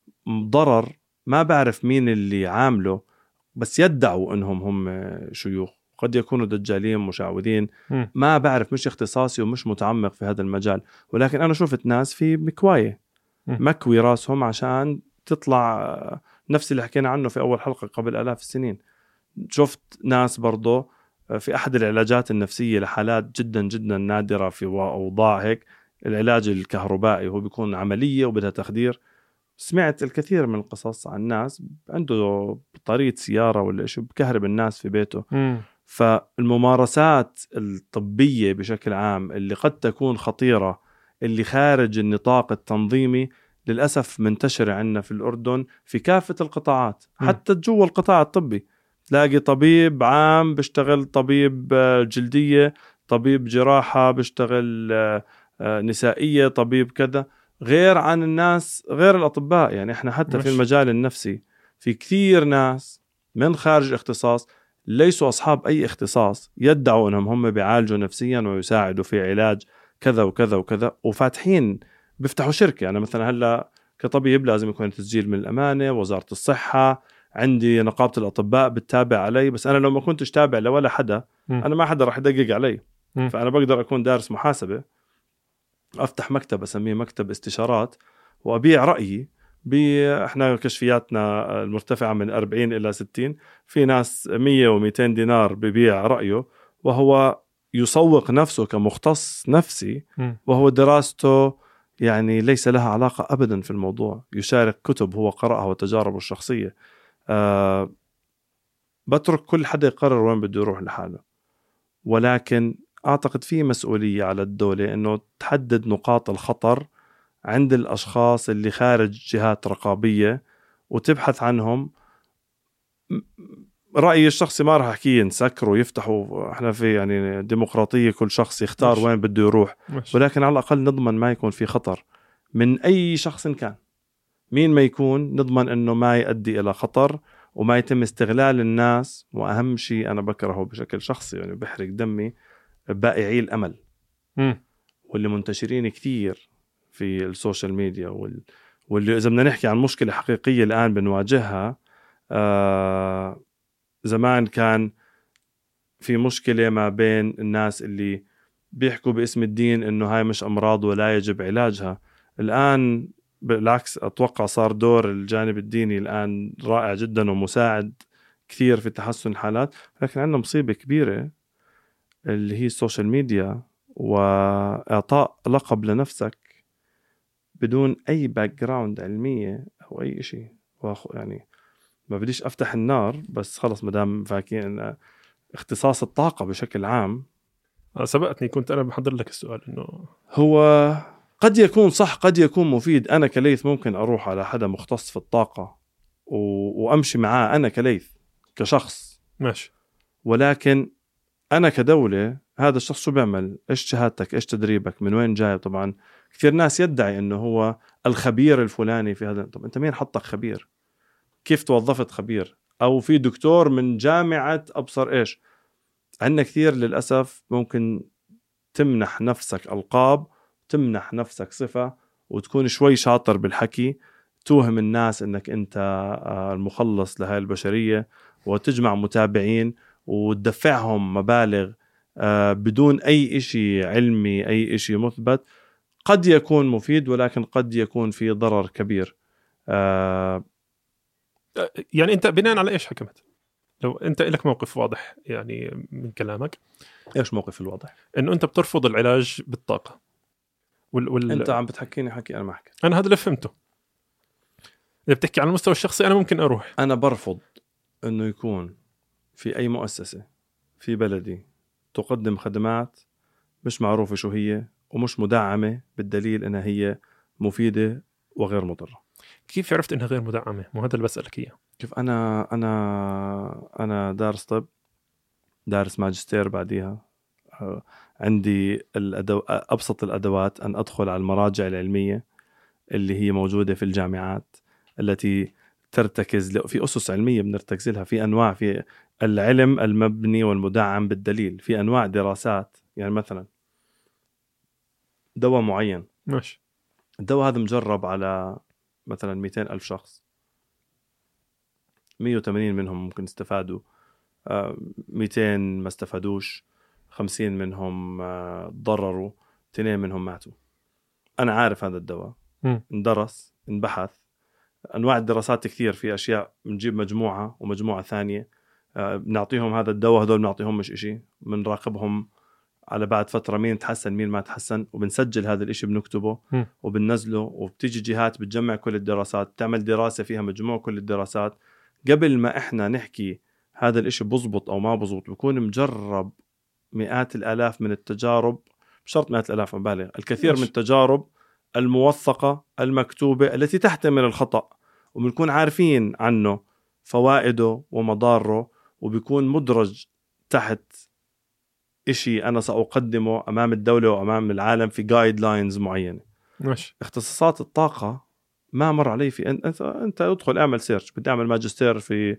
ضرر ما بعرف مين اللي عامله، بس يدعوا إنهم هم شيوخ، قد يكونوا دجالين مشعوذين، م. ما بعرف، مش اختصاصي ومش متعمق في هذا المجال. ولكن أنا شفت ناس في مكواية م. مكوي راسهم عشان تطلع نفس اللي حكينا عنه في أول حلقة قبل آلاف السنين. شفت ناس برضو في أحد العلاجات النفسية لحالات جدا جدا نادرة في أوضاع هيك، العلاج الكهربائي هو بيكون عملية وبدها تخدير. سمعت الكثير من القصص عن ناس عنده بطارية سيارة ولا شيء بكهرب الناس في بيته. م. فالممارسات الطبية بشكل عام اللي قد تكون خطيرة، اللي خارج النطاق التنظيمي، للأسف منتشرة عندنا في الأردن في كافة القطاعات. م. حتى جوا القطاع الطبي تلاقي طبيب عام بيشتغل طبيب جلدية، طبيب جراحة بيشتغل نسائية، طبيب كذا، غير عن الناس غير الأطباء. يعني إحنا حتى مش. في المجال النفسي في كثير ناس من خارج اختصاص ليسوا أصحاب أي اختصاص يدعوا أنهم هم بيعالجوا نفسيا ويساعدوا في علاج كذا وكذا وكذا، وفاتحين بيفتحوا شركة. يعني مثلا هلأ كطبيب لازم يكون تسجيل من الأمانة، وزارة الصحة، عندي نقابة الأطباء بتتابع علي، بس أنا لو ما كنتش تابع لولا حدا م. أنا ما حدا رح يدقق علي. م. فأنا بقدر أكون دارس محاسبة، أفتح مكتب أسميه مكتب استشارات، وأبيع رأيي. إحنا كشفياتنا المرتفعة من أربعين إلى ستين، في ناس مية ومئتين دينار ببيع رأيه، وهو يسوق نفسه كمختص نفسي، م. وهو دراسته يعني ليس لها علاقة أبدا في الموضوع. يشارك كتب هو قرأها وتجاربه الشخصية. أه بترك كل حدا يقرر وين بده يروح لحاله، ولكن أعتقد في مسؤولية على الدولة أنه تحدد نقاط الخطر عند الأشخاص اللي خارج جهات رقابية وتبحث عنهم. رأيي الشخصي ما راح أحكيه نسكروا يفتحوا، احنا في يعني ديمقراطية، كل شخص يختار مش. وين بده يروح، مش. ولكن على الأقل نضمن ما يكون في خطر من أي شخص كان، مين ما يكون، نضمن أنه ما يؤدي إلى خطر وما يتم استغلال الناس. وأهم شيء أنا بكرهه بشكل شخصي يعني بحرق دمي، بائعي الأمل م. واللي منتشرين كثير في السوشيال ميديا، وال... واللي إذا بدنا نحكي عن مشكلة حقيقية الآن بنواجهها. آه زمان كان في مشكلة ما بين الناس اللي بيحكوا باسم الدين إنه هاي مش أمراض ولا يجب علاجها. الآن بالعكس، أتوقع صار دور الجانب الديني الآن رائع جدا ومساعد كثير في تحسن الحالات. لكن عندنا مصيبة كبيرة اللي هي السوشيال ميديا، وإعطاء لقب لنفسك بدون أي باك جراوند علمية أو أي شيء. يعني ما بديش أفتح النار، بس خلص مدام فاكين اختصاص الطاقة بشكل عام. سبقتني، كنت أنا بحضر لك السؤال إنه هو قد يكون صح، قد يكون مفيد. أنا كليث ممكن أروح على حدا مختص في الطاقة و... وأمشي معاه أنا كليث كشخص ماشي، ولكن أنا كدولة هذا الشخص شو بيعمل؟ إيش شهادتك؟ إيش تدريبك؟ من وين جاي؟ طبعا كثير ناس يدعي إنه هو الخبير الفلاني في هذا. طب أنت مين حطك خبير؟ كيف توظفت خبير؟ أو في دكتور من جامعة أبصر إيش؟ عندنا كثير للأسف ممكن تمنح نفسك ألقاب، تمنح نفسك صفة، وتكون شوي شاطر بالحكي، توهم الناس إنك أنت المخلص لهاي البشرية، وتجمع متابعين وتدفعهم مبالغ بدون أي إشي علمي، أي إشي مثبت. قد يكون مفيد، ولكن قد يكون فيه ضرر كبير. يعني أنت بناء على إيش حكمت؟ لو أنت لك موقف واضح يعني من كلامك. إيش موقف الواضح؟ إنه أنت بترفض العلاج بالطاقة. وال... وال... أنت عم بتحكيني حكي أنا ما حكي. أنا هذا اللي فهمته. إذا بتحكي على المستوى الشخصي أنا ممكن أروح. أنا برفض إنه يكون في أي مؤسسة في بلدي تقدم خدمات مش معروفة شو هي ومش مدعمة بالدليل إنها هي مفيدة وغير مضرة. كيف عرفت إنها غير مدعمة؟ مو هذا اللي بسألك إياه. كيف أنا أنا أنا دارس طب، دارس ماجستير بعديها، عندي الأدو... أبسط الأدوات أن أدخل على المراجع العلمية اللي هي موجودة في الجامعات، التي ترتكز في أسس علمية بنرتكز لها، في أنواع، في العلم المبني والمدعم بالدليل، في أنواع دراسات. يعني مثلا دواء معين، ماشي، الدواء هذا مجرب على مثلا مئتين ألف شخص، مية وثمانين منهم ممكن استفادوا، مئتين ما استفادوش، خمسين منهم ضرروا، اثنين منهم ماتوا. أنا عارف هذا الدواء، م. اندرس، انبحث، أنواع الدراسات كثير، في أشياء بنجيب مجموعة ومجموعة ثانية، بنعطيهم هذا الدواء، هذول بنعطيهم مش إشي، بنراقبهم على بعد فترة مين تحسن مين ما تحسن، وبنسجل هذا الإشي، بنكتبه م. وبننزله، وبتيجي جهات بتجمع كل الدراسات، تعمل دراسة فيها مجموع كل الدراسات. قبل ما إحنا نحكي هذا الإشي بزبط أو ما بزبط، بيكون مجرب مئات الآلاف من التجارب، بشرط مئات الآلاف مبالغ، الكثير مش. من التجارب الموثقة المكتوبة التي تحتمل الخطأ، وبنكون عارفين عنه فوائده ومضاره، وبيكون مدرج تحت إشي أنا سأقدمه أمام الدولة وأمام العالم في جايد لاينز معينة. ماشي. اختصاصات الطاقة ما مر علي في أنت أنت ادخل اعمل سيرش، بدي أعمل ماجستير في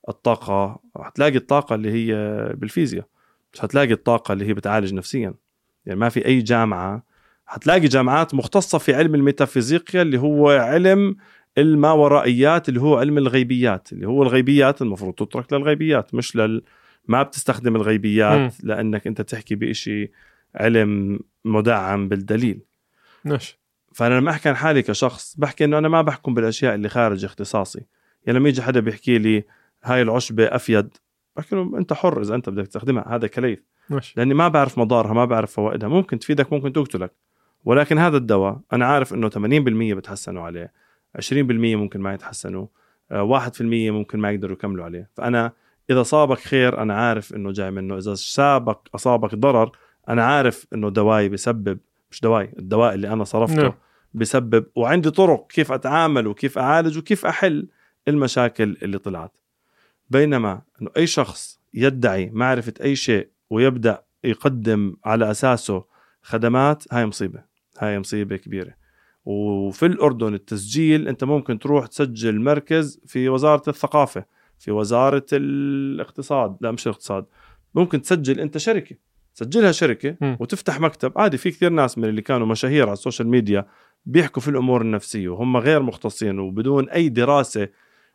الطاقة هتلاقي الطاقة اللي هي بالفيزياء، مش هتلاقي الطاقة اللي هي بتعالج نفسيا. يعني ما في أي جامعة، هتلاقي جامعات مختصة في علم الميتافيزيقيا اللي هو علم الماورائيات، اللي هو علم الغيبيات، اللي هو الغيبيات المفروض تترك للغيبيات، مش لل ما بتستخدم الغيبيات م. لأنك أنت تحكي بإشي علم مدعم بالدليل. نش. فأنا لما أحكي عن حالي كشخص بحكي إنه أنا ما بحكم بالأشياء اللي خارج اختصاصي. يعني لما يجي حدا بيحكي لي هاي العشبة أفيد، بحكي له أنت حر إذا أنت بدك تستخدمها، هذا كليف، لأني ما بعرف مضارها، ما بعرف فوائدها، ممكن تفيدك ممكن تقتلك. ولكن هذا الدواء أنا عارف إنه ثمانين بالمية بتحسنوا عليه، عشرين بالمية ممكن ما يتحسنوا، واحد في المية ممكن ما يقدروا يكملوا عليه. فأنا إذا صابك خير أنا عارف إنه جاي منه، إذا سابك أصابك ضرر أنا عارف إنه دواي بيسبب، مش دواي، الدواء اللي أنا صرفته بيسبب، وعندي طرق كيف أتعامل وكيف أعالج وكيف أحل المشاكل اللي طلعت. بينما إنه أي شخص يدعي معرفة أي شيء ويبدأ يقدم على أساسه خدمات، هاي مصيبة، هاي مصيبة كبيرة. وفي الأردن التسجيل أنت ممكن تروح تسجل مركز في وزارة الثقافة، في وزارة الاقتصاد، لا مش الاقتصاد، ممكن تسجل أنت شركة، تسجلها شركة م. وتفتح مكتب عادي. في كثير ناس من اللي كانوا مشاهير على السوشيال ميديا بيحكوا في الأمور النفسية وهم غير مختصين وبدون أي دراسة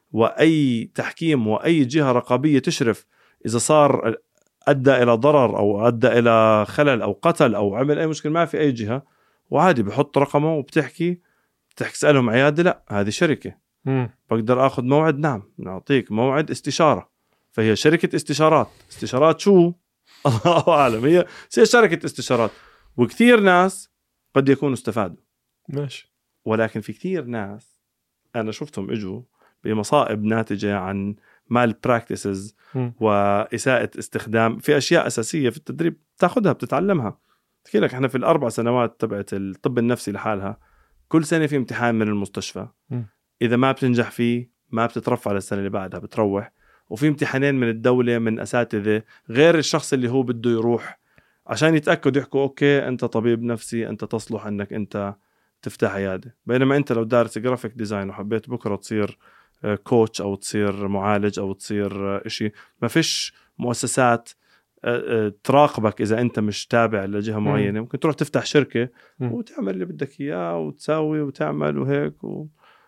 وأي تحكيم وأي جهة رقابية تشرف إذا صار أدى إلى ضرر أو أدى إلى خلل أو قتل أو عمل أي مشكلة، ما في أي جهة، وعادي بحط رقمه وبتحكي بتحكي سألهم عيادة، لا هذه شركة م. بقدر أخذ موعد، نعم نعطيك موعد استشارة، فهي شركة استشارات. استشارات شو؟ الله أعلم، هي هي شركة استشارات. وكثير ناس قد يكونوا استفادوا ماشي، ولكن في كثير ناس أنا شفتهم إجوا بمصائب ناتجة عن مال براكتسز وإساءة استخدام في أشياء أساسية في التدريب، تأخذها بتتعلمها. تحكي لك إحنا في الأربع سنوات تبعت الطب النفسي لحالها كل سنة في امتحان من المستشفى، م. إذا ما بتنجح فيه ما بتترفع للسنة اللي بعدها، بتروح. وفي امتحانين من الدولة من أساتذة غير الشخص اللي هو بده يروح عشان يتأكد يحكوا أوكي أنت طبيب نفسي، أنت تصلح أنك أنت تفتح عيادة. بينما أنت لو دارس جرافيك ديزاين وحبيت بكرة تصير كوتش أو تصير معالج أو تصير إشي، ما فيش مؤسسات تراقبك إذا أنت مش تابع لجهة معينة. ممكن تروح تفتح شركة م. وتعمل اللي بدك إياه وتساوي وتعمل وهيك و...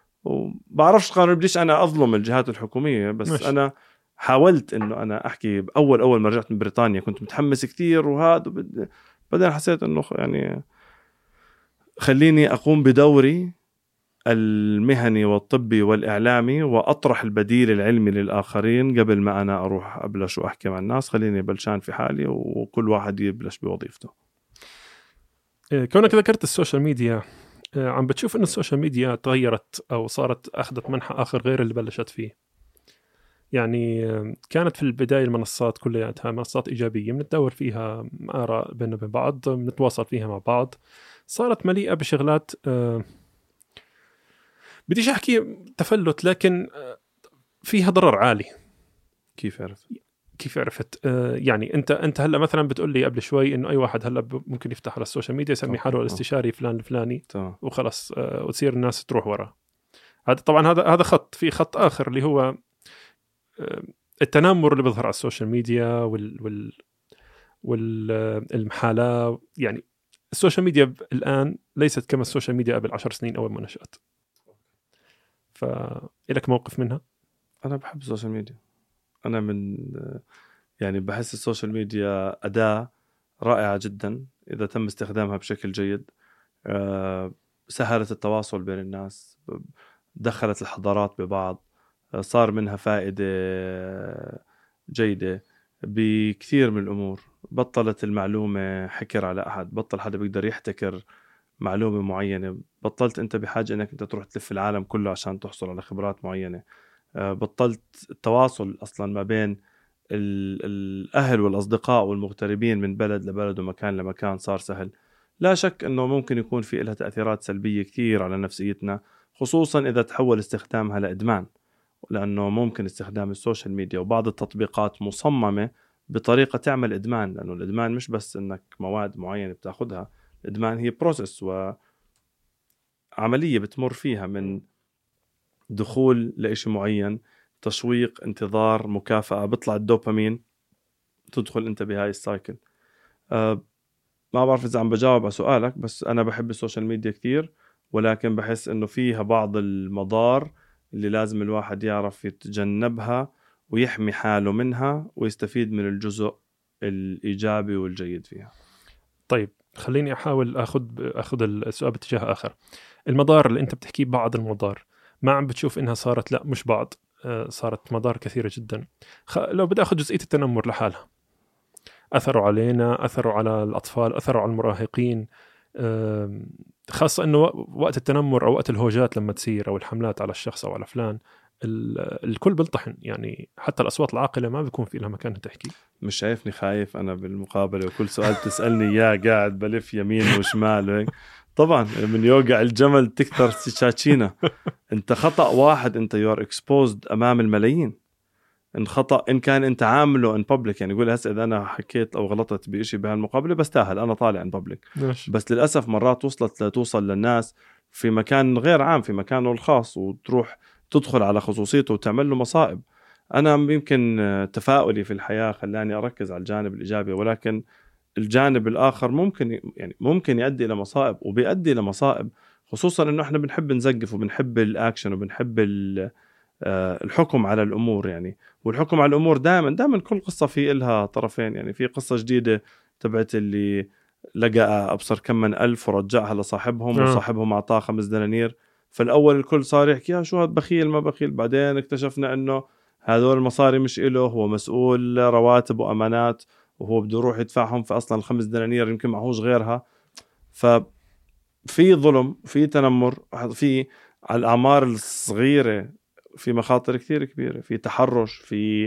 وبعرفش قانون، بديش أنا أظلم الجهات الحكومية، بس مش. أنا حاولت إنه أنا أحكي بأول أول ما رجعت من بريطانيا كنت متحمس كتير وهذا وبد... بعدين حسيت إنه يعني خليني أقوم بدوري المهني والطبي والإعلامي وأطرح البديل العلمي للآخرين قبل ما أنا أروح أبلش وأحكي مع الناس. خليني بلشان في حالي وكل واحد يبلش بوظيفته. كونك ذكرت السوشيال ميديا، عم بتشوف إن السوشيال ميديا تغيرت أو صارت أخذت منحى آخر غير اللي بلشت فيه؟ يعني كانت في البداية المنصات كلها منصات إيجابية بنتدور فيها آراء بيننا وبين بعض، بنتواصل فيها مع بعض، صارت مليئة بشغلات أه بديش أحكي تفلت لكن فيها ضرر عالي. كيف عرفت؟ كيف عرفت؟ آه يعني أنت أنت هلا مثلا بتقول لي قبل شوي إنه أي واحد هلا ممكن يفتح على السوشيال ميديا يسمي حاله الاستشاري فلان الفلاني وخلص آه وتصير الناس تروح ورا. هذا طبعا هذا هذا خط. في خط آخر اللي هو آه التنمر اللي بيظهر على السوشيال ميديا وال وال والمحالة. يعني السوشيال ميديا الآن ليست كما السوشيال ميديا قبل عشر سنين أول ما نشأت. فإلك موقف منها؟ أنا بحب السوشيال ميديا. أنا من يعني بحس السوشيال ميديا أداة رائعة جدا إذا تم استخدامها بشكل جيد. سهلت التواصل بين الناس، دخلت الحضارات ببعض، صار منها فائدة جيدة بكثير من الأمور. بطلت المعلومة حكر على أحد، بطل حدا بيقدر يحتكر معلومة معينة، بطلت أنت بحاجة أنك أنت تروح تلف العالم كله عشان تحصل على خبرات معينة، بطلت التواصل أصلا ما بين الأهل والأصدقاء والمغتربين من بلد لبلد ومكان لمكان صار سهل. لا شك أنه ممكن يكون في لها تأثيرات سلبية كثير على نفسيتنا، خصوصا إذا تحول استخدامها لإدمان، لأنه ممكن استخدام السوشيال ميديا وبعض التطبيقات مصممة بطريقة تعمل إدمان، لأنه الإدمان مش بس أنك مواد معينة بتاخدها، الإدمان هي بروسيس وعملية بتمر فيها من دخول لإشي معين، تشويق، انتظار، مكافأة، بيطلع الدوبامين، تدخل انت بهاي السايكل. أه ما بعرف اذا عم بجاوب على سؤالك، بس انا بحب السوشيال ميديا كتير، ولكن بحس انه فيها بعض المضار اللي لازم الواحد يعرف يتجنبها ويحمي حاله منها ويستفيد من الجزء الإيجابي والجيد فيها. طيب خليني أحاول أخذ أخذ السؤال باتجاه آخر. المضار اللي أنت بتحكي بعض المضار، ما عم بتشوف إنها صارت لا مش بعض، صارت مضار كثيرة جدا. خ... لو بدي أخذ جزئية التنمر لحالها، أثروا علينا، أثروا على الأطفال، أثروا على المراهقين، خاصة إنه وقت التنمر أو وقت الهوجات لما تصير أو الحملات على الشخص أو على فلان، الكل بلطحن، يعني حتى الأصوات العاقلة ما بيكون في لها مكان تحكي. مش شايفني خايف أنا بالمقابلة وكل سؤال تسألني إياه قاعد بلف يمين وشمال وهيك؟ طبعا من يوقع الجمل تكتر شاشينا. أنت خطأ واحد أنت يور اكسبوزد أمام الملايين. إن خطأ إن كان أنت عامله إن بابليك، يعني يقول هسه إذا أنا حكيت أو غلطت بإشي بهالمقابلة بستاهل أنا طالع إن بابليك، بس للأسف مرات وصلت لتوصل للناس في مكان غير عام، في مكانه الخاص، وتروح تدخل على خصوصيته وتعمل له مصائب. أنا يمكن تفاؤلي في الحياة خلاني أركز على الجانب الإيجابي، ولكن الجانب الآخر ممكن يعني ممكن يؤدي إلى مصائب، وبيؤدي إلى مصائب، خصوصا إنه إحنا بنحب نزقف وبنحب الأكشن وبنحب الحكم على الأمور يعني. والحكم على الأمور دائما دائما كل قصة في إلها طرفين. يعني في قصة جديدة تبعت اللي لقى أبصر كم من ألف ورجعها لصاحبهم أه. وصاحبهم أعطاه خمس دنانير. فالأول الكل صار يحكي يا شو هاد بخيل ما بخيل، بعدين اكتشفنا إنه هذول المصاري مش إله، هو مسؤول رواتب وأمانات وهو بده يروح يدفعهم، فأصلا الخمس دنانير يمكن معهوش غيرها. ففي ظلم، في تنمر، في على الأعمار الصغيرة في مخاطر كثير كبيرة، في تحرش، في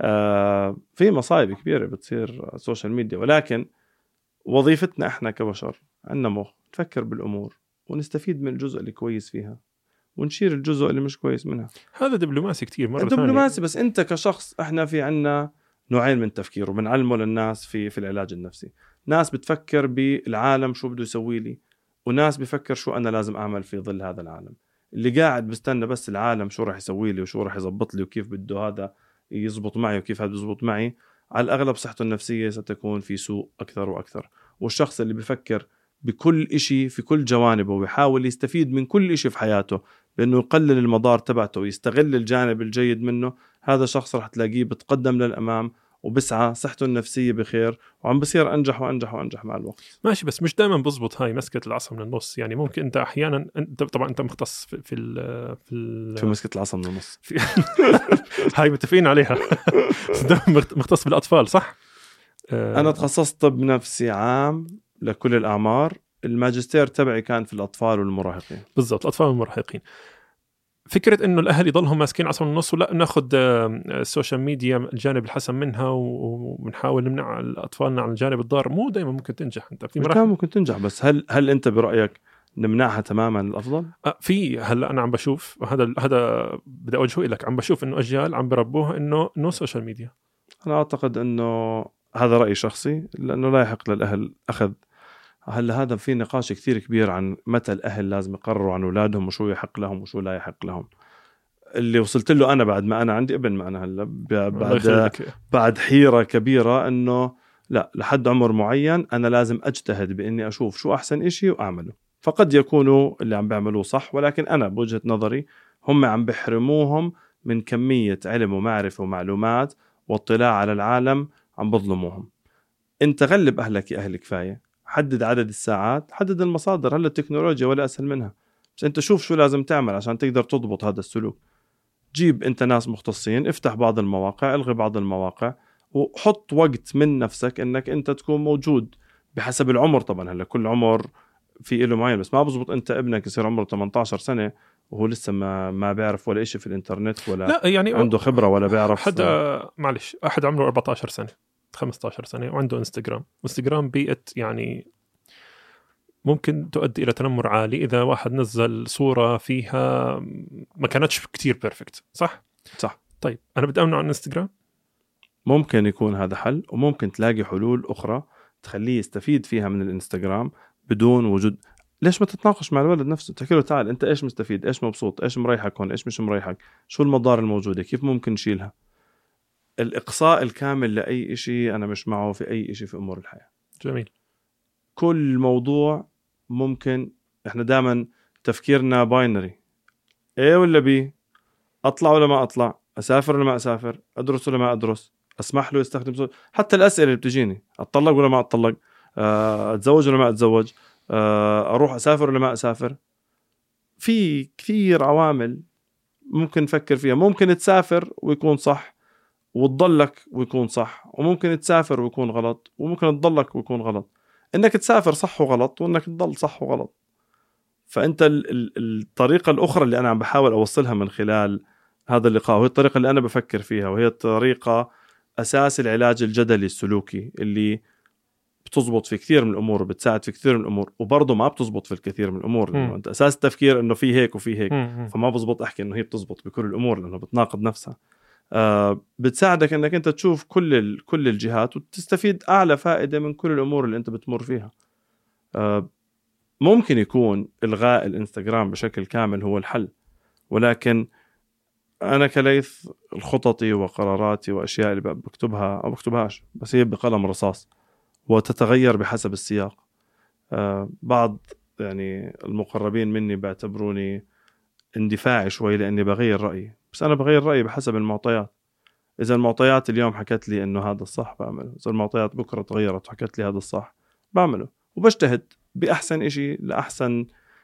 آه في مصايب كبيرة بتصير على السوشيال ميديا. ولكن وظيفتنا احنا كبشر عندنا مخ نفكر بالأمور ونستفيد من الجزء اللي كويس فيها ونشير الجزء اللي مش كويس منها. هذا دبلوماسي كتير مرة دبلوماسي ثانية. بس انت كشخص، احنا في عنا نوعين من التفكير وبنعلمه للناس في في العلاج النفسي. ناس بتفكر بالعالم شو بده يسوي لي، وناس بفكر شو انا لازم اعمل في ظل هذا العالم. اللي قاعد بستنى بس العالم شو راح يسوي لي وشو راح يزبط لي وكيف بده هذا يزبط معي وكيف هذا يزبط معي، على الأغلب صحته النفسية ستكون في سوء أكثر وأكثر. والشخص اللي بفكر بكل إشي في كل جوانبه ويحاول يستفيد من كل إشي في حياته بأنه يقلل المضار تبعته ويستغل الجانب الجيد منه، هذا شخص راح تلاقيه بتقدم للأمام وبسعى، صحته النفسية بخير، وعم بصير أنجح وأنجح وأنجح مع الوقت. ماشي، بس مش دائما بزبط هاي مسكة العصا من النص. يعني ممكن أنت أحيانا أنت طبعا أنت مختص في في ال في, ال في مسكة العصا من النص في هاي متفقين عليها. مختص بالأطفال صح؟ أنا تخصصت طب نفسي عام لكل الأعمار. الماجستير تبعي كان في الأطفال والمراهقين. بالضبط، الأطفال والمراهقين. فكرة إنه الأهل يضلهم ماسكين عصا من النص ولا ناخد السوشيال ميديا الجانب الحسن منها ونحاول نمنع أطفالنا عن الجانب الضار، مو دايما ممكن تنجح. أنت في مراحل ممكن تنجح، بس هل هل أنت برأيك نمنعها تماما الأفضل؟ أه في هلا أنا عم بشوف هذا هذا بدي أوجهه لك، عم بشوف إنه أجيال عم بربوها إنه نو سوشيال ميديا. أنا أعتقد إنه هذا رأي شخصي، لأنه لا يحق للأهل أخذ. هلا هذا في نقاش كثير كبير عن متى الأهل لازم يقرروا عن أولادهم وشو يحق لهم وشو لا يحق لهم. اللي وصلت له أنا بعد ما أنا عندي ابن معنا هلا بعد بعد حيرة كبيرة إنه لا، لحد عمر معين أنا لازم أجتهد بإني أشوف شو أحسن إشي وأعمله. فقد يكونوا اللي عم بيعملوه صح، ولكن أنا بوجهة نظري هم عم بحرموهم من كمية علم ومعرفة ومعلومات واطلاع على العالم، عم بظلموهم. أنت غلب أهلك يا أهل كفاية، حدد عدد الساعات، حدد المصادر. هلا التكنولوجيا ولا أسهل منها، بس أنت شوف شو لازم تعمل عشان تقدر تضبط هذا السلوك. جيب أنت ناس مختصين، افتح بعض المواقع، الغي بعض المواقع، وحط وقت من نفسك إنك أنت تكون موجود بحسب العمر. طبعا هلا كل عمر في إله معين، بس ما بزبط أنت ابنك يصير عمره ثمانية عشر سنة وهو لسه ما ما بيعرف ولا إشي في الإنترنت ولا لا يعني عنده خبرة ولا بيعرف. حدا معلش أحد عمره أربعة عشر سنة خمسة عشر سنة وعنده إنستغرام، إنستغرام بيئة يعني ممكن تؤدي إلى تنمر عالي إذا واحد نزل صورة فيها ما كانتش كتير بيرفكت. صح؟ صح. طيب أنا بدي أمنع عن إنستغرام؟ ممكن يكون هذا حل، وممكن تلاقي حلول أخرى تخليه يستفيد فيها من الإنستغرام بدون وجود. ليش ما تتناقش مع الولد نفسه، تحكي له تعال انت ايش مستفيد، ايش مبسوط، ايش مريحك هون، ايش مش مريحك، شو المضار الموجوده، كيف ممكن نشيلها. الاقصاء الكامل لاي شيء انا مش معه في اي شيء في امور الحياه. جميل. كل موضوع ممكن، احنا دائما تفكيرنا باينري، ايه ولا بي، اطلع ولا ما اطلع، اسافر ولا ما اسافر، ادرس ولا ما ادرس، اسمح له يستخدم زوج. حتى الاسئله اللي بتجيني، اطلق ولا ما اطلق، اتزوج ولا ما اتزوج، اروح اسافر ولا ما اسافر. في كثير عوامل ممكن نفكر فيها. ممكن تسافر ويكون صح وتضلك ويكون صح، وممكن تسافر ويكون غلط، وممكن تضلك ويكون غلط. انك تسافر صح وغلط، وانك تضل صح وغلط. فانت الطريقه الاخرى اللي انا عم بحاول اوصلها من خلال هذا اللقاء، وهي الطريقه اللي انا بفكر فيها، وهي الطريقه اساس العلاج الجدلي السلوكي اللي بتزبط في كثير من الامور وبتساعد في كثير من الامور، وبرضه ما بتزبط في الكثير من الامور، لانه انت اساس التفكير انه في هيك وفي هيك، م- م. فما بزبط احكي انه هي بتزبط بكل الامور لانه بتناقض نفسها. آه بتساعدك انك انت تشوف كل ال... كل الجهات وتستفيد اعلى فائده من كل الامور اللي انت بتمر فيها. آه ممكن يكون الغاء الانستغرام بشكل كامل هو الحل، ولكن انا كليث الخططي وقراراتي واشياء اللي بكتبها او بكتبهاش، بس هي بقلم رصاص وتتغير بحسب السياق. آه بعض يعني المقربين مني بيعتبروني اندفاعي شوي لاني بغير رايي، بس انا بغير رايي بحسب المعطيات. اذا المعطيات اليوم حكت لي انه هذا الصح بعمله، اذا المعطيات بكره تغيرت وحكت لي هذا الصح بعمله، وبجتهد باحسن إشي لاحسن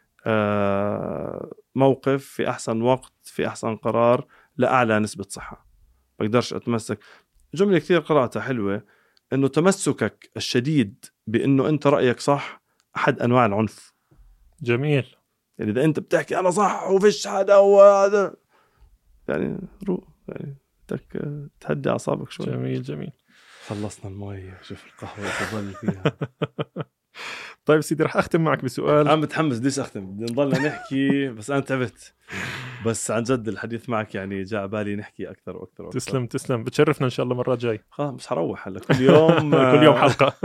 آه موقف في احسن وقت في احسن قرار لاعلى نسبه صحه. بقدرش اتمسك. جمله كثير قراتها حلوه، انه تمسكك الشديد بانه انت رايك صح احد انواع العنف. جميل. يعني اذا انت بتحكي انا صح وفيش حدا وهذا، يعني روح يعني بدك تهدي اعصابك شوي. جميل جميل. خلصنا المي، شوف القهوه تظل فيها. طيب سيدي رح اختم معك بسؤال. انا متحمس، بديش اختم، بدنا نضلنا نحكي بس انا تعبت. بس عن جد الحديث معك يعني جاء بالي نحكي اكثر واكثر واكثر. تسلم تسلم، بتشرفنا ان شاء الله مرة جاي. خلاص مش هروح هلا كل يوم كل يوم حلقة.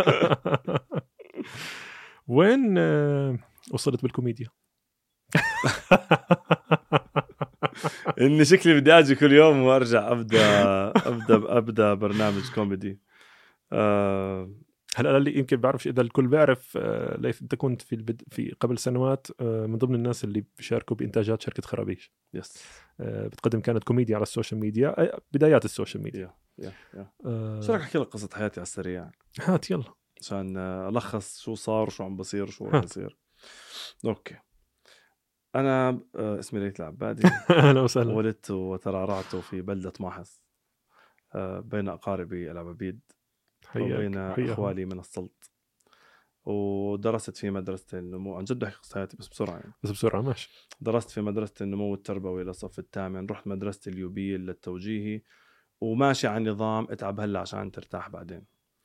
وين وصلت بالكوميديا؟ اني شكلي بدي اجي كل يوم وارجع ابدا ابدا ابدا برنامج كوميدي. أه هلا اللي يمكن بعرفش اذا الكل بيعرف، ليث انت كنت في البد... في قبل سنوات من ضمن الناس اللي بيشاركوا بانتاجات شركه خرابيش. يس. بتقدم كانت كوميديا على السوشيال ميديا، بدايات السوشيال ميديا. يا يا يا شو راح احكي لك قصه حياتي على السريع؟ هات يلا عشان الخص شو صار وشو عم بصير وشو راح يصير. اوكي. انا اسمي ليث العبادي. اهلا وسهلا. ولدت وترعرعت في بلده ماحس بين اقاربي العبابيد وبين اخوالي من السلط، ودرست في مدرسة النمو. عن جد احكي قصة حياتي بس بسرعة يعني. بس بسرعة ماشي. درست في مدرسة النمو التربوي للصف الثامن، رحت مدرسة اليوبيل للتوجيهي، وماشي على نظام اتعب هلا عشان ترتاح بعدين.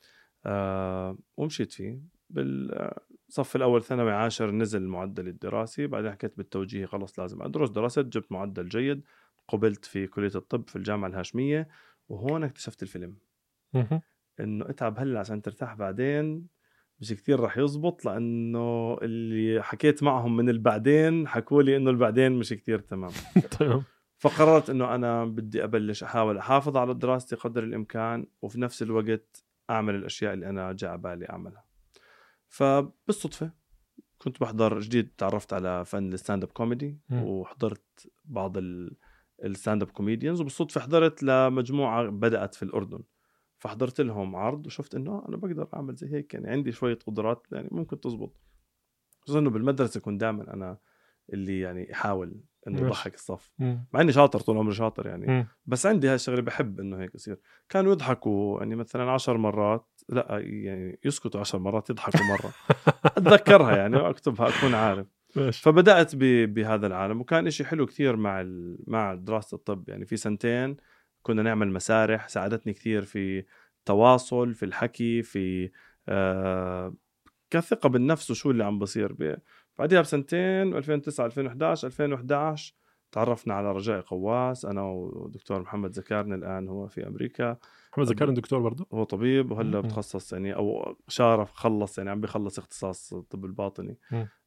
آه ومشيت فيه. بالصف الأول ثانوي عاشر نزل معدل الدراسي، بعدين حكيت بالتوجيهي خلص لازم أدرس، درست جبت معدل جيد، قبلت في كلية الطب في الجامعة الهاشمية. وهون اكتشفت الفيلم إنه اتعب هلا عشان ترتاح بعدين مش كتير رح يزبط، لأنه اللي حكيت معهم من البعدين حكوا لي إنه البعدين مش كتير تمام. تمام. فقررت إنه أنا بدي أبلش أحاول أحافظ على دراستي قدر الإمكان، وفي نفس الوقت أعمل الأشياء اللي أنا جاء بالي أعملها. فبالصدفة كنت بحضر جديد، تعرفت على فن الستاند اب كوميدي، وحضرت بعض الستاند اب كوميديانز، وبالصدفة حضرت لمجموعة بدأت في الأردن، فحضرت لهم عرض وشفت انه انا بقدر اعمل زي هيك، يعني عندي شويه قدرات يعني ممكن تزبط. خصوصا انه بالمدرسه كنت دائما انا اللي يعني احاول انه يضحك الصف، مع اني شاطر طول عمري شاطر يعني م. بس عندي هاي الشغله بحب انه هيك يصير. كانوا يضحكوا يعني مثلا عشر مرات، لا يعني يسكتوا عشر مرات يضحكوا مره. اتذكرها يعني واكتبها اكون عارف. فبدات بهذا العالم، وكان إشي حلو كثير مع مع دراسه الطب. يعني في سنتين كنا نعمل مسارح، ساعدتني كثير في تواصل، في الحكي، في آه كثقة بالنفس وشو اللي عم بصير. بعدها بسنتين ألفين وتسعة ألفين وإحدى عشر ألفين وإحدى عشر تعرفنا على رجاء قواس، أنا ودكتور محمد زكارني، الآن هو في أمريكا. محمد زكارني دكتور برضه، هو طبيب وهلا بتخصص يعني أو شارف خلص يعني عم بيخلص اختصاص الطب الباطني.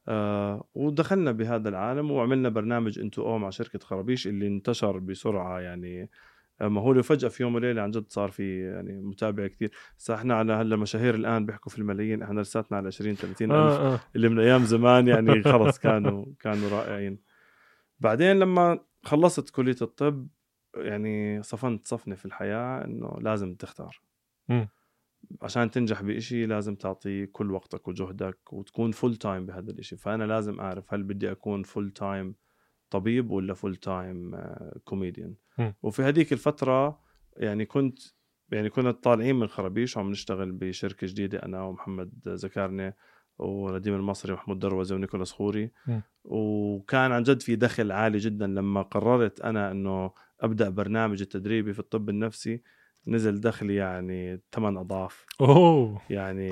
آه ودخلنا بهذا العالم وعملنا برنامج انتو او مع شركة خرابيش اللي انتشر بسرعة يعني مهولة. وفجأة في يوم وليلة عن جد صار في يعني متابع كثير. احنا على هلا مشاهير الآن بيحكوا في الملايين، احنا لساتنا على عشرين ثلاثين ألف آه آه. اللي من أيام زمان يعني خلص كانوا كانوا رائعين. بعدين لما خلصت كلية الطب يعني صفنت صفنة في الحياة إنه لازم تختار. م. عشان تنجح بإشي لازم تعطي كل وقتك وجهدك وتكون فول تايم بهذا الإشي. فأنا لازم أعرف هل بدي أكون فول تايم طبيب ولا فول تايم كوميديان. وفي هذيك الفترة يعني كنت يعني كنا طالعين من خرابيش وعم نشتغل بشركة جديدة أنا ومحمد زكارني ونديم المصري ومحمود دروزة ونيكولاس خوري. م. وكان عن جد في دخل عالي جدا. لما قررت أنا أنه أبدأ برنامج التدريبي في الطب النفسي نزل دخلي يعني ثمان أضعاف. أوه. يعني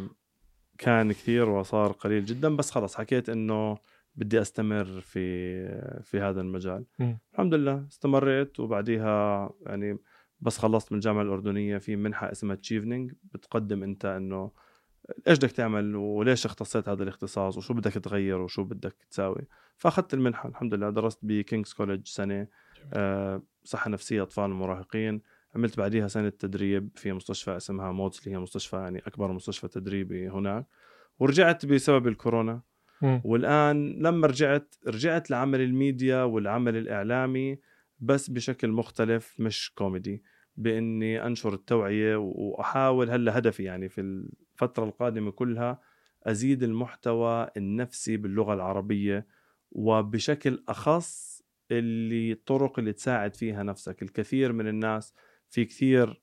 كان كثير وصار قليل جدا. بس خلص حكيت أنه بدي أستمر في في هذا المجال. م. الحمد لله استمريت. وبعديها يعني بس خلصت من الجامعة الأردنية في منحة اسمها تشيفنينج بتقدم أنت أنه إيش بدك تعمل وليش اختصيت هذا الاختصاص وشو بدك تغير وشو بدك تساوي. فأخذت المنحة الحمد لله. درست بكينغز كوليدج سنة آه صحة نفسية أطفال ومراهقين. عملت بعديها سنة تدريب في مستشفى اسمها مودسلي، هي مستشفى يعني أكبر مستشفى تدريبي هناك. ورجعت بسبب الكورونا. م. والآن لما رجعت رجعت لعمل الميديا والعمل الإعلامي بس بشكل مختلف مش كوميدي، بإني أنشر التوعية وأحاول هلا هدفي يعني في الفترة القادمة كلها أزيد المحتوى النفسي باللغة العربية وبشكل أخص اللي طرق اللي تساعد فيها نفسك. الكثير من الناس في كثير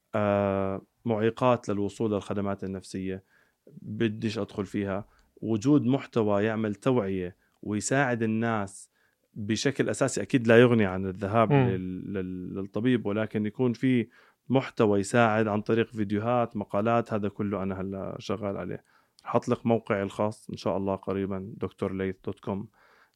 آه معيقات للوصول للخدمات النفسية بديش أدخل فيها. وجود محتوى يعمل توعية ويساعد الناس بشكل أساسي أكيد لا يغني عن الذهاب لل... لل... للطبيب، ولكن يكون في محتوى يساعد عن طريق فيديوهات مقالات. هذا كله أنا هلا شغال عليه. رح أطلق موقعي الخاص إن شاء الله قريبا دكتور ليث دوت كوم.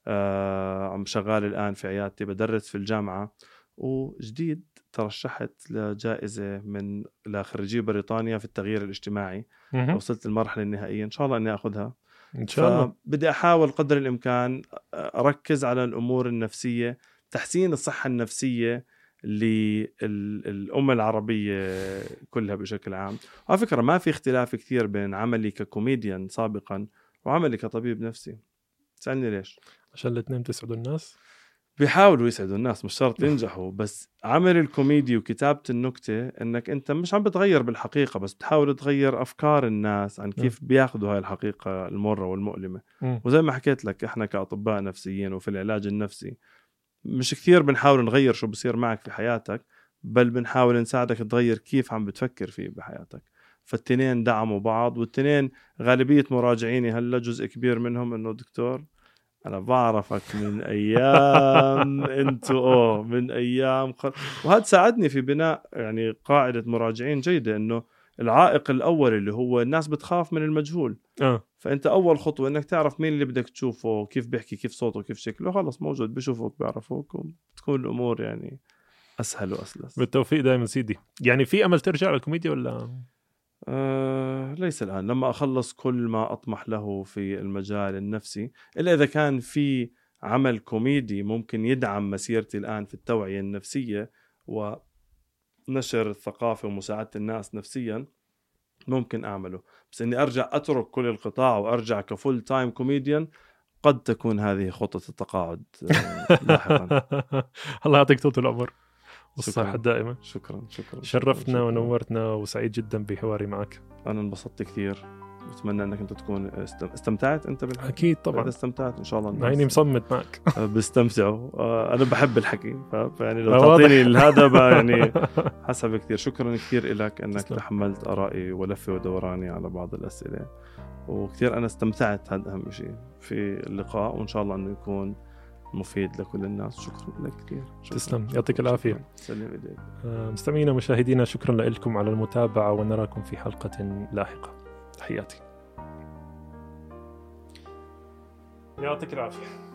آه عم شغال الآن في عيادتي بدرس في الجامعة. وجديد ترشحت لجائزة من لخريجي بريطانيا في التغيير الاجتماعي. وصلت المرحلة النهائية إن شاء الله أني أخذها إن شاء الله. بدي أحاول قدر الإمكان أركز على الأمور النفسية، تحسين الصحة النفسية للأمة العربية كلها بشكل عام. على فكرة ما في اختلاف كثير بين عملي ككوميديان سابقا وعملي كطبيب نفسي. سألني ليش؟ عشان الاثنين تسعدوا الناس. بيحاولوا يسعدوا الناس مش شرط ينجحوا. بس عمل الكوميدي وكتابة النكتة انك انت مش عم بتغير بالحقيقة بس بتحاول تغير افكار الناس عن كيف بياخدوا هاي الحقيقة المرة والمؤلمة. م. وزي ما حكيت لك احنا كأطباء نفسيين وفي العلاج النفسي مش كثير بنحاول نغير شو بصير معك في حياتك، بل بنحاول نساعدك تغير كيف عم بتفكر فيه بحياتك. فالتنين دعموا بعض. والتنين غالبية مراجعيني هلا جزء كبير منهم انه دكتور أنا بعرفك من أيام أنتو أوه من أيام خل... وهذا ساعدني في بناء يعني قاعدة مراجعين جيدة. إنه العائق الأول اللي هو الناس بتخاف من المجهول. آه. فأنت أول خطوة إنك تعرف مين اللي بدك تشوفه، كيف بيحكي، كيف صوته، كيف شكله. خلص موجود بيشوفوك بيعرفوك وتكون الأمور يعني أسهل وأسلس. بالتوفيق دائما سيدي. يعني في أمل ترجع للكوميديا ولا؟ أه ليس الآن. لما أخلص كل ما أطمح له في المجال النفسي، إلا إذا كان في عمل كوميدي ممكن يدعم مسيرتي الآن في التوعية النفسية ونشر الثقافة ومساعدة الناس نفسيا ممكن أعمله. بس إني أرجع أترك كل القطاع وأرجع كفول تايم كوميديان قد تكون هذه خطة التقاعد لاحقا. الله يعطيك طول العمر والصحة دائما. شكرا شكرا. شرفتنا شكرا. ونورتنا وسعيد جدا بحواري معك. أنا انبسطت كثير. أتمنى أنك أنت تكون استمتعت أنت بالحكي. أكيد طبعا. إذا استمتعت إن شاء الله عيني مصمت معك. بستمتعوا. أنا بحب الحكي يعني لو تعطيني هذا يعني حسب كثير. شكرا كثير لك أنك تسلم. تحملت آرائي ولفي ودوراني على بعض الأسئلة وكثير أنا استمتعت. هذا أهم شيء في اللقاء وإن شاء الله أنه يكون مفيد لكل الناس. شكرا لك كثير. تسلم يعطيك العافية. سلم إيديك. مستمعينا ومشاهدينا شكرا لكم على المتابعة ونراكم في حلقة لاحقة. تحياتي. يعطيك العافية.